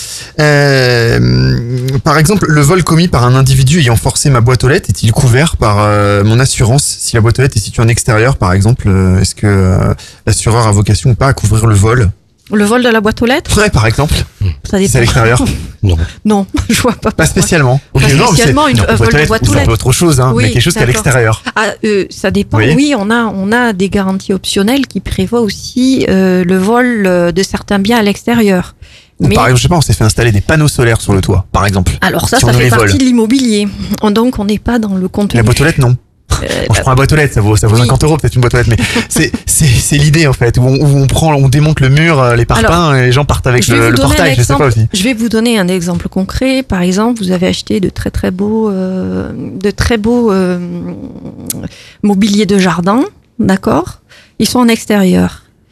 Euh, par exemple, le vol commis par un individu ayant forcé ma boîte aux lettres est-il couvert par euh, mon assurance si la boîte aux lettres est située en extérieur, par exemple? euh, Est-ce que euh, l'assureur a vocation ou pas à couvrir le vol? Le vol de la boîte aux lettres, Ouais, par exemple. ça Si c'est à dépend. l'extérieur. Non. Non, je vois pas. Pas spécialement. Pas Ok, non, mais spécialement c'est- une- non, un vol de lettres, boîte aux c'est un peu lettres. autre chose, hein, Oui, mais quelque chose qu'à d'accord. l'extérieur. Ah, euh, ça dépend. Vous voyez Oui, on a on a des garanties optionnelles qui prévoient aussi euh, le vol euh, de certains biens à l'extérieur. Ou Mais par exemple, je sais pas, on s'est fait installer des panneaux solaires sur le toit, par exemple. alors ça, Si on ça nous fait les partie vole. de l'immobilier. Donc on n'est pas dans le contenu. La boîte aux lettres, non. Euh, Bon, je prends la boîte aux lettres, ça vaut, ça vaut oui. cinquante euros peut-être une boîte aux lettres, mais c'est, c'est, c'est l'idée en fait, où on, où on prend, on démonte le mur, euh, les parpaings, Alors, et les gens partent avec je vais le, vous le donner un portail, je sais exemple. pas aussi. Je vais vous donner un exemple concret. Par exemple, vous avez acheté de très très beaux, euh, de très beaux euh, mobiliers de jardin, d'accord. Ils sont en extérieur.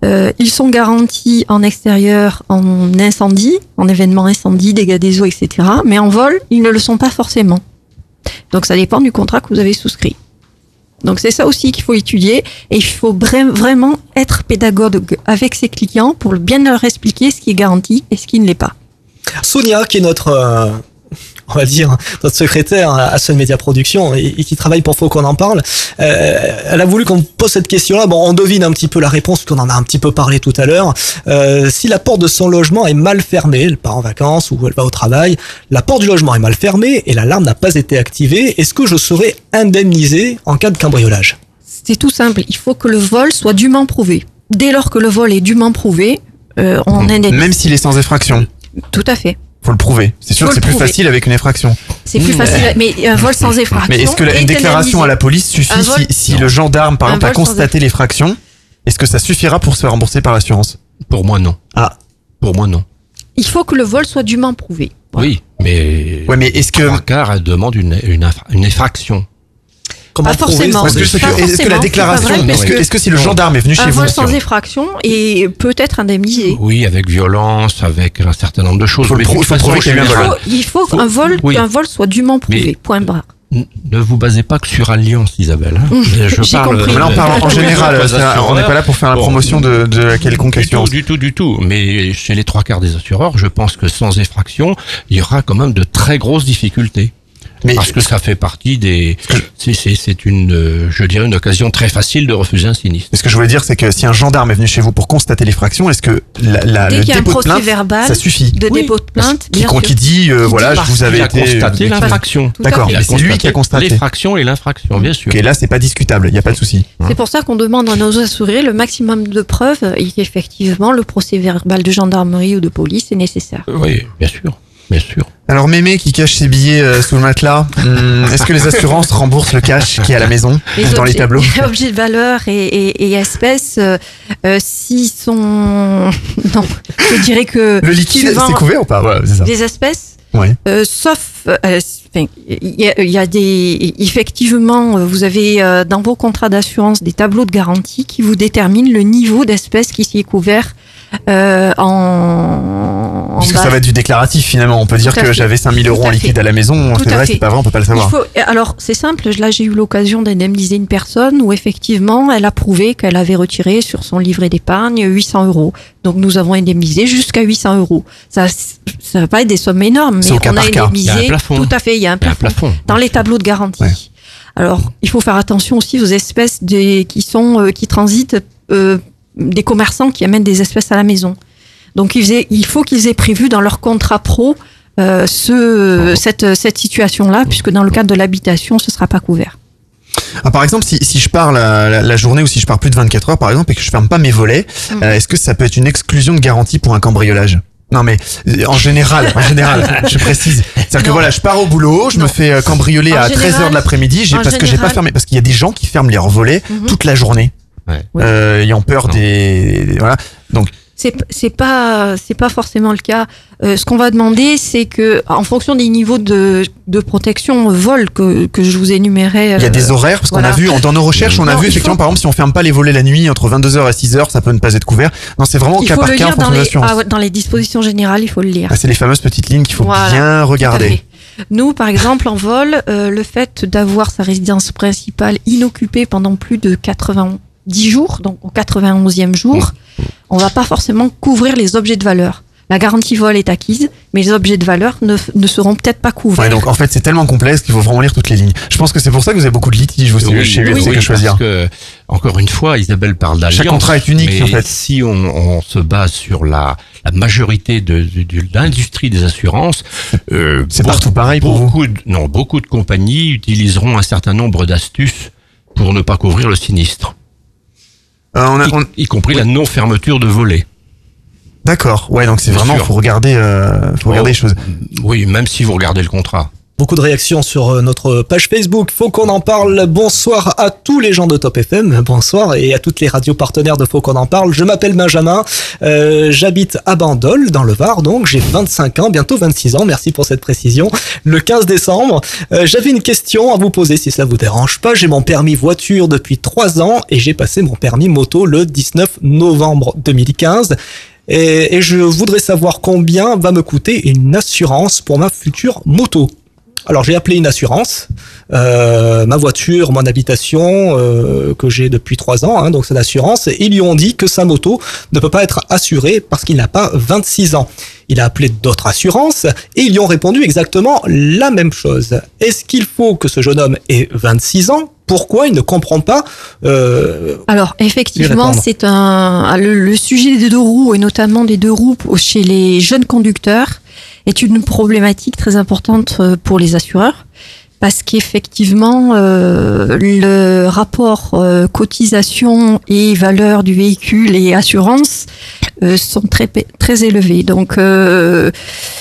Euh, ils sont garantis en extérieur, en incendie, en événement incendie, dégâts des eaux, et cetera. Mais en vol, ils ne le sont pas forcément. Donc ça dépend du contrat que vous avez souscrit. Donc c'est ça aussi qu'il faut étudier et il faut vra- vraiment être pédagogue avec ses clients pour bien leur expliquer ce qui est garanti et ce qui ne l'est pas. Sonia, qui est notre, euh, on va dire, notre secrétaire à Sun Media Production et, et qui travaille pour Faut qu'on en parle, euh, elle a voulu qu'on pose cette question-là. Bon, on devine un petit peu la réponse, qu'on en a un petit peu parlé tout à l'heure. Euh, si la porte de son logement est mal fermée, elle part en vacances ou elle va au travail, la porte du logement est mal fermée et l'alarme n'a pas été activée, est-ce que je serai indemnisé en cas de cambriolage? C'est tout simple, il faut que le vol soit dûment prouvé. Dès lors que le vol est dûment prouvé, euh, on indemnise. Même s'il est sans effraction. Tout à fait. Faut le prouver. C'est sûr Faut que c'est le plus prouver. facile avec une effraction. C'est plus facile, mais un vol sans effraction. Mais est-ce que la, une est déclaration indemnisé. à la police suffit Un vol- si, si le gendarme, par Un exemple, a vol sans constaté l'effraction? Est-ce que ça suffira pour se faire rembourser par l'assurance? Pour moi, non. Ah. Pour moi, non. Il faut que le vol soit dûment prouvé. Oui, mais. Ouais, mais est-ce que. Trois quarts, elle demande une, une, infra- une effraction. Comment Pas forcément. Est-ce que, est-ce que- Pas est-ce que forcément, la c'est déclaration, pas vrai, est-ce que, parce est-ce que si le gendarme est venu Un chez vous, vol sans effraction et peut être indemnisé. Oui, avec violence, avec un certain nombre de choses. Faut le Mais de prou- toute faut façon, prouver qu'il y a eu un je- vol. Il faut Faut- qu'un vol, oui. qu'un vol soit dûment prouvé. Mais- Point barre. N- Ne vous basez pas que sur Alliance, Isabelle. hein. Mmh, Je j'ai parle, compris. Mais là, on parle en tous les général. autres c'est un- On n'est assureurs. pas là pour faire la Bon. promotion de, de la quelconque Du tout, assurance. du tout, du tout. Mais chez les trois quarts des assureurs, je pense que sans effraction, il y aura quand même de très grosses difficultés. Mais Parce que ça fait partie des. C'est, c'est, c'est une, euh, je dirais, une occasion très facile de refuser un sinistre. Ce que je voulais dire, c'est que si un gendarme est venu chez vous pour constater l'effraction, est-ce que la, la, Dès le qu'il y a un dépôt de procès plainte, verbal ça suffit? de dépôt de plainte, Qui, bien con- sûr. qui dit, euh, Qui voilà, dit je vous avais Il a été constaté l'infraction. Tout à D'accord, fait. Il a mais c'est lui qui a constaté. L'effraction et l'infraction, bien sûr. Ok, là, c'est pas discutable, il n'y a pas de souci. C'est pour ça qu'on demande à nos assurés le maximum de preuves et qu'effectivement le procès verbal de gendarmerie ou de police est nécessaire. Oui, bien sûr, bien sûr. Alors, Mémé qui cache ses billets euh, sous le matelas, hum, est-ce que les assurances remboursent le cash qui est à la maison, Les dans les objets- tableaux? objets de valeur et, et, et espèces, euh, euh, s'ils sont... Non, je dirais que... Le liquide, suivant c'est couvert ou pas? Voilà, c'est ça. Des espèces, Ouais. euh, sauf... euh, enfin, il y, a- il y a des... Effectivement, euh, vous avez euh, dans vos contrats d'assurance des tableaux de garantie qui vous déterminent le niveau d'espèces qui s'y est couvert euh, en... en Puisque ça base. va être du déclaratif finalement. On peut dire Tout à que fait. j'avais cinq mille euros Tout à en liquide fait. à la maison. Tout C'est à vrai, fait. c'est pas vrai, on peut pas le Il savoir. faut- alors, c'est simple, là j'ai eu l'occasion d'indemniser une personne où effectivement elle a prouvé qu'elle avait retiré sur son livret d'épargne huit cents euros. Donc nous avons indemnisé jusqu'à huit cents euros. Ça, ça va pas être des sommes énormes, C'est mais au cas on a par cas. indemnisé. Il y a un plafond. Tout à fait, il y a un Il y a un plafond, plafond. dans les tableaux de garantie. Alors, il faut faire attention aussi aux espèces des, qui sont euh, qui transitent, euh, des commerçants qui amènent des espèces à la maison. Donc ils aient- il faut qu'ils aient prévu dans leur contrat pro euh, ce, cette, cette situation-là, puisque dans le cadre de l'habitation, ce ne sera pas couvert. Ah, par exemple, si, si je pars la, la, la journée ou si je pars plus de vingt-quatre heures par exemple et que je ferme pas mes volets, Mhm. euh, est-ce que ça peut être une exclusion de garantie pour un cambriolage? Non mais euh, en général, en général, je précise. C'est-à-dire que voilà, je pars au boulot, je me fais euh, cambrioler En à général- treize heures de l'après-midi, j'ai en parce que j'ai pas général- fermé parce qu'il y a des gens qui ferment leurs volets Mhm. toute la journée. Ouais. Euh, ayant peur des, des- voilà. Donc C'est c'est pas c'est pas forcément le cas. Euh, ce qu'on va demander, c'est que en fonction des niveaux de, de protection vol que, que je vous énumérais, il y a euh, des horaires parce qu'on voilà. a vu dans nos recherches, on a Non, vu il effectivement faut- par exemple si on ferme pas les volets la nuit entre vingt-deux heures et six heures, ça peut ne pas être couvert. Non, c'est vraiment au Il cas faut par le cas en lire dans fonction de les, l'assurance. ah ouais, dans les dispositions générales, il faut le lire. Ah, c'est les fameuses petites lignes qu'il faut Voilà, bien tout à regarder. fait. Nous, par exemple, en vol, euh, le fait d'avoir sa résidence principale inoccupée pendant plus de quatre-vingt-dix jours, donc au quatre-vingt-onzième jour, on va pas forcément couvrir les objets de valeur. La garantie vol est acquise, mais les objets de valeur ne, ne seront peut-être pas couverts. Ouais, donc en fait c'est tellement complexe qu'il faut vraiment lire toutes les lignes. Je pense que c'est pour ça que vous avez beaucoup de litiges aussi Oui, chez oui, U F C oui, que choisir. parce que, encore une fois, Isabelle parle d'alliance. Chaque contrat est unique, mais en fait. si on, on se base sur la, la majorité de, de, de l'industrie des assurances, euh, C'est beaucoup- partout pareil pour vous. beaucoup de, non, beaucoup de compagnies utiliseront un certain nombre d'astuces pour ne pas couvrir le sinistre. Euh, on a- y, on- y compris la non-fermeture de volets. D'accord. Ouais, donc c'est Bien vraiment sûr. faut regarder, euh, faut regarder Oh, les choses. Oui, même si vous regardez le contrat. Beaucoup de réactions sur notre page Facebook. Faut qu'on en parle. Bonsoir à tous les gens de Top F M. Bonsoir et à toutes les radios partenaires de Faut qu'on en parle. Je m'appelle Benjamin. Euh, j'habite à Bandol, dans le Var. Donc, j'ai vingt-cinq ans, bientôt vingt-six ans. Merci pour cette précision. Le quinze décembre, euh, j'avais une question à vous poser si cela vous dérange pas. J'ai mon permis voiture depuis trois ans et j'ai passé mon permis moto le dix-neuf novembre deux mille quinze. Et, et je voudrais savoir combien va me coûter une assurance pour ma future moto. Alors j'ai appelé une assurance, euh, ma voiture, mon habitation euh, que j'ai depuis trois ans, hein, donc c'est l'assurance, et ils lui ont dit que sa moto ne peut pas être assurée parce qu'il n'a pas vingt-six ans. Il a appelé d'autres assurances et ils lui ont répondu exactement la même chose. Est-ce qu'il faut que ce jeune homme ait vingt-six ans ? Pourquoi il ne comprend pas euh, Alors effectivement, c'est un le, le sujet des deux roues et notamment des deux roues chez les jeunes conducteurs est une problématique très importante pour les assureurs parce qu'effectivement euh, le rapport euh, cotisation et valeur du véhicule et assurance euh, sont très très élevés. Donc euh,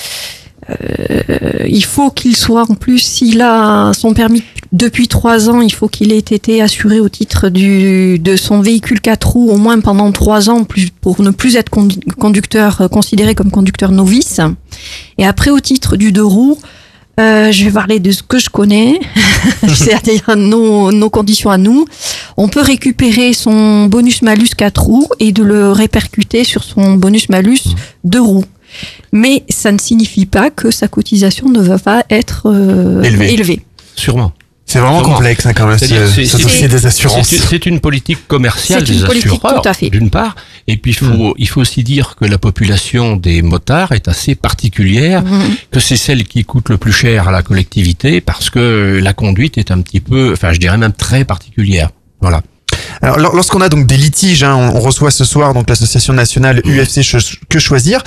Euh, il faut qu'il soit, en plus, s'il a son permis depuis trois ans, il faut qu'il ait été assuré au titre du, de son véhicule quatre roues au moins pendant trois ans plus, pour ne plus être conducteur, considéré comme conducteur novice. Et après, au titre du deux roues, euh, je vais parler de ce que je connais, c'est-à-dire nos, nos conditions à nous. On peut récupérer son bonus-malus quatre roues et de le répercuter sur son bonus-malus deux roues. Mais ça ne signifie pas que sa cotisation ne va pas être euh, élevée. élevée. Sûrement. C'est vraiment Sûrement. complexe hein, quand même, C'est-à-dire, ce, c'est, ce dossier des assurances. C'est, c'est une politique commerciale c'est une des politique, assureurs, tout à fait. d'une part. Et puis, il faut, mmh. il faut aussi dire que la population des motards est assez particulière, mmh. que c'est celle qui coûte le plus cher à la collectivité parce que la conduite est un petit peu, enfin, je dirais même très particulière. Voilà. Alors, lorsqu'on a donc des litiges, hein, on reçoit ce soir donc l'association nationale U F C Que Choisir.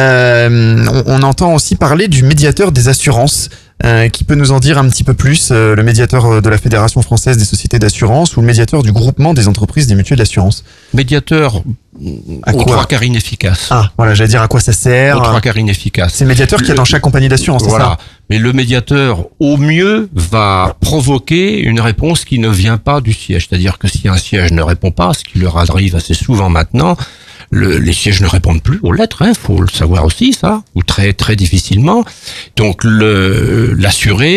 Euh, on, on entend aussi parler du médiateur des assurances. Euh, qui peut nous en dire un petit peu plus, euh, le médiateur de la Fédération française des sociétés d'assurance ou le médiateur du groupement des entreprises des mutuelles d'assurance? Médiateur à aux trois quarts inefficace. Ah, voilà, j'allais dire à quoi ça sert. Aux trois quarts inefficace. C'est le médiateur qu'il y a dans chaque compagnie d'assurance, voilà. C'est ça? Mais le médiateur, au mieux, va provoquer une réponse qui ne vient pas du siège. C'est-à-dire que si un siège ne répond pas, ce qui leur arrive assez souvent maintenant, Le, les sièges ne répondent plus aux lettres, hein, faut le savoir aussi ça, ou très très difficilement. Donc le l'assuré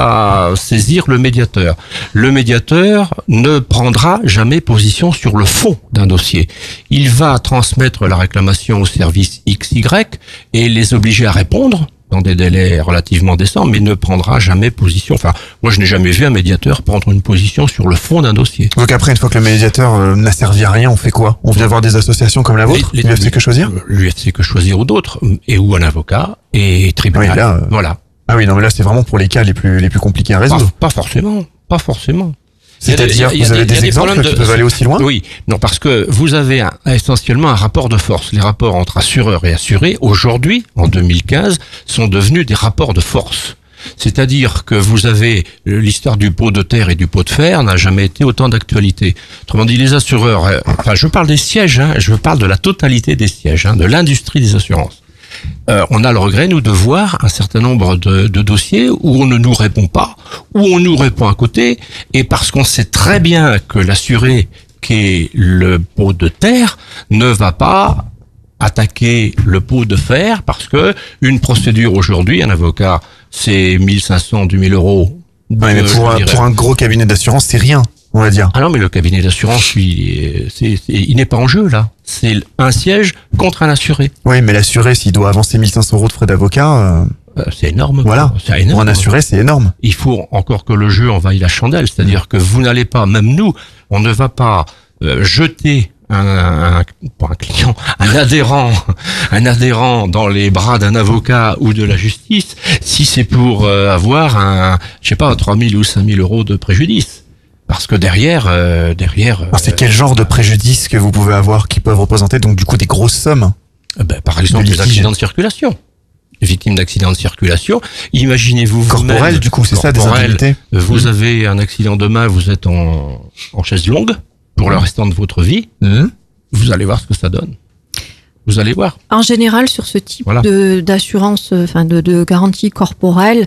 va saisir le médiateur. Le médiateur ne prendra jamais position sur le fond d'un dossier. Il va transmettre la réclamation au service X Y et les obliger à répondre dans des délais relativement décents, mais ne prendra jamais position. Enfin, moi, je n'ai jamais vu un médiateur prendre une position sur le fond d'un dossier. Donc après, une fois que le médiateur euh, n'a servi à rien, on fait quoi? On vient voir des associations comme la vôtre, l'U F C Que Choisir? L'U F C Que Choisir ou d'autres, et ou un avocat, et tribunal. Oui, là, euh... voilà. Ah oui, non, mais là, c'est vraiment pour les cas les plus, les plus compliqués à résoudre. Pas, pas forcément, pas forcément. C'est-à-dire que vous avez des, des exemples de... qui peuvent aller aussi loin? Oui, non, parce que vous avez un, essentiellement un rapport de force. Les rapports entre assureurs et assurés, aujourd'hui, en deux mille quinze, sont devenus des rapports de force. C'est-à-dire que vous avez l'histoire du pot de terre et du pot de fer n'a jamais été autant d'actualité. Autrement dit, les assureurs, enfin, je parle des sièges, hein, je parle de la totalité des sièges, hein, de l'industrie des assurances. Euh, on a le regret, nous, de voir un certain nombre de, de dossiers où on ne nous répond pas, où on nous répond à côté, et parce qu'on sait très bien que l'assuré qui est le pot de terre ne va pas attaquer le pot de fer, parce que une procédure aujourd'hui, un avocat, c'est mille cinq cents, deux mille euros. Ouais, mais pour, un, pour un gros cabinet d'assurance, c'est rien, on va dire. Ah non, mais le cabinet d'assurance, lui, c'est, c'est, il n'est pas en jeu, là. C'est un siège contre un assuré. Oui, mais l'assuré, s'il doit avancer mille cinq cents euros de frais d'avocat... Euh... Euh, c'est énorme. Voilà. C'est énorme. Pour un assuré, c'est énorme. Il faut encore que le jeu envahisse la chandelle. C'est-à-dire que vous n'allez pas, même nous, on ne va pas euh, jeter un, un, pas un client, un adhérent, un adhérent dans les bras d'un avocat ou de la justice si c'est pour euh, avoir un, je sais pas, trois mille ou cinq mille euros de préjudice. Parce que derrière, euh, derrière. Alors c'est euh, quel genre de préjudice que vous pouvez avoir qui peuvent représenter donc du coup des grosses sommes? euh, ben, Par exemple, des accidents de circulation. Victimes d'accidents de circulation. Imaginez-vous corporel, vous-même, du coup, c'est ça, des indemnités. Vous mmh. avez un accident de main, vous êtes en, en chaise longue pour mmh. le restant de votre vie. Mmh. Vous allez voir ce que ça donne. Vous allez voir. En général, sur ce type voilà. de, d'assurance, enfin de, de garantie corporelle,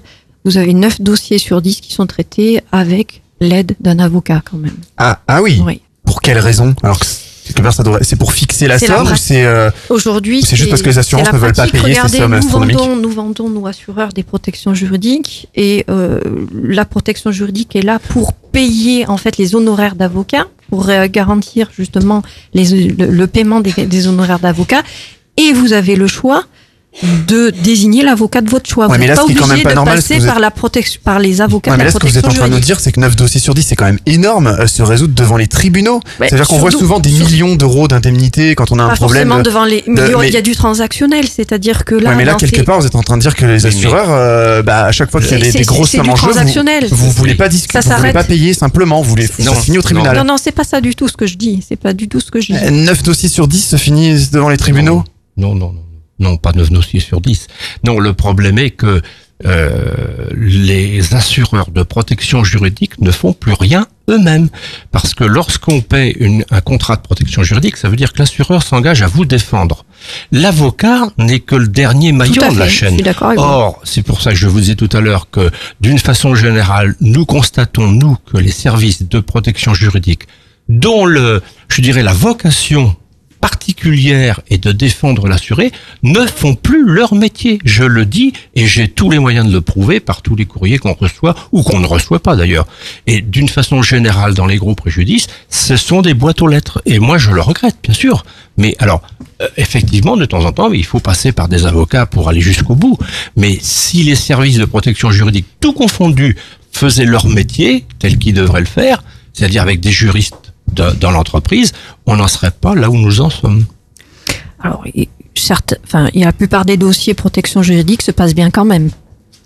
vous avez neuf dossiers sur dix qui sont traités avec l'aide d'un avocat quand même. Ah, ah oui. Oui. Pour quelle raison? Alors que quelque part, ça devrait, c'est pour fixer la C'est la somme ou pratique. c'est euh, Aujourd'hui, ou c'est juste parce que les assurances c'est la ne veulent pas pratique. payer Regardez, ces sommes nous astronomiques? vendons, nous vendons, nous assureurs, des protections juridiques et euh, la protection juridique est là pour payer en fait les honoraires d'avocat, pour euh, garantir justement les, le, le paiement des, des honoraires d'avocat. Et vous avez le choix de désigner l'avocat de votre choix. Ouais, vous mais n'êtes là, pas ce qui est quand obligé même pas de normal, passer c'est que vous par êtes- la protection, par les avocats Ouais, mais de là, la ce que vous protection êtes en train de nous juridique. dire, c'est que neuf dossiers sur dix, c'est quand même énorme, euh, se résoudre devant les tribunaux. Ouais, C'est-à-dire qu'on voit surtout- souvent des millions d'euros d'indemnités quand on a un Pas problème. forcément devant les. Mais de- il y a- mais- il y a du transactionnel, c'est-à-dire que là. Ouais, mais là, dans quelque ces- part, vous êtes en train de dire que les assureurs, euh, bah, à chaque fois qu'il y a des, C'est- des grosses c'est sommes du en jeu, transactionnel. vous, vous voulez pas discuter, Ça vous voulez s'arrête. pas payer simplement, vous voulez ça se finit au tribunal. Non, non, c'est pas ça du tout ce que je dis. C'est pas du tout ce que je dis. Euh, neuf dossiers sur dix se finissent devant les tribunaux? Non, non, non. Non, pas neuf dossiers sur dix. Non, le problème est que euh, les assureurs de protection juridique ne font plus rien eux-mêmes. Parce que lorsqu'on paie une, un contrat de protection juridique, ça veut dire que l'assureur s'engage à vous défendre. L'avocat n'est que le dernier maillon à de la fait, je chaîne. suis d'accord avec vous. Or, c'est pour ça que je vous disais tout à l'heure que, d'une façon générale, nous constatons, nous, que les services de protection juridique, dont le, je dirais, la vocation particulière et de défendre l'assuré, ne font plus leur métier. Je le dis et j'ai tous les moyens de le prouver par tous les courriers qu'on reçoit ou qu'on ne reçoit pas d'ailleurs. Et d'une façon générale, dans les gros préjudices, ce sont des boîtes aux lettres. Et moi, je le regrette, bien sûr. Mais alors, euh, effectivement, de temps en temps, il faut passer par des avocats pour aller jusqu'au bout. Mais si les services de protection juridique, tout confondus, faisaient leur métier tel qu'ils devraient le faire, c'est-à-dire avec des juristes de- dans l'entreprise, on n'en serait pas là où nous en sommes. Alors, et certes, enfin, il y a la plupart des dossiers protection juridique se passent bien quand même.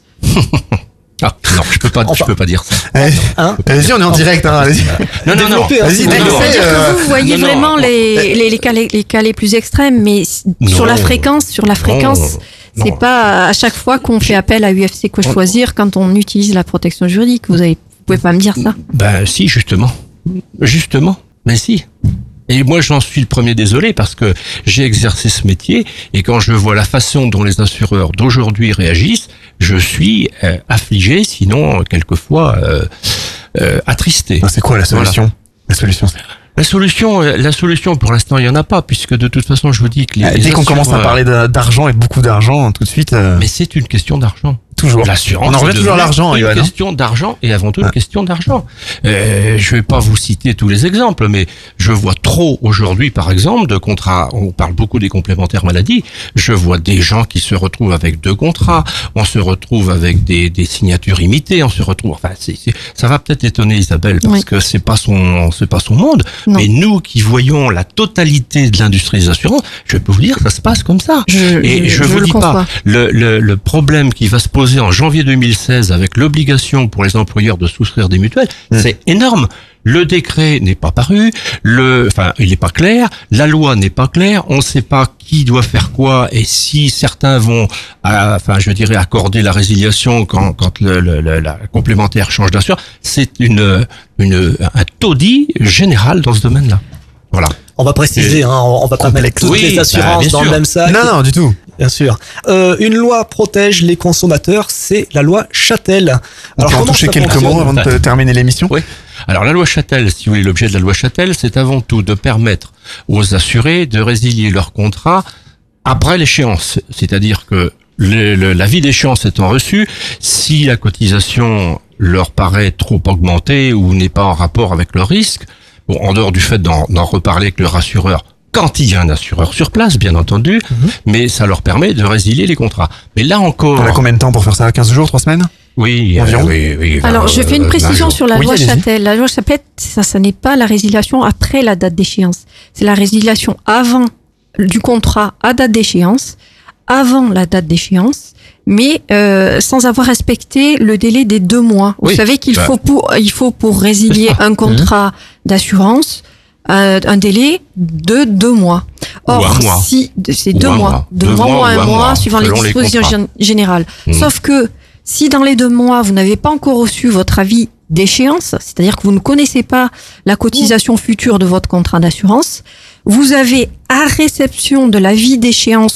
Ah, non, je peux pas, je peux pas dire ça. Allez-y, on est en direct, hein, allez-y. Non, non, non. Vas-y, Non, non. développez, C'est-à-dire euh, que vous, vous voyez non, non. vraiment les, les, les, cas, les, les cas les plus extrêmes, mais s- Non. sur la fréquence, sur la fréquence, Non. c'est pas à chaque fois qu'on fait appel à U F C que choisir quand on utilise la protection juridique. Vous avez, vous pouvez pas me dire ça. Ben si, justement. Justement. Mais si. Et moi, j'en suis le premier désolé parce que j'ai exercé ce métier et quand je vois la façon dont les assureurs d'aujourd'hui réagissent, je suis euh, affligé, sinon euh, quelquefois euh, euh, attristé. C'est quoi la solution? Voilà. La solution, c'est- La solution, euh, la solution, pour l'instant, il y en a pas, puisque de toute façon, je vous dis que les, Euh, les Dès qu'on commence à assureurs- parler de- d'argent et beaucoup d'argent, tout de suite. euh, Mais c'est une question d'argent. Toujours. L'assurance. On en revient c'est toujours à devenu l'argent, Une Johan, hein. question d'argent et avant tout une question d'argent. Euh, je vais pas vous citer tous les exemples, mais je vois trop aujourd'hui, par exemple, de contrats. On parle beaucoup des complémentaires maladies. Je vois des gens qui se retrouvent avec deux contrats. On se retrouve avec des, des signatures imitées. On se retrouve. Enfin, c'est, c'est- ça va peut-être étonner Isabelle parce Oui. que c'est pas son, c'est pas son monde. Non. Mais nous qui voyons la totalité de l'industrie des assurances, je peux vous dire, ça se passe comme ça. Je- et je- je, je vous le dis conçois. pas le, le, le problème qui va se poser en janvier deux mille seize avec l'obligation pour les employeurs de souscrire des mutuelles, c'est énorme. Le décret n'est pas paru, le, enfin, il n'est pas clair, la loi n'est pas claire, on ne sait pas qui doit faire quoi et si certains vont, à- enfin, je dirais, accorder la résiliation quand, quand le, le- le- la complémentaire change d'assureur. C'est une, une, un taudis général dans ce domaine-là. Voilà. On va préciser, hein, on on va pas mettre toutes Oui, les bah, assurances bien dans le sûr. même sac. Non, non, du tout. Bien sûr. Euh, une loi protège les consommateurs, c'est la loi Châtel. On peut en comment toucher ça quelques fonctionne mots avant de te- terminer l'émission? Oui. Alors la loi Châtel, si vous voulez, l'objet de la loi Châtel, c'est avant tout de permettre aux assurés de résilier leur contrat après l'échéance. C'est-à-dire que le, le- la vie d'échéance étant reçue, si la cotisation leur paraît trop augmentée ou n'est pas en rapport avec le risque, bon, en dehors du fait d'en d'en reparler avec le rassureur, quand il y a un assureur sur place, bien entendu, mais ça leur permet de résilier les contrats. Mais là encore... On a combien de temps pour faire ça? quinze jours, trois semaines? Oui, euh, Environ. oui, oui. Alors, euh, je fais une vingt précision jours. sur la Oui, loi allez-y. Châtel. La loi Châtel, ça, ça n'est pas la résiliation après la date d'échéance. C'est la résiliation avant du contrat à date d'échéance, avant la date d'échéance, mais euh, sans avoir respecté le délai des deux mois. Vous Oui, savez qu'il bah. faut pour il faut pour résilier C'est ça. un contrat d'assurance euh, un délai de deux mois. Ou Or, un mois. si c'est Ou deux un mois, mois. deux Deux mois mois ou un ou un mois, mois, suivant les selon les dispositions contrats. gén- générales. Mhm. Sauf que si dans les deux mois vous n'avez pas encore reçu votre avis d'échéance, c'est-à-dire que vous ne connaissez pas la cotisation future de votre contrat d'assurance, vous avez à réception de l'avis d'échéance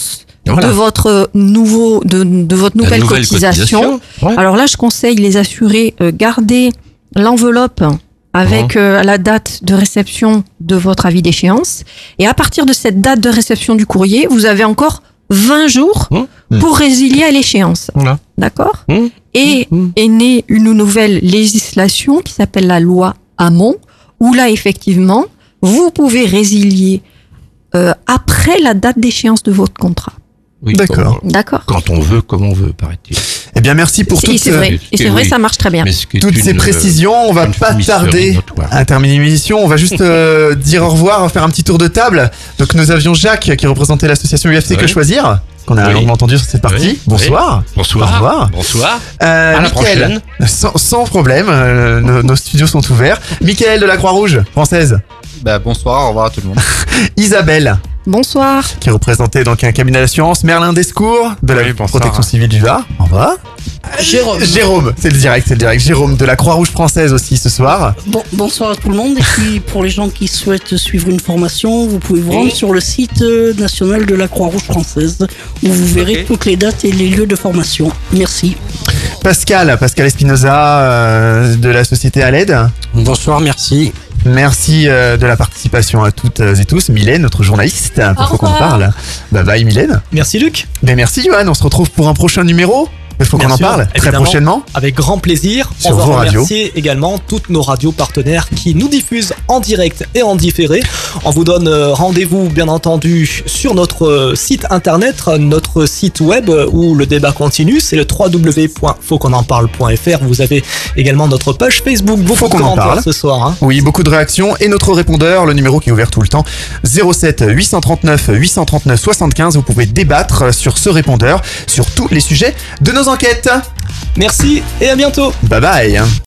de votre nouveau, de, de votre nouvelle, nouvelle cotisation. cotisation, ouais. Alors là, je conseille les assurés euh, garder l'enveloppe avec euh, la date de réception de votre avis d'échéance. Et à partir de cette date de réception du courrier, vous avez encore vingt jours Mmh. pour résilier à l'échéance. Voilà. D'accord Mmh. Et est née une nouvelle législation qui s'appelle la loi Hamon, où là, effectivement, vous pouvez résilier euh, après la date d'échéance de votre contrat. Oui, D'accord. quand- D'accord. Quand on veut, comme on veut, paraît-il. Eh bien, merci pour Et toutes, c'est vrai, et c'est vrai, oui. ça marche très bien. Mais ce qui est toutes une, ces précisions. On va une pas fumisterie tarder notoire. à terminer l'émission. On va juste euh, dire au revoir, faire un petit tour de table. Donc, nous avions Jacques qui représentait l'association U F C Oui. Que Choisir, qu'on a Oui. longuement entendu sur cette partie. Oui. Bonsoir. Bonsoir. Au revoir. Bonsoir. Euh, À la Mickaël, prochaine. sans, sans problème, euh, nos, nos studios sont ouverts. Michael de la Croix-Rouge française. Bah, bonsoir, au revoir à tout le monde. Isabelle, Bonsoir. qui représentait donc un cabinet d'assurance. Merlin Descours, de la Oui, bonsoir. protection civile du Var. Au revoir. Jérôme. Jérôme, c'est le direct, c'est le direct. Jérôme de la Croix-Rouge française aussi ce soir. Bon, bonsoir à tout le monde. Et puis, pour les gens qui souhaitent suivre une formation, vous pouvez vous rendre sur le site euh, national de la Croix-Rouge française, où vous verrez Ok. toutes les dates et les lieux de formation. Merci. Pascal, Pascal Espinoza euh, de la société Aled. Bonsoir, merci. Merci euh, de la participation à toutes et tous. Mylène, notre journaliste, pour faut qu'on en parle. Bye bye Mylène. Merci Luc. Mais merci Johan, on se retrouve pour un prochain numéro. Il faut qu'on Bien en sûr, parle très évidemment. prochainement. Avec grand plaisir. Sur on va vos remercier également toutes nos radios partenaires qui nous diffusent en direct et en différé. On vous donne euh, rendez-vous bien entendu sur notre euh, site internet, notre site web euh, où le débat continue. C'est le w w w point faut qu'on en parle point f r. Vous avez également notre page Facebook. Beaucoup Faut de qu'on en commentaires parle. ce soir. Hein. Oui, beaucoup de réactions et notre répondeur, le numéro qui est ouvert tout le temps, zéro sept huit cent trente-neuf huit cent trente-neuf soixante-quinze. Vous pouvez débattre sur ce répondeur, sur tous les sujets de nos enquêtes. Merci et à bientôt. Bye bye.